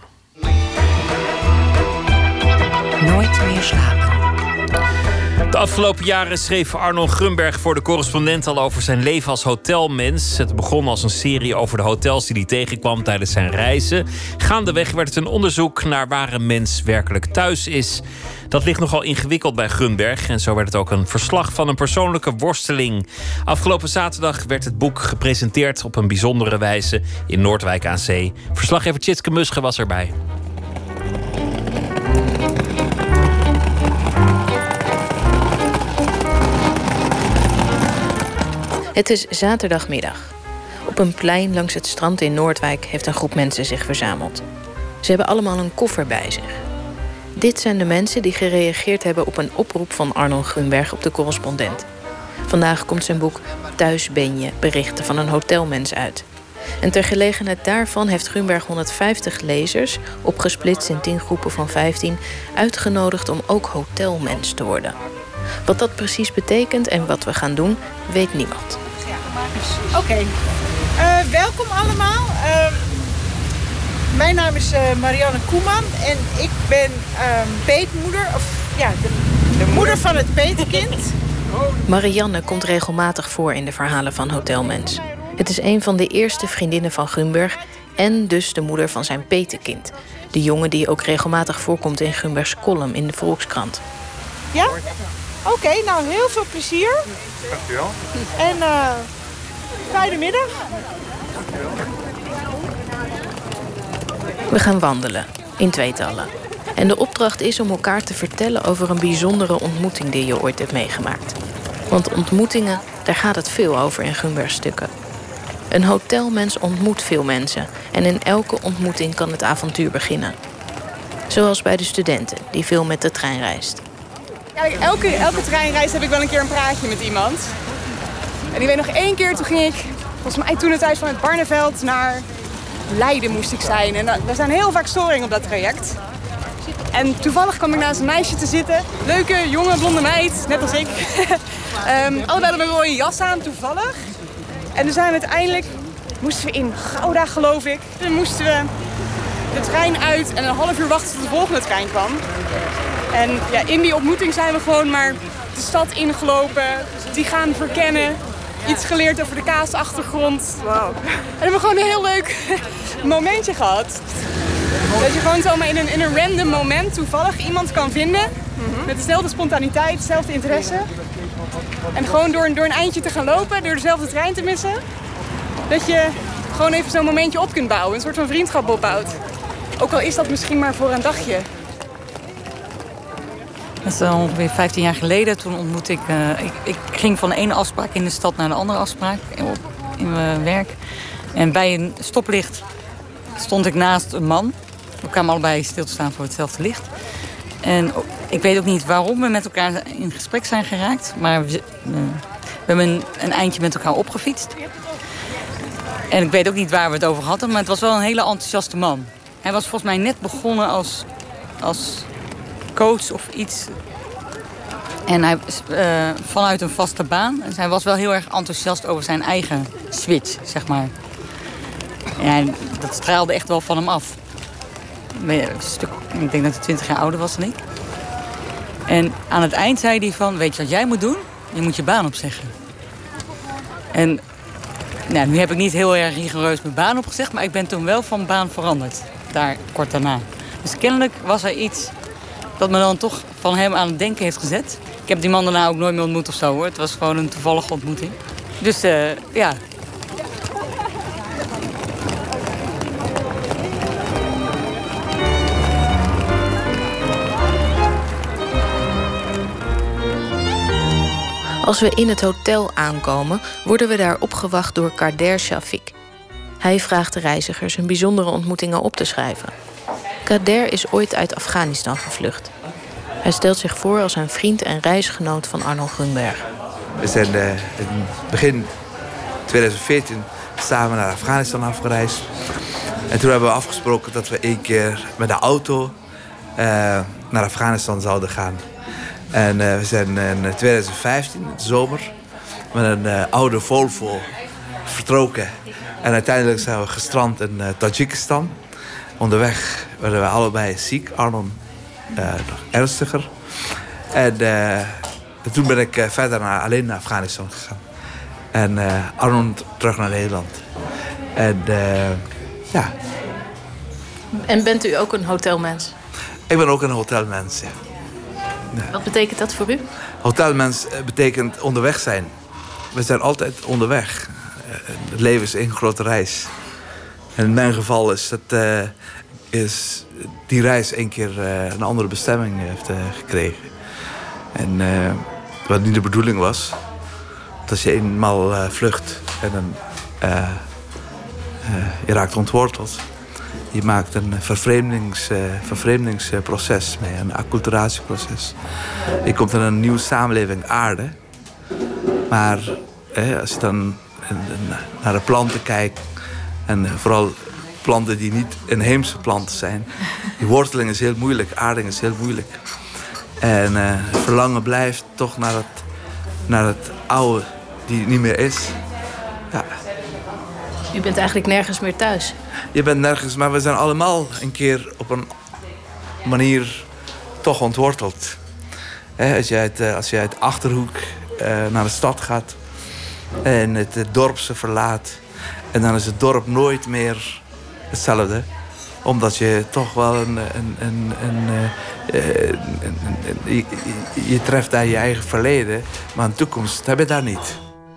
Nooit meer slapen.
De afgelopen jaren schreef Arnon Grunberg voor de Correspondent al over zijn leven als hotelmens. Het begon als een serie over de hotels die hij tegenkwam tijdens zijn reizen. Gaandeweg werd het een onderzoek naar waar een mens werkelijk thuis is. Dat ligt nogal ingewikkeld bij Grunberg en zo werd het ook een verslag van een persoonlijke worsteling. Afgelopen zaterdag werd het boek gepresenteerd op een bijzondere wijze in Noordwijk aan Zee. Verslaggever Tjitske Musche was erbij.
Het is zaterdagmiddag. Op een plein langs het strand in Noordwijk heeft een groep mensen zich verzameld. Ze hebben allemaal een koffer bij zich. Dit zijn de mensen die gereageerd hebben op een oproep van Arnon Grunberg op de Correspondent. Vandaag komt zijn boek Thuis ben je, berichten van een hotelmens uit. En ter gelegenheid daarvan heeft Grunberg 150 lezers, opgesplitst in 10 groepen van 15, uitgenodigd om ook hotelmens te worden. Wat dat precies betekent en wat we gaan doen, weet niemand.
Oké. Welkom allemaal. Mijn naam is Marianne Koeman en ik ben peetmoeder, de moeder van het petekind.
Marianne komt regelmatig voor in de verhalen van Hotelmens. Het is een van de eerste vriendinnen van Grunberg en dus de moeder van zijn petekind. De jongen die ook regelmatig voorkomt in Grunbergs column in de Volkskrant.
Ja? Oké, nou heel veel plezier.
Dankjewel.
En fijne middag.
We gaan wandelen, in tweetallen. En de opdracht is om elkaar te vertellen over een bijzondere ontmoeting die je ooit hebt meegemaakt. Want ontmoetingen, daar gaat het veel over in Grunbergs stukken. Een hotelmens ontmoet veel mensen. En in elke ontmoeting kan het avontuur beginnen. Zoals bij de studenten, die veel met de trein reist.
Ja, elke treinreis heb ik wel een keer een praatje met iemand. En ik weet nog 1 keer, toen ging ik, volgens mij toen het tijd van het Barneveld naar Leiden moest ik zijn. En er zijn heel vaak storingen op dat traject. En toevallig kwam ik naast een meisje te zitten. Leuke, jonge, blonde meid, net als ik. Allebei met een rode jas aan, toevallig. En toen zijn we uiteindelijk, moesten we in Gouda, geloof ik. Toen moesten we de trein uit en een half uur wachten tot de volgende trein kwam. En ja, in die ontmoeting zijn we gewoon maar de stad ingelopen, die gaan verkennen. Iets geleerd over de kaasachtergrond. Wow. En hebben we gewoon een heel leuk momentje gehad. Dat je gewoon zomaar in een random moment toevallig iemand kan vinden. Met dezelfde spontaniteit, dezelfde interesse. En gewoon door een eindje te gaan lopen, door dezelfde trein te missen. Dat je gewoon even zo'n momentje op kunt bouwen. Een soort van vriendschap opbouwt. Ook al is dat misschien maar voor een dagje.
Dat is ongeveer 15 jaar geleden. Toen ontmoette ik ging van de ene afspraak in de stad naar de andere afspraak in mijn werk. En bij een stoplicht stond ik naast een man. We kwamen allebei stil te staan voor hetzelfde licht. En ik weet ook niet waarom we met elkaar in gesprek zijn geraakt. Maar we hebben een eindje met elkaar opgefietst. En ik weet ook niet waar we het over hadden. Maar het was wel een hele enthousiaste man. Hij was volgens mij net begonnen als coach of iets. En hij vanuit een vaste baan. Dus hij was wel heel erg enthousiast over zijn eigen switch, zeg maar. Ja, dat straalde echt wel van hem af. Ik denk dat hij 20 jaar ouder was dan ik. En aan het eind zei hij van, weet je wat jij moet doen? Je moet je baan opzeggen. En nou, nu heb ik niet heel erg rigoureus mijn baan opgezegd, maar ik ben toen wel van baan veranderd. Daar kort daarna. Dus kennelijk was er iets dat me dan toch van hem aan het denken heeft gezet. Ik heb die man daarna ook nooit meer ontmoet of zo, hoor. Het was gewoon een toevallige ontmoeting. Dus ja.
Als we in het hotel aankomen, worden we daar opgewacht door Kader Shafik. Hij vraagt de reizigers hun bijzondere ontmoetingen op te schrijven. Kader is ooit uit Afghanistan gevlucht. Hij stelt zich voor als een vriend en reisgenoot van Arnon Grunberg.
We zijn in begin 2014 samen naar Afghanistan afgereisd. En toen hebben we afgesproken dat we 1 keer met de auto naar Afghanistan zouden gaan. En we zijn in 2015, in de zomer, met een oude Volvo vertrokken En uiteindelijk zijn we gestrand in Tajikistan. Onderweg werden we allebei ziek. Arnon nog ernstiger. En toen ben ik verder alleen naar Afghanistan gegaan. En Arnon terug naar Nederland. En ja.
En bent u ook een hotelmens?
Ik ben ook een hotelmens, ja. Ja.
Wat betekent dat voor u?
Hotelmens betekent onderweg zijn. We zijn altijd onderweg. Het leven is één grote reis. En in mijn geval is die reis één keer een andere bestemming heeft gekregen. En wat niet de bedoeling was, dat als je eenmaal vlucht en dan, je raakt ontworteld. Je maakt een vervreemdingsproces mee, een acculturatieproces. Je komt in een nieuwe samenleving aarde. Maar als je dan naar de planten kijkt, en vooral planten die niet inheemse planten zijn, die worteling is heel moeilijk, aarding is heel moeilijk. En het verlangen blijft toch naar het oude die niet meer is. Ja.
U bent eigenlijk nergens meer thuis.
Je bent nergens, maar we zijn allemaal een keer op een manier toch ontworteld. Als je uit Achterhoek naar de stad gaat en het dorp ze verlaat, en dan is het dorp nooit meer hetzelfde. Omdat je toch wel je treft daar je eigen verleden, maar een toekomst heb je daar niet.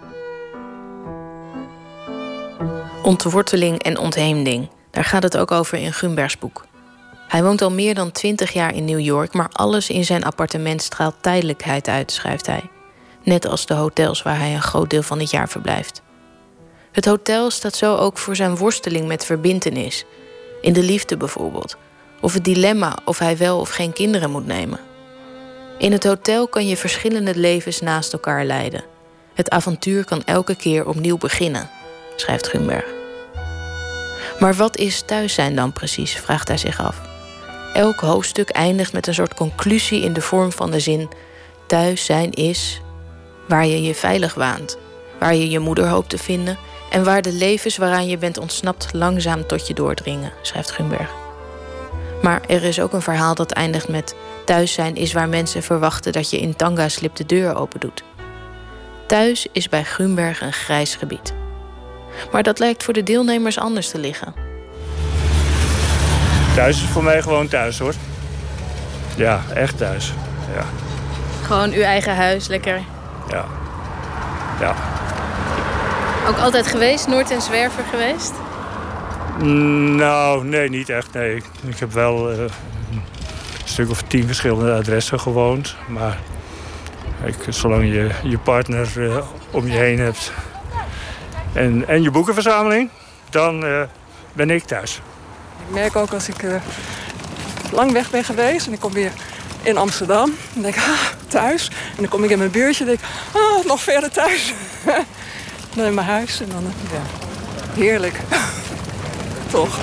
Ontworteling en ontheemding, daar gaat het ook over in Gumbergs boek. Hij woont al meer dan 20 jaar in New York, maar alles in zijn appartement straalt tijdelijkheid uit, schrijft hij. Net als de hotels waar hij een groot deel van het jaar verblijft. Het hotel staat zo ook voor zijn worsteling met verbintenis. In de liefde bijvoorbeeld. Of het dilemma of hij wel of geen kinderen moet nemen. In het hotel kan je verschillende levens naast elkaar leiden. Het avontuur kan elke keer opnieuw beginnen, schrijft Gumberg. Maar wat is thuis zijn dan precies, vraagt hij zich af. Elk hoofdstuk eindigt met een soort conclusie in de vorm van de zin: thuis zijn is waar je je veilig waant, waar je je moeder hoopt te vinden en waar de levens waaraan je bent ontsnapt langzaam tot je doordringen, schrijft Gumberg. Maar er is ook een verhaal dat eindigt met: thuis zijn is waar mensen verwachten dat je in tanga-slip de deur opendoet. Thuis is bij Gumberg een grijs gebied. Maar dat lijkt voor de deelnemers anders te liggen.
Thuis is voor mij gewoon thuis, hoor. Ja, echt thuis. Ja.
Gewoon uw eigen huis, lekker.
Ja. Ja.
Ook altijd geweest? Nooit een zwerver geweest?
Nou, nee, niet echt. Nee. Ik heb wel een stuk of 10 verschillende adressen gewoond. Maar zolang je je partner om je heen hebt en je boekenverzameling, dan ben ik thuis.
Ik merk ook als ik lang weg ben geweest en ik kom weer in Amsterdam. Dan denk ik, thuis. En dan kom ik in mijn buurtje en denk ik, nog verder thuis. Dan in mijn huis en dan, ja, heerlijk. Toch.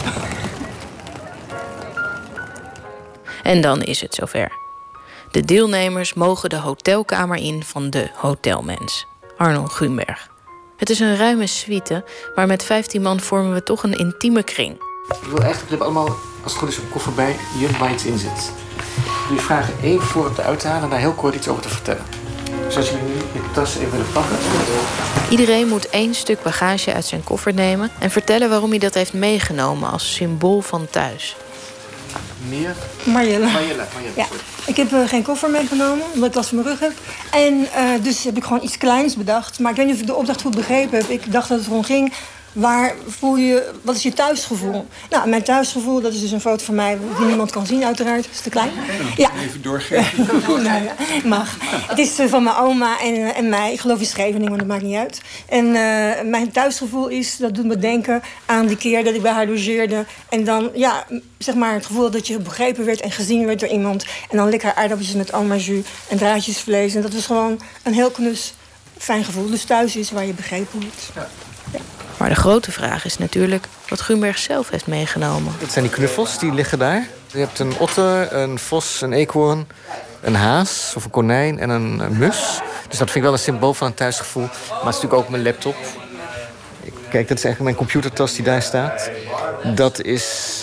En dan is het zover. De deelnemers mogen de hotelkamer in van de hotelmens, Arnon Gumberg. Het is een ruime suite, maar met 15 man vormen we toch een intieme kring.
Ik wil eigenlijk allemaal, als het goed is, een koffer bij je waar iets in zit. Jullie vragen even voor het uit te halen en daar heel kort iets over te vertellen. Dus als jullie nu je tas even willen pakken.
Iedereen moet 1 stuk bagage uit zijn koffer nemen en vertellen waarom hij dat heeft meegenomen als symbool van thuis.
Marjelle.
Ja.
Ik heb geen koffer meegenomen, omdat ik last van mijn rug heb. En dus heb ik gewoon iets kleins bedacht. Maar ik weet niet of ik de opdracht goed begrepen heb. Ik dacht dat het erom ging, wat is je thuisgevoel? Nou, mijn thuisgevoel, dat is dus een foto van mij die niemand kan zien, uiteraard. Dat is te klein. Ja.
Even doorgeven.
Nou ja, mag. Het is van mijn oma en mij. Ik geloof in Scheveningen, maar dat maakt niet uit. En mijn thuisgevoel dat doet me denken aan die keer dat ik bij haar logeerde. En dan, ja, zeg maar het gevoel dat je begrepen werd en gezien werd door iemand. En dan lekker aardappeltjes met aubergine en draadjesvlees. En dat was gewoon een heel knus, fijn gevoel. Dus thuis is waar je begrepen wordt. Ja.
Maar de grote vraag is natuurlijk wat Gumberg zelf heeft meegenomen.
Dat zijn die knuffels, die liggen daar. Je hebt een otter, een vos, een eekhoorn, een haas of een konijn en een mus. Dus dat vind ik wel een symbool van een thuisgevoel. Maar het is natuurlijk ook mijn laptop. Ik Kijk, dat is eigenlijk mijn computertas die daar staat. Dat is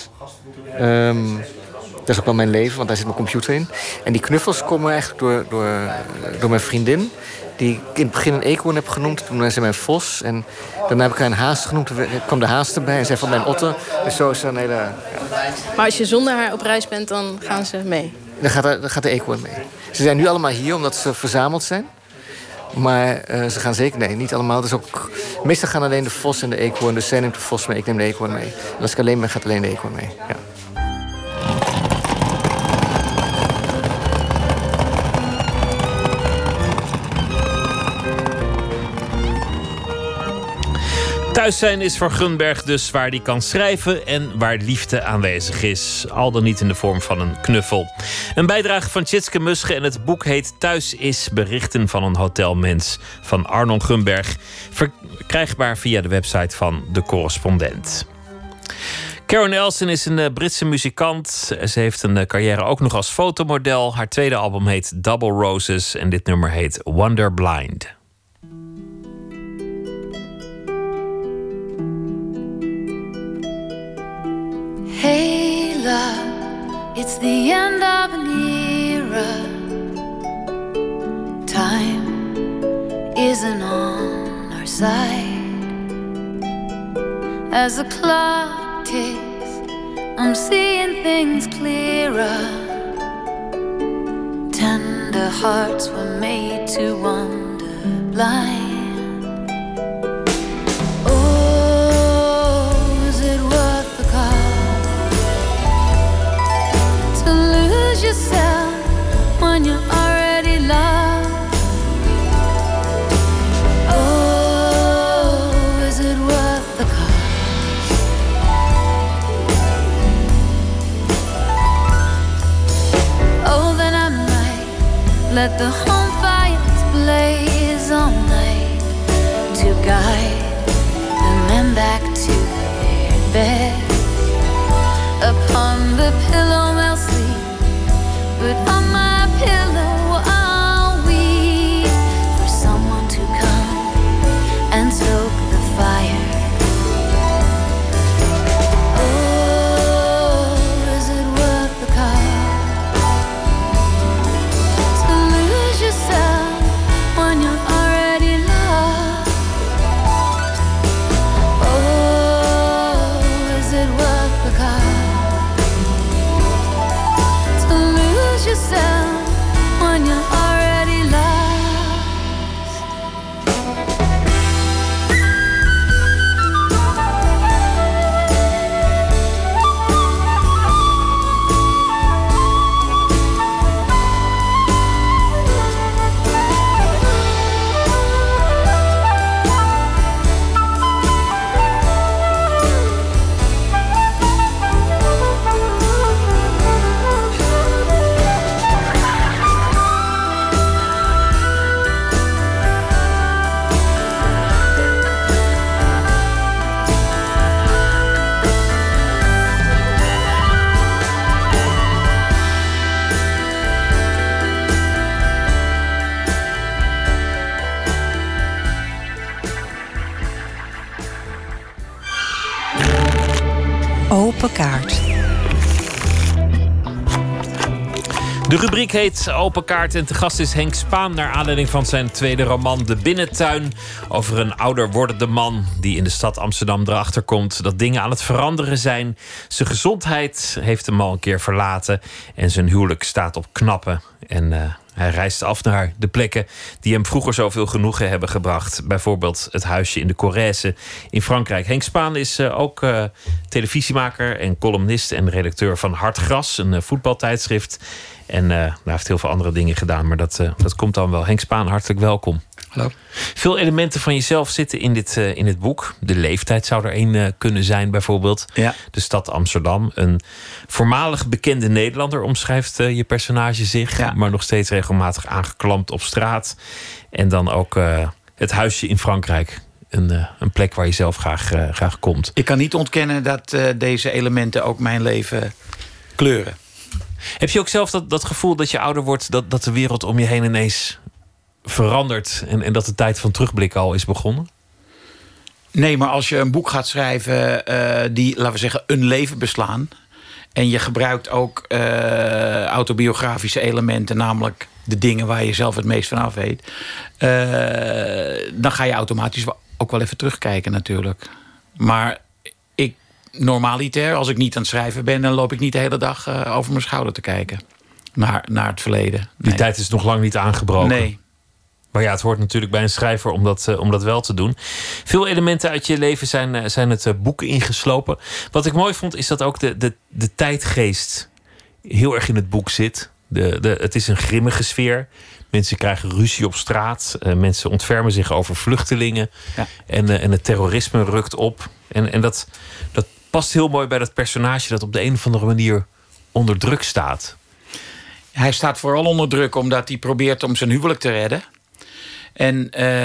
ook wel mijn leven, want daar zit mijn computer in. En die knuffels komen eigenlijk door mijn vriendin, die ik in het begin een eekhoorn heb genoemd. Toen zei mijn vos. En daarna heb ik haar een haas genoemd. Toen kwam de haas erbij en zij van mijn otter. Dus zo is er een hele... Ja.
Maar als je zonder haar op reis bent, dan gaan ze mee?
Dan gaat de eekhoorn mee. Ze zijn nu allemaal hier omdat ze verzameld zijn. Maar ze gaan zeker... Nee, niet allemaal. Dus ook, meestal gaan alleen de vos en de eekhoorn. Dus zij neemt de vos mee, ik neem de eekhoorn mee. En als ik alleen ben, gaat alleen de eekhoorn mee. Ja.
Thuis zijn is voor Gunberg dus waar hij kan schrijven en waar liefde aanwezig is. Al dan niet in de vorm van een knuffel. Een bijdrage van Tjitske Musche en het boek heet Thuis is berichten van een hotelmens van Arnon Gunberg. Verkrijgbaar via de website van De Correspondent. Karen Elson is een Britse muzikant. Ze heeft een carrière ook nog als fotomodel. Haar tweede album heet Double Roses en dit nummer heet Wonderblind.
Hey love, it's the end of an era. Time isn't on our side. As the clock ticks, I'm seeing things clearer. Tender hearts were made to wander blind. Yourself when you're already loved. Oh, is it worth the cost? Oh, then I might let the home fires blaze all night to guide the men back to their bed. Upon the pillow they'll sleep, but on my pillow I'll weep for someone to come and stoke the fire. Oh, is it worth the cost to lose yourself when you're already loved? Oh, is it worth the cost yourself when you're already lost?
Open kaart.
De rubriek heet Open Kaart en te gast is Henk Spaan naar aanleiding van zijn tweede roman De Binnentuin. Over een ouder wordende man die in de stad Amsterdam erachter komt dat dingen aan het veranderen zijn. Zijn gezondheid heeft hem al een keer verlaten en zijn huwelijk staat op knappen. En hij reist af naar de plekken die hem vroeger zoveel genoegen hebben gebracht. Bijvoorbeeld het huisje in de Corrèze in Frankrijk. Henk Spaan is ook televisiemaker en columnist en redacteur van Hartgras, een voetbaltijdschrift. En hij heeft heel veel andere dingen gedaan, maar dat komt dan wel. Henk Spaan, hartelijk welkom.
Hallo.
Veel elementen van jezelf zitten in dit boek. De leeftijd zou er één kunnen zijn, bijvoorbeeld.
Ja.
De stad Amsterdam. Een voormalig bekende Nederlander omschrijft je personage zich. Ja. Maar nog steeds regelmatig aangeklampt op straat. En dan ook het huisje in Frankrijk. Een plek waar je zelf graag komt.
Ik kan niet ontkennen dat deze elementen ook mijn leven kleuren.
Heb je ook zelf dat gevoel dat je ouder wordt, dat de wereld om je heen ineens verandert en dat de tijd van terugblik al is begonnen?
Nee, maar als je een boek gaat schrijven die, laten we zeggen, een leven beslaan, en je gebruikt ook autobiografische elementen, namelijk de dingen waar je zelf het meest van af weet, dan ga je automatisch ook wel even terugkijken natuurlijk. Maar ik, normaliter, als ik niet aan het schrijven ben, dan loop ik niet de hele dag over mijn schouder te kijken naar het verleden.
Die tijd is nog lang niet aangebroken.
Nee.
Maar ja, het hoort natuurlijk bij een schrijver om dat wel te doen. Veel elementen uit je leven zijn het boek ingeslopen. Wat ik mooi vond, is dat ook de tijdgeest heel erg in het boek zit. Het is een grimmige sfeer. Mensen krijgen ruzie op straat. Mensen ontfermen zich over vluchtelingen. Ja. En het terrorisme rukt op. En dat past heel mooi bij dat personage dat op de een of andere manier onder druk staat.
Hij staat vooral onder druk omdat hij probeert om zijn huwelijk te redden. En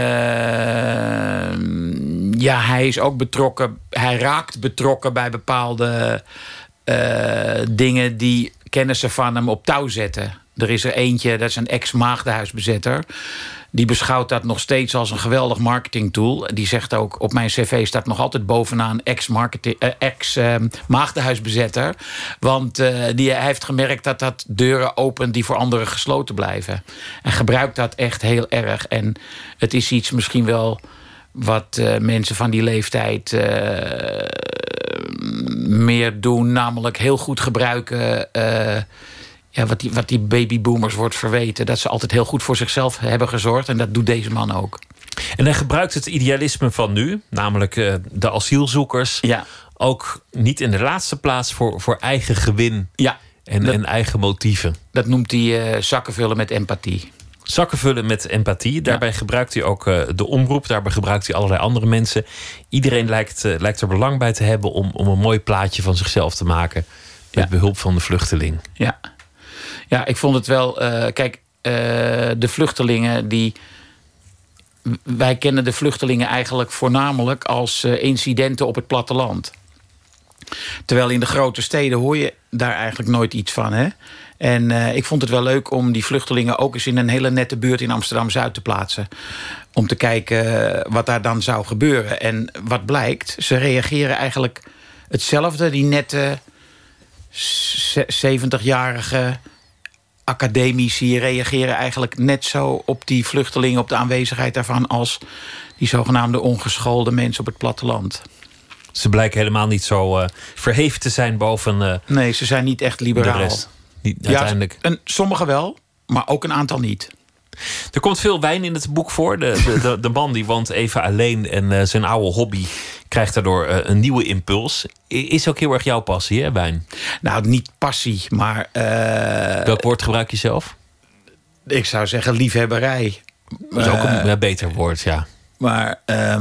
hij is ook betrokken. Hij raakt betrokken bij bepaalde dingen die kennissen van hem op touw zetten. Er is er eentje, dat is een ex-maagdenhuisbezetter. Die beschouwt dat nog steeds als een geweldig marketingtool. Die zegt ook, op mijn cv staat nog altijd bovenaan ex-maagdenhuisbezetter. Want hij heeft gemerkt dat deuren opent die voor anderen gesloten blijven. En gebruikt dat echt heel erg. En het is iets misschien wel wat mensen van die leeftijd meer doen. Namelijk heel goed gebruiken. Wat die babyboomers wordt verweten. Dat ze altijd heel goed voor zichzelf hebben gezorgd. En dat doet deze man ook.
En hij gebruikt het idealisme van nu. Namelijk de asielzoekers.
Ja.
Ook niet in de laatste plaats voor eigen gewin.
Ja,
en eigen motieven.
Dat noemt hij zakken vullen met empathie.
Zakken vullen met empathie. Daarbij gebruikt hij ook de omroep. Daarbij gebruikt hij allerlei andere mensen. Iedereen lijkt er belang bij te hebben om een mooi plaatje van zichzelf te maken. Met behulp van de vluchteling.
Ja, ik vond het wel. Kijk, de vluchtelingen wij kennen de vluchtelingen eigenlijk voornamelijk als incidenten op het platteland. Terwijl in de grote steden hoor je daar eigenlijk nooit iets van. Hè? En ik vond het wel leuk om die vluchtelingen ook eens in een hele nette buurt in Amsterdam-Zuid te plaatsen. Om te kijken wat daar dan zou gebeuren. En wat blijkt, ze reageren eigenlijk hetzelfde. Die nette 70-jarige academici reageren eigenlijk net zo op die vluchtelingen, op de aanwezigheid daarvan, als die zogenaamde ongeschoolde mensen op het platteland.
Ze blijken helemaal niet zo verheven te zijn boven.
Nee, ze zijn niet echt liberaal.
De rest. Niet, uiteindelijk.
Sommigen wel, maar ook een aantal niet.
Er komt veel wijn in het boek voor. De man die woont even alleen en zijn oude hobby krijgt daardoor een nieuwe impuls. Is ook heel erg jouw passie, hè, wijn?
Nou, niet passie, maar...
Welk woord gebruik je zelf?
Ik zou zeggen liefhebberij.
Dat is ook een beter woord, ja.
Maar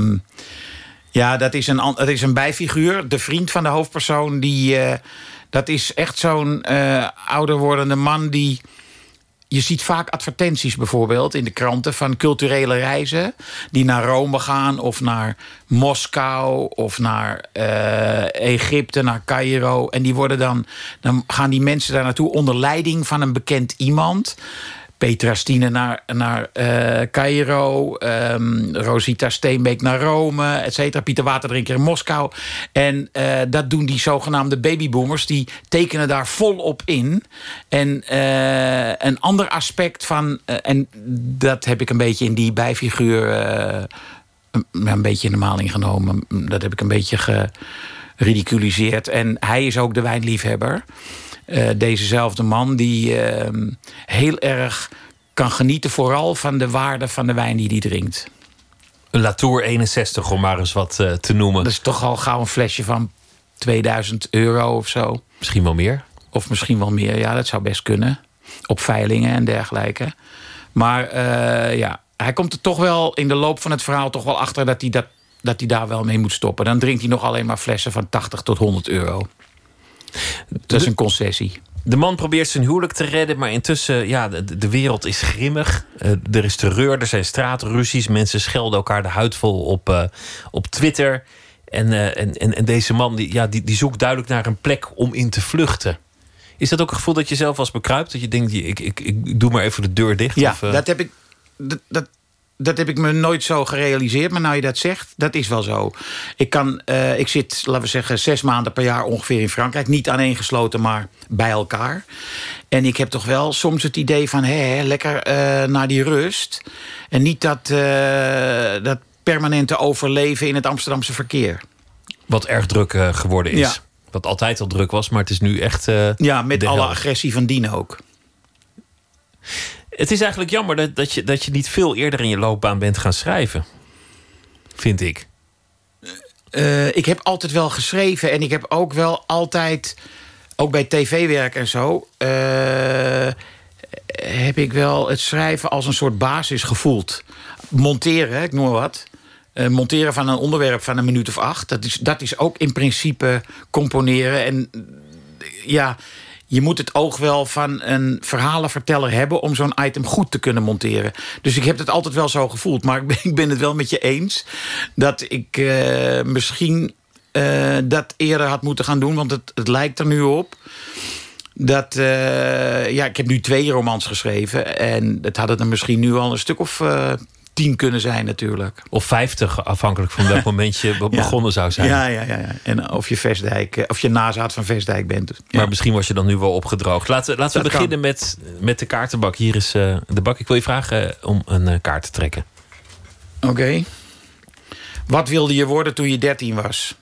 dat is een bijfiguur. De vriend van de hoofdpersoon, dat is echt zo'n ouder wordende man die... Je ziet vaak advertenties bijvoorbeeld in de kranten van culturele reizen die naar Rome gaan of naar Moskou of naar Egypte, naar Caïro. En die worden dan gaan die mensen daar naartoe onder leiding van een bekend iemand. Petra Stine naar Caïro, Rosita Steenbeek naar Rome, et cetera. Pieter Waterdrinker in Moskou. En dat doen die zogenaamde babyboomers. Die tekenen daar volop in. En een ander aspect van... en dat heb ik een beetje in die bijfiguur... een beetje in de maling genomen. Dat heb ik een beetje geridiculiseerd. En hij is ook de wijnliefhebber. Dezezelfde man die heel erg kan genieten... vooral van de waarde van de wijn die hij drinkt.
Een Latour 61, om maar eens wat te noemen.
Dat is toch al gauw een flesje van €2000 of zo.
Misschien wel meer.
Of misschien wel meer, ja, dat zou best kunnen. Op veilingen en dergelijke. Maar hij komt er toch wel in de loop van het verhaal... toch wel achter dat hij daar wel mee moet stoppen. Dan drinkt hij nog alleen maar flessen van €80 tot €100. Dat is een concessie.
De man probeert zijn huwelijk te redden, maar intussen, de wereld is grimmig. Er is terreur, er zijn straatruzies. Mensen schelden elkaar de huid vol op Twitter. En deze man die zoekt duidelijk naar een plek om in te vluchten. Is dat ook een gevoel dat je zelf als bekruipt? Dat je denkt, ik doe maar even de deur dicht?
Ja,
of,
dat heb ik... dat heb ik me nooit zo gerealiseerd. Maar nou je dat zegt, dat is wel zo. Ik zit, laten we zeggen, 6 maanden per jaar ongeveer in Frankrijk. Niet aaneengesloten, maar bij elkaar. En ik heb toch wel soms het idee van... lekker naar die rust. En niet dat permanente overleven in het Amsterdamse verkeer.
Wat erg druk geworden is. Ja. Wat altijd al druk was, maar het is nu echt...
met alle agressie van dien ook.
Het is eigenlijk jammer dat je niet veel eerder in je loopbaan bent gaan schrijven. Vind ik.
Ik heb altijd wel geschreven. En ik heb ook wel altijd... Ook bij tv-werk en zo... heb ik wel het schrijven als een soort basis gevoeld. Monteren, ik noem maar wat. Monteren van een onderwerp van 1 minuut of 8. Dat is ook in principe componeren. En ja... Je moet het oog wel van een verhalenverteller hebben... om zo'n item goed te kunnen monteren. Dus ik heb het altijd wel zo gevoeld. Maar ik ben het wel met je eens... dat ik misschien dat eerder had moeten gaan doen. Want het lijkt er nu op... dat ik heb nu 2 romans geschreven... en het had het er misschien nu al een stuk of... 10 kunnen zijn natuurlijk.
Of 50, afhankelijk van welk moment je begonnen zou zijn.
Ja. En of je nazaat van Vestdijk bent. Ja.
Maar misschien was je dan nu wel opgedroogd. Laten we beginnen met de kaartenbak. Hier is de bak. Ik wil je vragen om een kaart te trekken.
Oké. Wat wilde je worden toen je 13 was?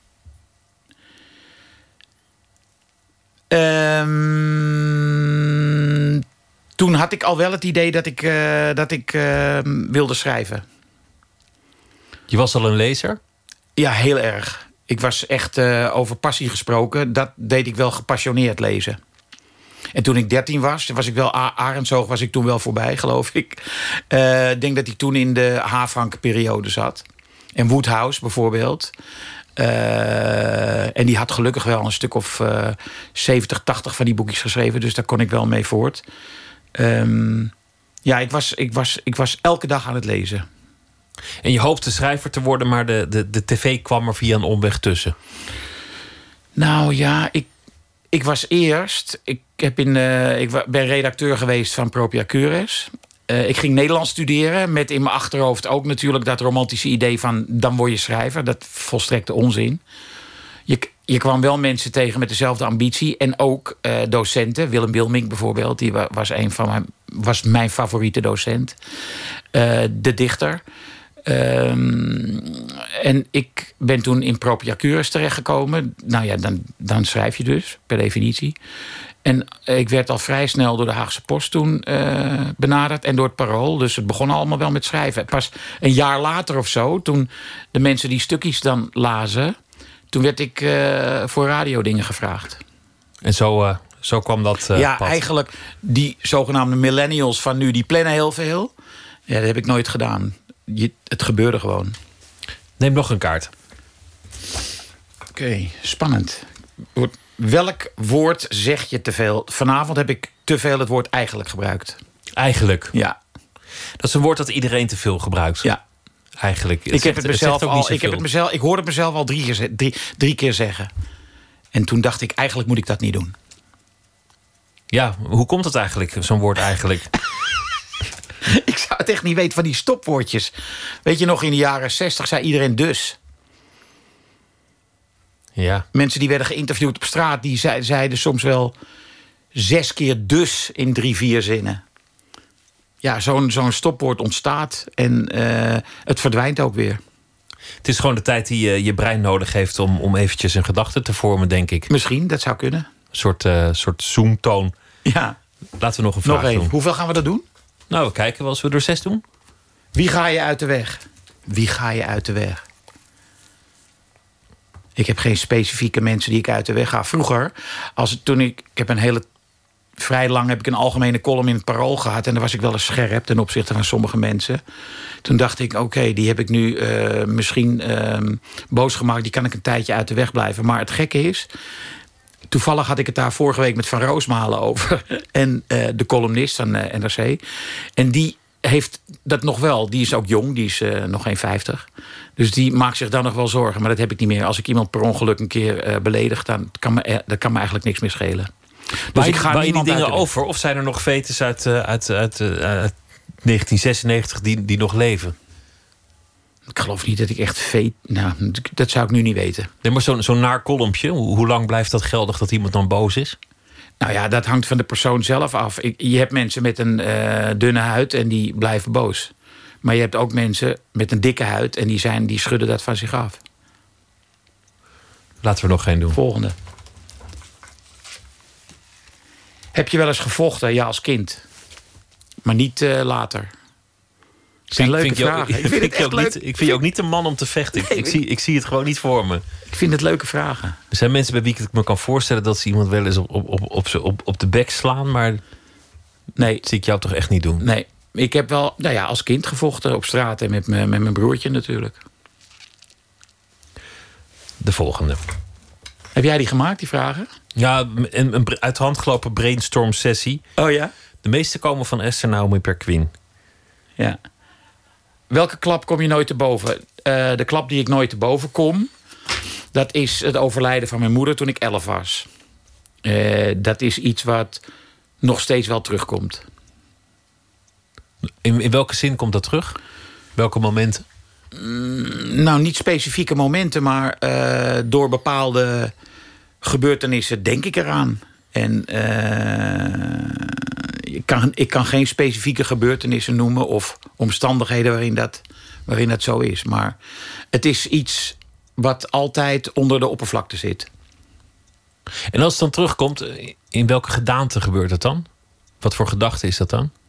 Toen had ik al wel het idee dat ik wilde schrijven.
Je was al een lezer?
Ja, heel erg. Ik was echt over passie gesproken. Dat deed ik wel gepassioneerd lezen. En toen ik 13 was ik wel... Arendshoog was ik toen wel voorbij, geloof ik. Ik denk dat ik toen in de Havank-periode zat. En Woodhouse bijvoorbeeld. En die had gelukkig wel een stuk of 70, 80 van die boekjes geschreven. Dus daar kon ik wel mee voort. Ik was elke dag aan het lezen.
En je hoopte schrijver te worden, maar de tv kwam er via een omweg tussen.
Nou ja, ik was eerst... Ik ben redacteur geweest van Propria Cures. Ik ging Nederlands studeren met in mijn achterhoofd ook natuurlijk dat romantische idee van... dan word je schrijver, dat volstrekte onzin. Je kwam wel mensen tegen met dezelfde ambitie. En ook docenten. Willem Wilmink bijvoorbeeld. Die was mijn favoriete docent. De dichter. En ik ben toen in Propria Cures terechtgekomen. Nou ja, dan schrijf je dus, per definitie. En ik werd al vrij snel door de Haagse Post toen benaderd. En door het Parool. Dus het begon allemaal wel met schrijven. Pas een jaar later of zo, toen de mensen die stukjes dan lazen... Toen werd ik voor radiodingen gevraagd.
En zo kwam dat pad.
Eigenlijk die zogenaamde millennials van nu... die plannen heel veel. Ja, dat heb ik nooit gedaan. Het gebeurde gewoon.
Neem nog een kaart.
Oké, spannend. Welk woord zeg je te veel? Vanavond heb ik te veel het woord eigenlijk gebruikt.
Eigenlijk?
Ja.
Dat is een woord dat iedereen te veel gebruikt.
Ja.
Eigenlijk.
Ik hoorde het mezelf al 3 keer zeggen. En toen dacht ik, eigenlijk moet ik dat niet doen.
Ja, hoe komt het eigenlijk, zo'n woord eigenlijk?
Ik zou het echt niet weten van die stopwoordjes. Weet je nog, in de jaren 60 zei iedereen dus.
Ja.
Mensen die werden geïnterviewd op straat... die zeiden soms wel 6 keer dus in 3-4 zinnen. Ja, zo'n stopwoord ontstaat en het verdwijnt ook weer.
Het is gewoon de tijd die je brein nodig heeft om eventjes een gedachte te vormen, denk ik.
Misschien, dat zou kunnen.
Een soort zoomtoon.
Ja.
Laten we nog een vraag doen.
Hoeveel gaan we dat doen?
Nou, we kijken wel als we er 6 doen.
Wie ga je uit de weg? Wie ga je uit de weg? Ik heb geen specifieke mensen die ik uit de weg ga. Vroeger, ik heb een hele... Vrij lang heb ik een algemene column in het Parool gehad... en daar was ik wel eens scherp ten opzichte van sommige mensen. Toen dacht ik, oké, die heb ik nu misschien boos gemaakt... die kan ik een tijdje uit de weg blijven. Maar het gekke is... Toevallig had ik het daar vorige week met Van Roosmalen over... en de columnist van NRC. En die heeft dat nog wel. Die is ook jong, die is nog geen 50. Dus die maakt zich dan nog wel zorgen. Maar dat heb ik niet meer. Als ik iemand per ongeluk een keer beledig... dan kan me eigenlijk niks meer schelen. Dus
ik ga je die dingen over? Of zijn er nog vetes uit 1996 die nog leven?
Ik geloof niet dat ik echt Nou, dat zou ik nu niet weten.
Nee, maar zo'n naar kolompje, hoe lang blijft dat geldig dat iemand dan boos is?
Nou ja, dat hangt van de persoon zelf af. Je hebt mensen met een dunne huid en die blijven boos. Maar je hebt ook mensen met een dikke huid en die schudden dat van zich af.
Laten we nog geen doen.
Volgende. Heb je wel eens gevochten? Ja, als kind. Maar niet later. Het zijn leuke vragen.
Ik vind je ook niet een man om te vechten. Ik zie het gewoon niet voor me.
Ik vind het leuke vragen.
Er zijn mensen bij wie ik me kan voorstellen dat ze iemand wel eens op de bek slaan. Maar
nee,
dat zie ik jou toch echt niet doen?
Nee, ik heb wel als kind gevochten op straat en met mijn broertje natuurlijk.
De volgende.
Heb jij die gemaakt, die vragen?
Ja, een uit de hand gelopen brainstorm sessie.
Oh ja?
De meeste komen van Esther Naomi Perquin.
Ja. Welke klap kom je nooit te boven? De klap die ik nooit te boven kom, dat is het overlijden van mijn moeder toen ik 11 was. Dat is iets wat nog steeds wel terugkomt.
In welke zin komt dat terug? Welke momenten?
Nou, niet specifieke momenten, maar door bepaalde gebeurtenissen denk ik eraan. En ik kan geen specifieke gebeurtenissen noemen of omstandigheden waarin dat zo is. Maar het is iets wat altijd onder de oppervlakte zit.
En als het dan terugkomt, in welke gedaante gebeurt het dan? Wat voor gedachte is dat dan?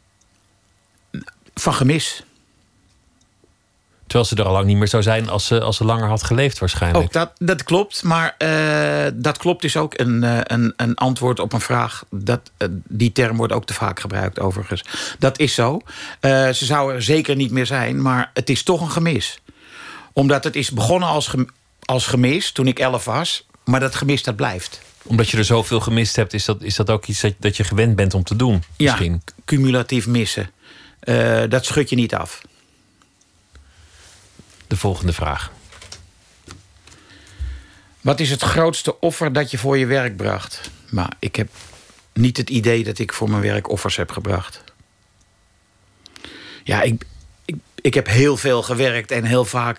Van gemis.
Terwijl ze er al lang niet meer zou zijn als ze langer had geleefd waarschijnlijk.
Ook dat klopt, maar dat klopt is ook een antwoord op een vraag. Die term wordt ook te vaak gebruikt overigens. Dat is zo. Ze zou er zeker niet meer zijn, maar het is toch een gemis. Omdat het is begonnen als gemis toen ik 11 was, maar dat gemis dat blijft.
Omdat je er zoveel gemist hebt, is dat ook iets dat je gewend bent om te doen? Misschien?
Ja, cumulatief missen. Dat schud je niet af.
De volgende vraag.
Wat is het grootste offer dat je voor je werk bracht? Maar ik heb niet het idee dat ik voor mijn werk offers heb gebracht. Ja, ik heb heel veel gewerkt en heel vaak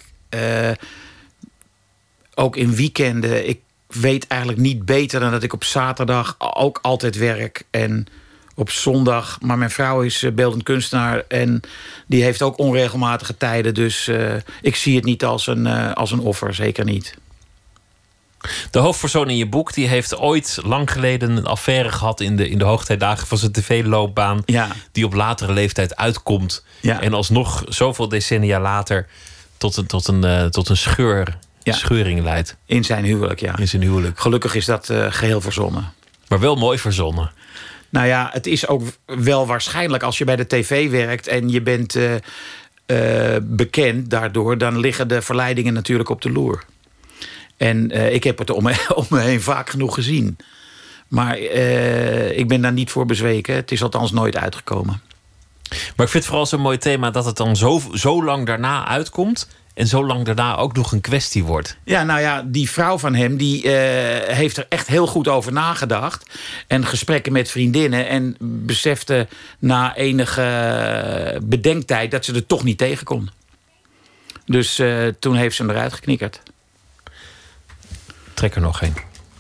ook in weekenden. Ik weet eigenlijk niet beter dan dat ik op zaterdag ook altijd werk en op zondag. Maar mijn vrouw is beeldend kunstenaar en die heeft ook onregelmatige tijden. Dus ik zie het niet als een offer, zeker niet.
De hoofdpersoon in je boek die heeft ooit lang geleden een affaire gehad in de hoogtijdagen van zijn tv-loopbaan.
Ja.
Die op latere leeftijd uitkomt.
Ja.
En alsnog zoveel decennia later tot een scheuring leidt.
In zijn huwelijk, ja.
In zijn huwelijk.
Gelukkig is dat geheel verzonnen.
Maar wel mooi verzonnen.
Nou ja, het is ook wel waarschijnlijk als je bij de tv werkt en je bent bekend daardoor, dan liggen de verleidingen natuurlijk op de loer. En ik heb het om me heen vaak genoeg gezien. Maar ik ben daar niet voor bezweken. Het is althans nooit uitgekomen.
Maar ik vind het vooral zo'n mooi thema dat het dan zo lang daarna uitkomt en zo lang daarna ook nog een kwestie wordt.
Ja, nou ja, die vrouw van hem die heeft er echt heel goed over nagedacht. En gesprekken met vriendinnen. En besefte na enige bedenktijd dat ze er toch niet tegen kon. Dus toen heeft ze hem eruit geknikkerd.
Trek er nog geen.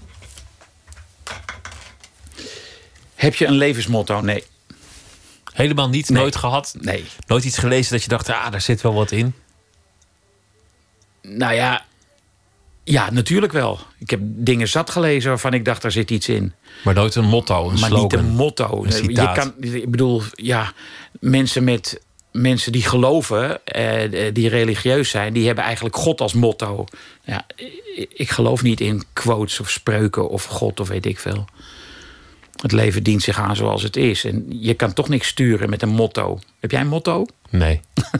Heb je een levensmotto? Nee.
Helemaal niet? Nee. Nooit gehad?
Nee.
Nooit iets gelezen dat je dacht, daar zit wel wat in?
Nou ja, natuurlijk wel. Ik heb dingen zat gelezen waarvan ik dacht, daar zit iets in.
Maar nooit een motto, een slogan?
Maar niet een motto.
Een citaat.
Ik bedoel, ja, mensen die geloven, die religieus zijn, die hebben eigenlijk God als motto. Ja, ik geloof niet in quotes of spreuken of God of weet ik veel. Het leven dient zich aan zoals het is. En je kan toch niks sturen met een motto. Heb jij een motto?
Nee.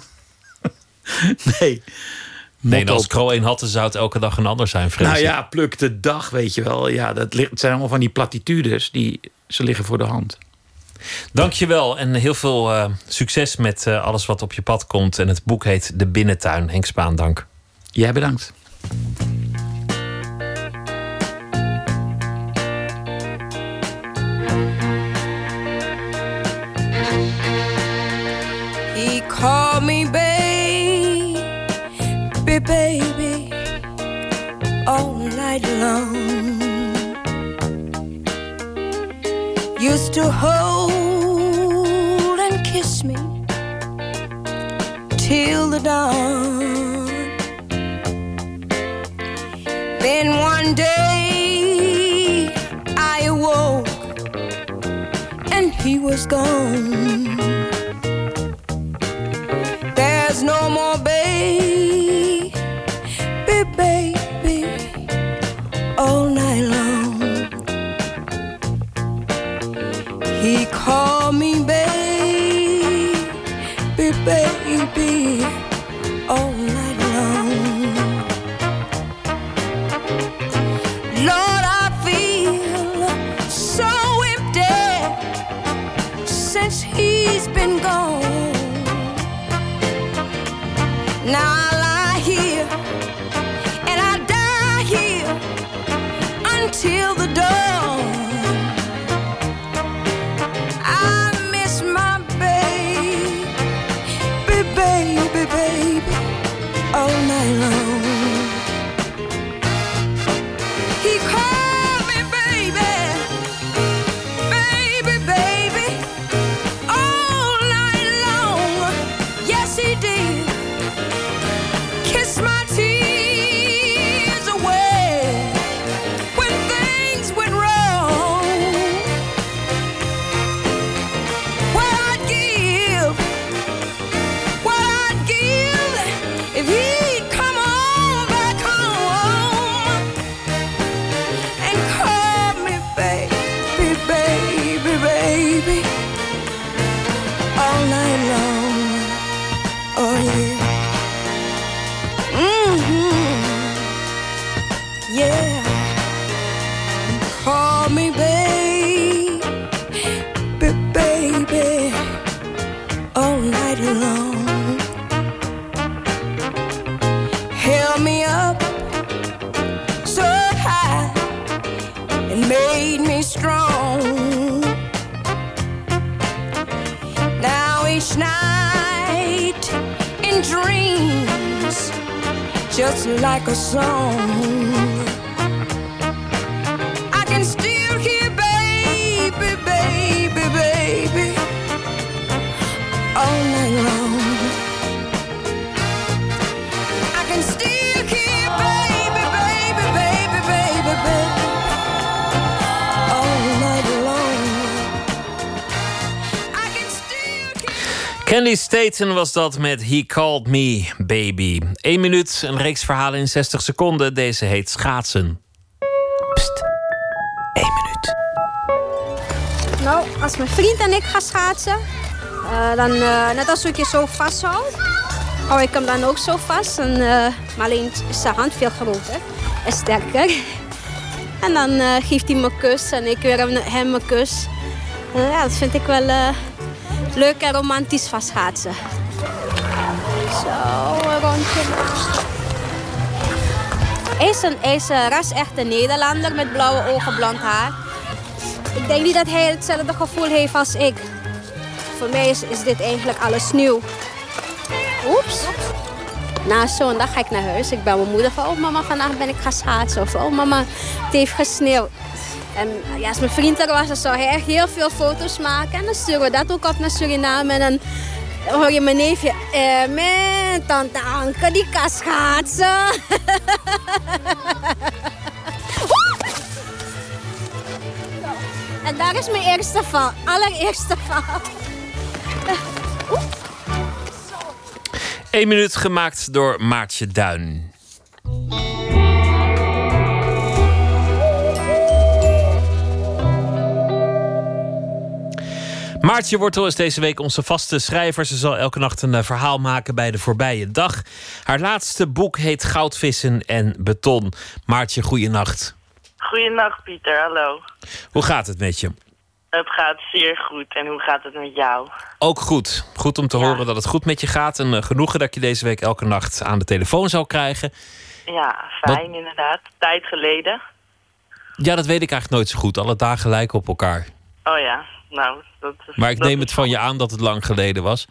Nee.
Nee, en als ik er al een had, dan zou het elke dag een ander zijn, vrees ik.
Nou ja, pluk de dag, weet je wel. Ja, het zijn allemaal van die platitudes, ze liggen voor de hand.
Dankjewel en heel veel succes met alles wat op je pad komt. En het boek heet De Binnentuin. Henk Spaan, dank.
Jij bedankt.
all night long. Used to hold and kiss me till the dawn. Then one day I awoke and he was gone. There's no more baby, baby, all night long. He called me baby, baby, all night long. Lord, I feel so empty since he's been gone. Now I lie here and I die here until the dawn. I miss my baby, baby, all night long. He called me baby, baby, all night long. Yes, he did. Kiss my tears away when things went wrong. What I'd give if he'd come on back home and call me baby, baby, all night long. Oh yeah. Yeah, call me baby, baby, all night long. Held me up so high and made me strong. Now each night in dreams, just like a song, I can still hear baby, baby, all night long. I can still hear baby, all night long. I can still hear...
Candy Staten was dat met He Called Me Baby. 1 minuut, een reeks verhalen in 60 seconden. Deze heet Schaatsen. Pst, 1 minuut.
Nou, als mijn vriend en ik gaan schaatsen, dan net als ik je zo vasthoud, hou ik hem dan ook zo vast. En, maar alleen is zijn hand veel groter en sterker. En dan geeft hij me een kus en ik weer hem een kus. Ja, dat vind ik wel leuk en romantisch van schaatsen. Zo, een rondje maken. Hij is een ras-echte Nederlander met blauwe ogen, blond haar. Ik denk niet dat hij hetzelfde gevoel heeft als ik. Voor mij is dit eigenlijk alles nieuw. Oeps. Na zo'n dag ga ik naar huis. Ik bel mijn moeder van, oh mama, vandaag ben ik gaan schaatsen. Of, oh mama, het heeft gesneeuwd. En ja, als mijn vriend er was, dan zou hij echt heel veel foto's maken. En dan sturen we dat ook op naar Suriname. En dan hoor je mijn neefje, mijn tante Anke, die kan schaatsen. En daar is mijn eerste val, allereerste val.
1 minuut gemaakt door Maartje Duin. Maartje Wortel is deze week onze vaste schrijver. Ze zal elke nacht een verhaal maken bij de voorbije dag. Haar laatste boek heet Goudvissen en Beton. Maartje, goeienacht.
Goeienacht, Pieter. Hallo.
Hoe gaat het met je?
Het gaat zeer goed. En hoe gaat het met jou?
Ook goed. Goed om te horen dat het goed met je gaat. En genoegen dat ik je deze week elke nacht aan de telefoon zal krijgen.
Ja, fijn inderdaad. Tijd geleden.
Ja, dat weet ik eigenlijk nooit zo goed. Alle dagen lijken op elkaar.
Oh ja, nou...
Maar ik neem het van je aan dat het lang geleden was.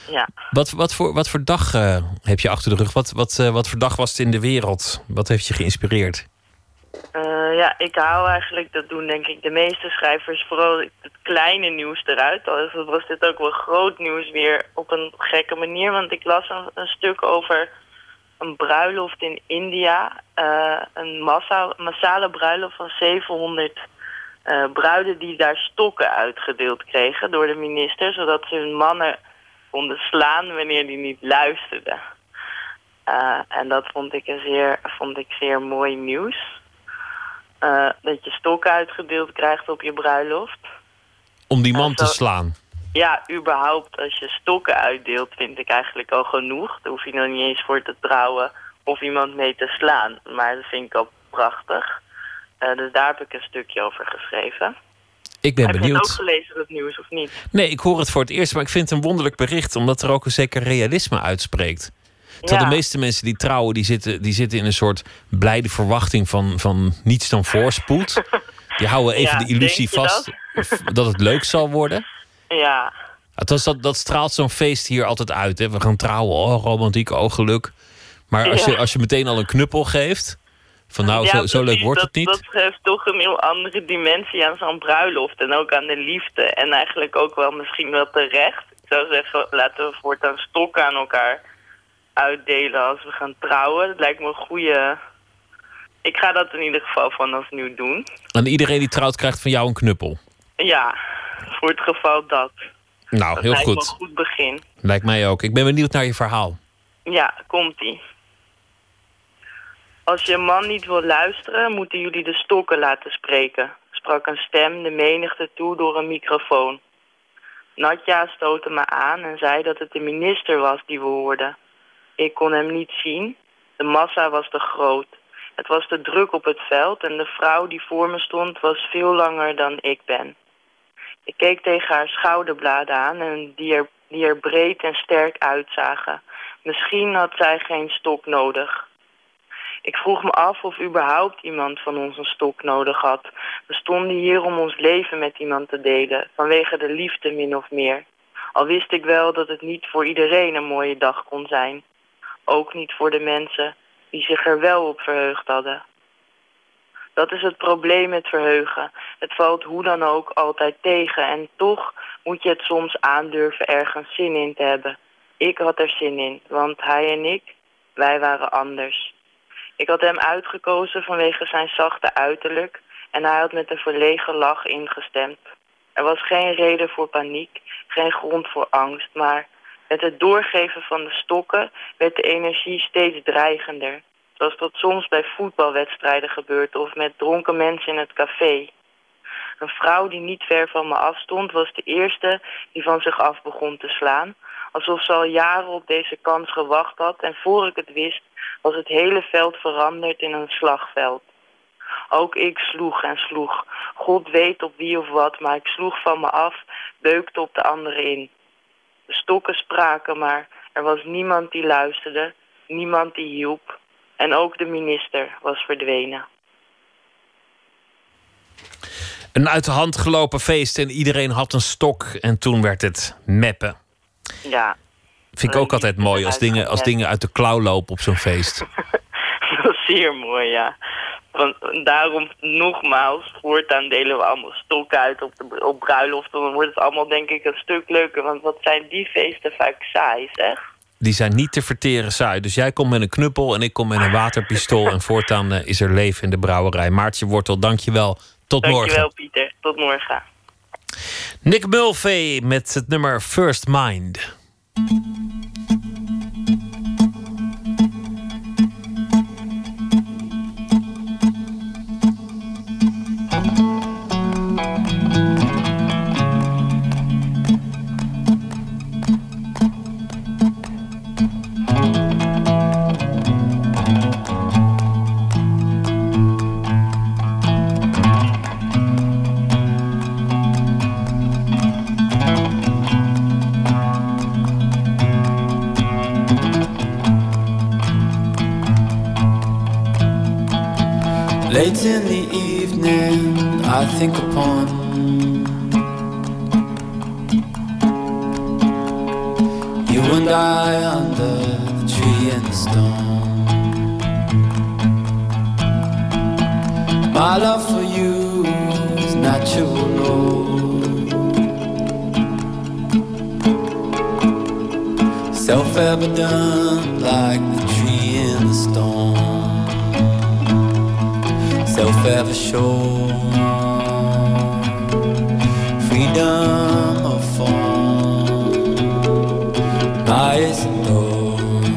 Ja.
Wat voor dag heb je achter de rug? Wat voor dag was het in de wereld? Wat heeft je geïnspireerd?
Ik hou eigenlijk, dat doen denk ik de meeste schrijvers, vooral het kleine nieuws eruit. Al was dit ook wel groot nieuws weer op een gekke manier. Want ik las een stuk over een bruiloft in India. Een massale bruiloft van 700 bruiden die daar stokken uitgedeeld kregen door de minister. Zodat ze hun mannen konden slaan wanneer die niet luisterden. En dat vond ik zeer mooi nieuws. Dat je stokken uitgedeeld krijgt op je bruiloft.
Om die man te slaan?
Ja, überhaupt als je stokken uitdeelt vind ik eigenlijk al genoeg. Daar hoef je nog niet eens voor te trouwen of iemand mee te slaan. Maar dat vind ik al prachtig. Dus daar heb ik een stukje over geschreven.
Ik ben benieuwd.
Heb je het ook gelezen, dat nieuws, of niet?
Nee, ik hoor het voor het eerst, maar ik vind het een wonderlijk bericht, omdat er ook een zeker realisme uitspreekt. Terwijl de meeste mensen die trouwen, die zitten in een soort blijde verwachting van niets dan voorspoed. Die houden even de illusie vast dat het leuk zal worden.
Ja.
Dat straalt zo'n feest hier altijd uit. Hè? We gaan trouwen, romantiek, geluk. Maar als je meteen al een knuppel geeft, van zo leuk wordt het niet.
Dat geeft toch een heel andere dimensie aan zo'n bruiloft. En ook aan de liefde. En eigenlijk ook wel misschien wel terecht. Ik zou zeggen, laten we voortaan stokken aan elkaar uitdelen als we gaan trouwen. Dat lijkt me een goede. Ik ga dat in ieder geval vanaf nu doen.
En iedereen die trouwt krijgt van jou een knuppel?
Ja, voor het geval dat.
Nou,
dat
heel
lijkt
goed.
me een goed begin.
Lijkt mij ook. Ik ben benieuwd naar je verhaal.
Ja, komt-ie. Als je een man niet wil luisteren, moeten jullie de stokken laten spreken, sprak een stem de menigte toe door een microfoon. Nadja stootte me aan en zei dat het de minister was die we hoorden. Ik kon hem niet zien. De massa was te groot. Het was te druk op het veld en de vrouw die voor me stond was veel langer dan ik ben. Ik keek tegen haar schouderbladen aan en die er breed en sterk uitzagen. Misschien had zij geen stok nodig. Ik vroeg me af of überhaupt iemand van ons een stok nodig had. We stonden hier om ons leven met iemand te delen, vanwege de liefde min of meer. Al wist ik wel dat het niet voor iedereen een mooie dag kon zijn. Ook niet voor de mensen die zich er wel op verheugd hadden. Dat is het probleem met verheugen. Het valt hoe dan ook altijd tegen en toch moet je het soms aandurven ergens zin in te hebben. Ik had er zin in, want hij en ik, wij waren anders. Ik had hem uitgekozen vanwege zijn zachte uiterlijk en hij had met een verlegen lach ingestemd. Er was geen reden voor paniek, geen grond voor angst, maar met het doorgeven van de stokken werd de energie steeds dreigender. Zoals dat soms bij voetbalwedstrijden gebeurt of met dronken mensen in het café. Een vrouw die niet ver van me afstond was de eerste die van zich af begon te slaan. Alsof ze al jaren op deze kans gewacht had en voor ik het wist was het hele veld veranderd in een slagveld. Ook ik sloeg en sloeg. God weet op wie of wat, maar ik sloeg van me af, beukte op de anderen in. De stokken spraken, maar er was niemand die luisterde, niemand die hielp. En ook de minister was verdwenen.
Een uit de hand gelopen feest en iedereen had een stok en toen werd het meppen.
Ja.
Vind ik ook altijd mooi als dingen uit de klauw lopen op zo'n feest.
Dat is zeer mooi, ja. Want daarom nogmaals, voortaan delen we allemaal stokken uit op bruiloften. Dan wordt het allemaal denk ik een stuk leuker. Want wat zijn die feesten vaak saai, zeg?
Die zijn niet te verteren saai. Dus jij komt met een knuppel en ik kom met een waterpistool. En voortaan is er leven in de brouwerij. Maartje Wortel, dank je wel. Tot morgen.
Dank je wel, Pieter. Tot morgen.
Nick Mulvey met het nummer First Mind.
Late in the evening, I think upon you You and I under the tree and the stone. My love for you is natural law. Self-evident like the tree in the storm. Self-ever sure. Freedom of form. Bias and door.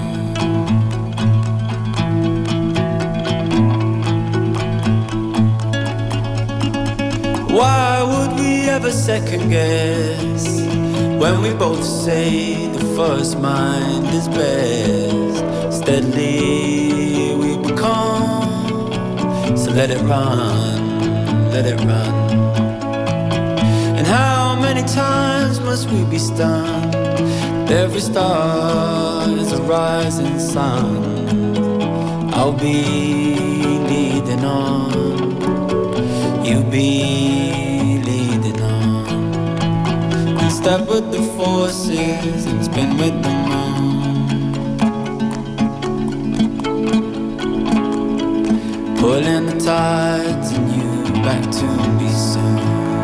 Why would we ever second guess when we both say the first mind is best? Steadily we become, so let it run, let it run. And how many times must we be stunned? Every star is a rising sun. I'll be leading on, you be leading on. And step with the forces and spin with the moon. Pulling the tides and you back to me soon.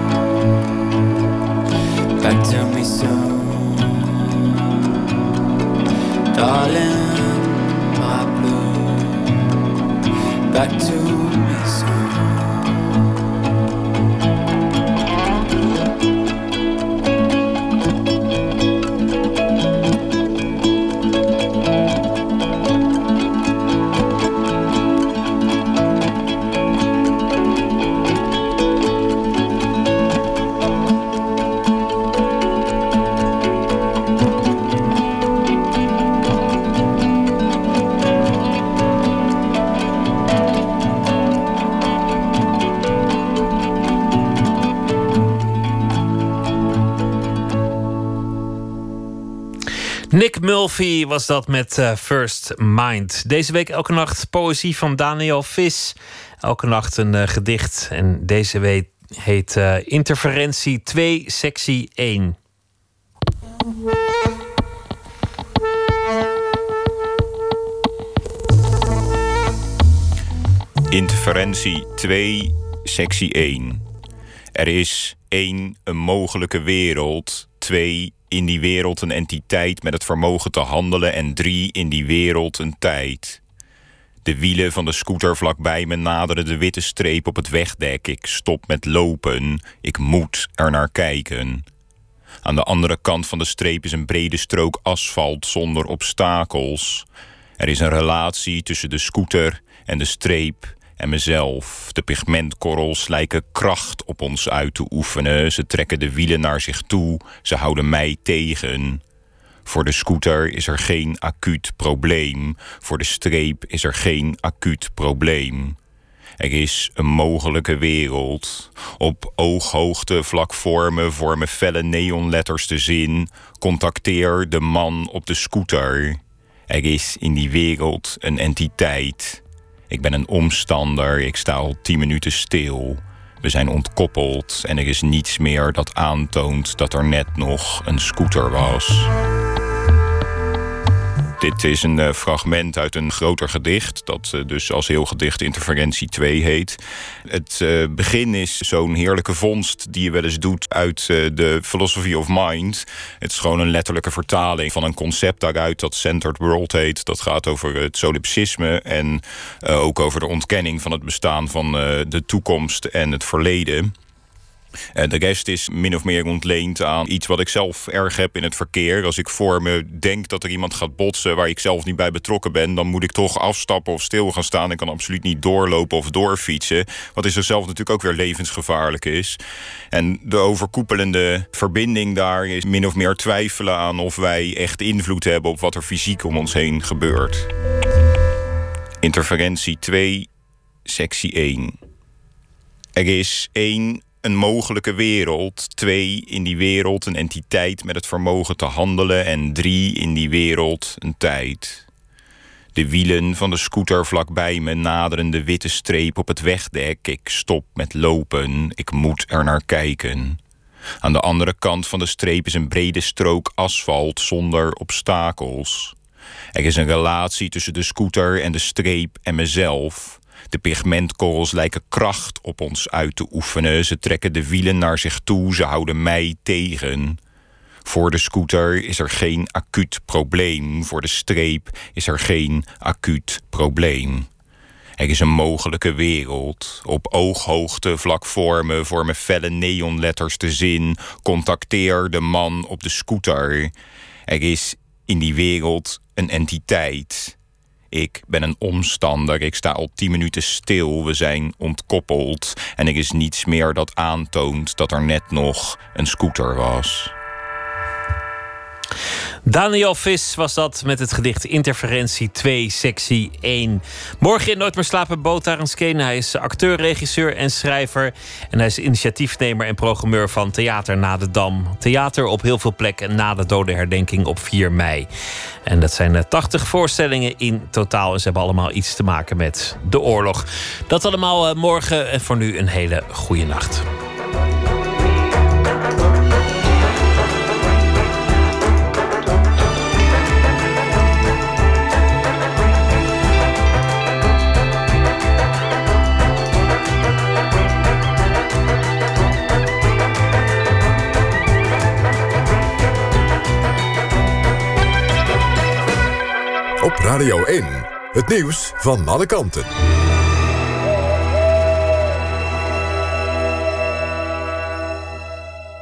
Back to me soon. Darling, my blue. Back to me soon.
Nick Mulvey was dat met First Mind. Deze week elke nacht poëzie van Daniel Vis. Elke nacht een gedicht. En deze week heet Interferentie 2, sectie 1.
Interferentie 2, sectie 1. Er is 1, een mogelijke wereld. 2, in die wereld een entiteit met het vermogen te handelen. En 3, in die wereld een tijd. De wielen van de scooter vlakbij me naderen de witte streep op het wegdek. Ik stop met lopen. Ik moet er naar kijken. Aan de andere kant van de streep is een brede strook asfalt zonder obstakels. Er is een relatie tussen de scooter en de streep en mezelf. De pigmentkorrels lijken kracht op ons uit te oefenen. Ze trekken de wielen naar zich toe. Ze houden mij tegen. Voor de scooter is er geen acuut probleem. Voor de streep is er geen acuut probleem. Er is een mogelijke wereld. Op ooghoogte vlak voor me vormen felle neonletters de zin: contacteer de man op de scooter. Er is in die wereld een entiteit. Ik ben een omstander, ik sta al 10 minuten stil. We zijn ontkoppeld en er is niets meer dat aantoont dat er net nog een scooter was. Dit is een fragment uit een groter gedicht, dat dus als heel gedicht Interferentie 2 heet. Het begin is zo'n heerlijke vondst die je wel eens doet uit de Philosophy of Mind. Het is gewoon een letterlijke vertaling van een concept daaruit dat Centered World heet. Dat gaat over het solipsisme en ook over de ontkenning van het bestaan van de toekomst en het verleden. De rest is min of meer ontleend aan iets wat ik zelf erg heb in het verkeer. Als ik voor me denk dat er iemand gaat botsen waar ik zelf niet bij betrokken ben, dan moet ik toch afstappen of stil gaan staan. Ik kan absoluut niet doorlopen of doorfietsen. Wat in zichzelf natuurlijk ook weer levensgevaarlijk is. En de overkoepelende verbinding daar is min of meer twijfelen aan of wij echt invloed hebben op wat er fysiek om ons heen gebeurt. Interferentie 2, sectie 1. Er is 1, een mogelijke wereld. 2, in die wereld een entiteit met het vermogen te handelen. En 3, in die wereld een tijd. De wielen van de scooter vlakbij me naderen de witte streep op het wegdek. Ik stop met lopen. Ik moet er naar kijken. Aan de andere kant van de streep is een brede strook asfalt zonder obstakels. Er is een relatie tussen de scooter en de streep en mezelf. De pigmentkorrels lijken kracht op ons uit te oefenen. Ze trekken de wielen naar zich toe, ze houden mij tegen. Voor de scooter is er geen acuut probleem. Voor de streep is er geen acuut probleem. Er is een mogelijke wereld. Op ooghoogte vlak voor me vormen felle neonletters de zin: contacteer de man op de scooter. Er is in die wereld een entiteit. Ik ben een omstander. Ik sta al 10 minuten stil. We zijn ontkoppeld. En er is niets meer dat aantoont dat er net nog een scooter was.
Daniel Vis was dat met het gedicht Interferentie 2, sectie 1. Morgen in Nooit meer slapen Bo Tarenskeen. Hij is acteur, regisseur en schrijver. En hij is initiatiefnemer en programmeur van Theater Na de Dam. Theater op heel veel plekken na de dodenherdenking op 4 mei. En dat zijn 80 voorstellingen in totaal. En ze hebben allemaal iets te maken met de oorlog. Dat allemaal morgen. En voor nu een hele goede nacht.
Op Radio 1, het nieuws van alle kanten.